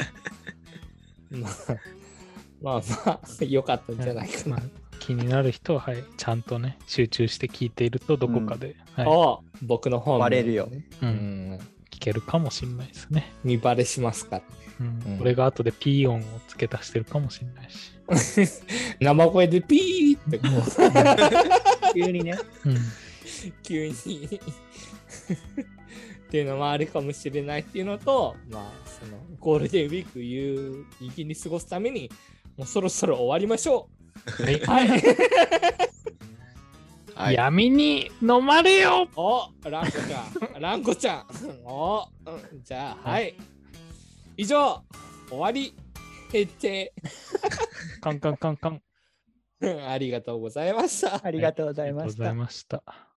[SPEAKER 4] まあ良かったんじゃないかな。
[SPEAKER 1] 気になる人は、ちゃんとね集中して聞いているとどこかで、
[SPEAKER 4] 僕の本
[SPEAKER 3] バレるよ。
[SPEAKER 1] 聞けるかもしれないですね。
[SPEAKER 4] 見バレしますから。
[SPEAKER 1] 俺が後でピー音を付け足してるかもしれないし。
[SPEAKER 4] 生声でピーってこ
[SPEAKER 3] う急にね、
[SPEAKER 4] 急にっていうのもあるかもしれないっていうのと、そのゴールデンウィーク有意義に過ごすためにもうそろそろ終わりましょう。
[SPEAKER 1] はい、闇に飲まれよ。
[SPEAKER 4] ランコちゃんじゃあ以上終わり。閉廷。
[SPEAKER 1] カンカンカンカン。
[SPEAKER 4] ありがとうございました。
[SPEAKER 3] ありがとうございました。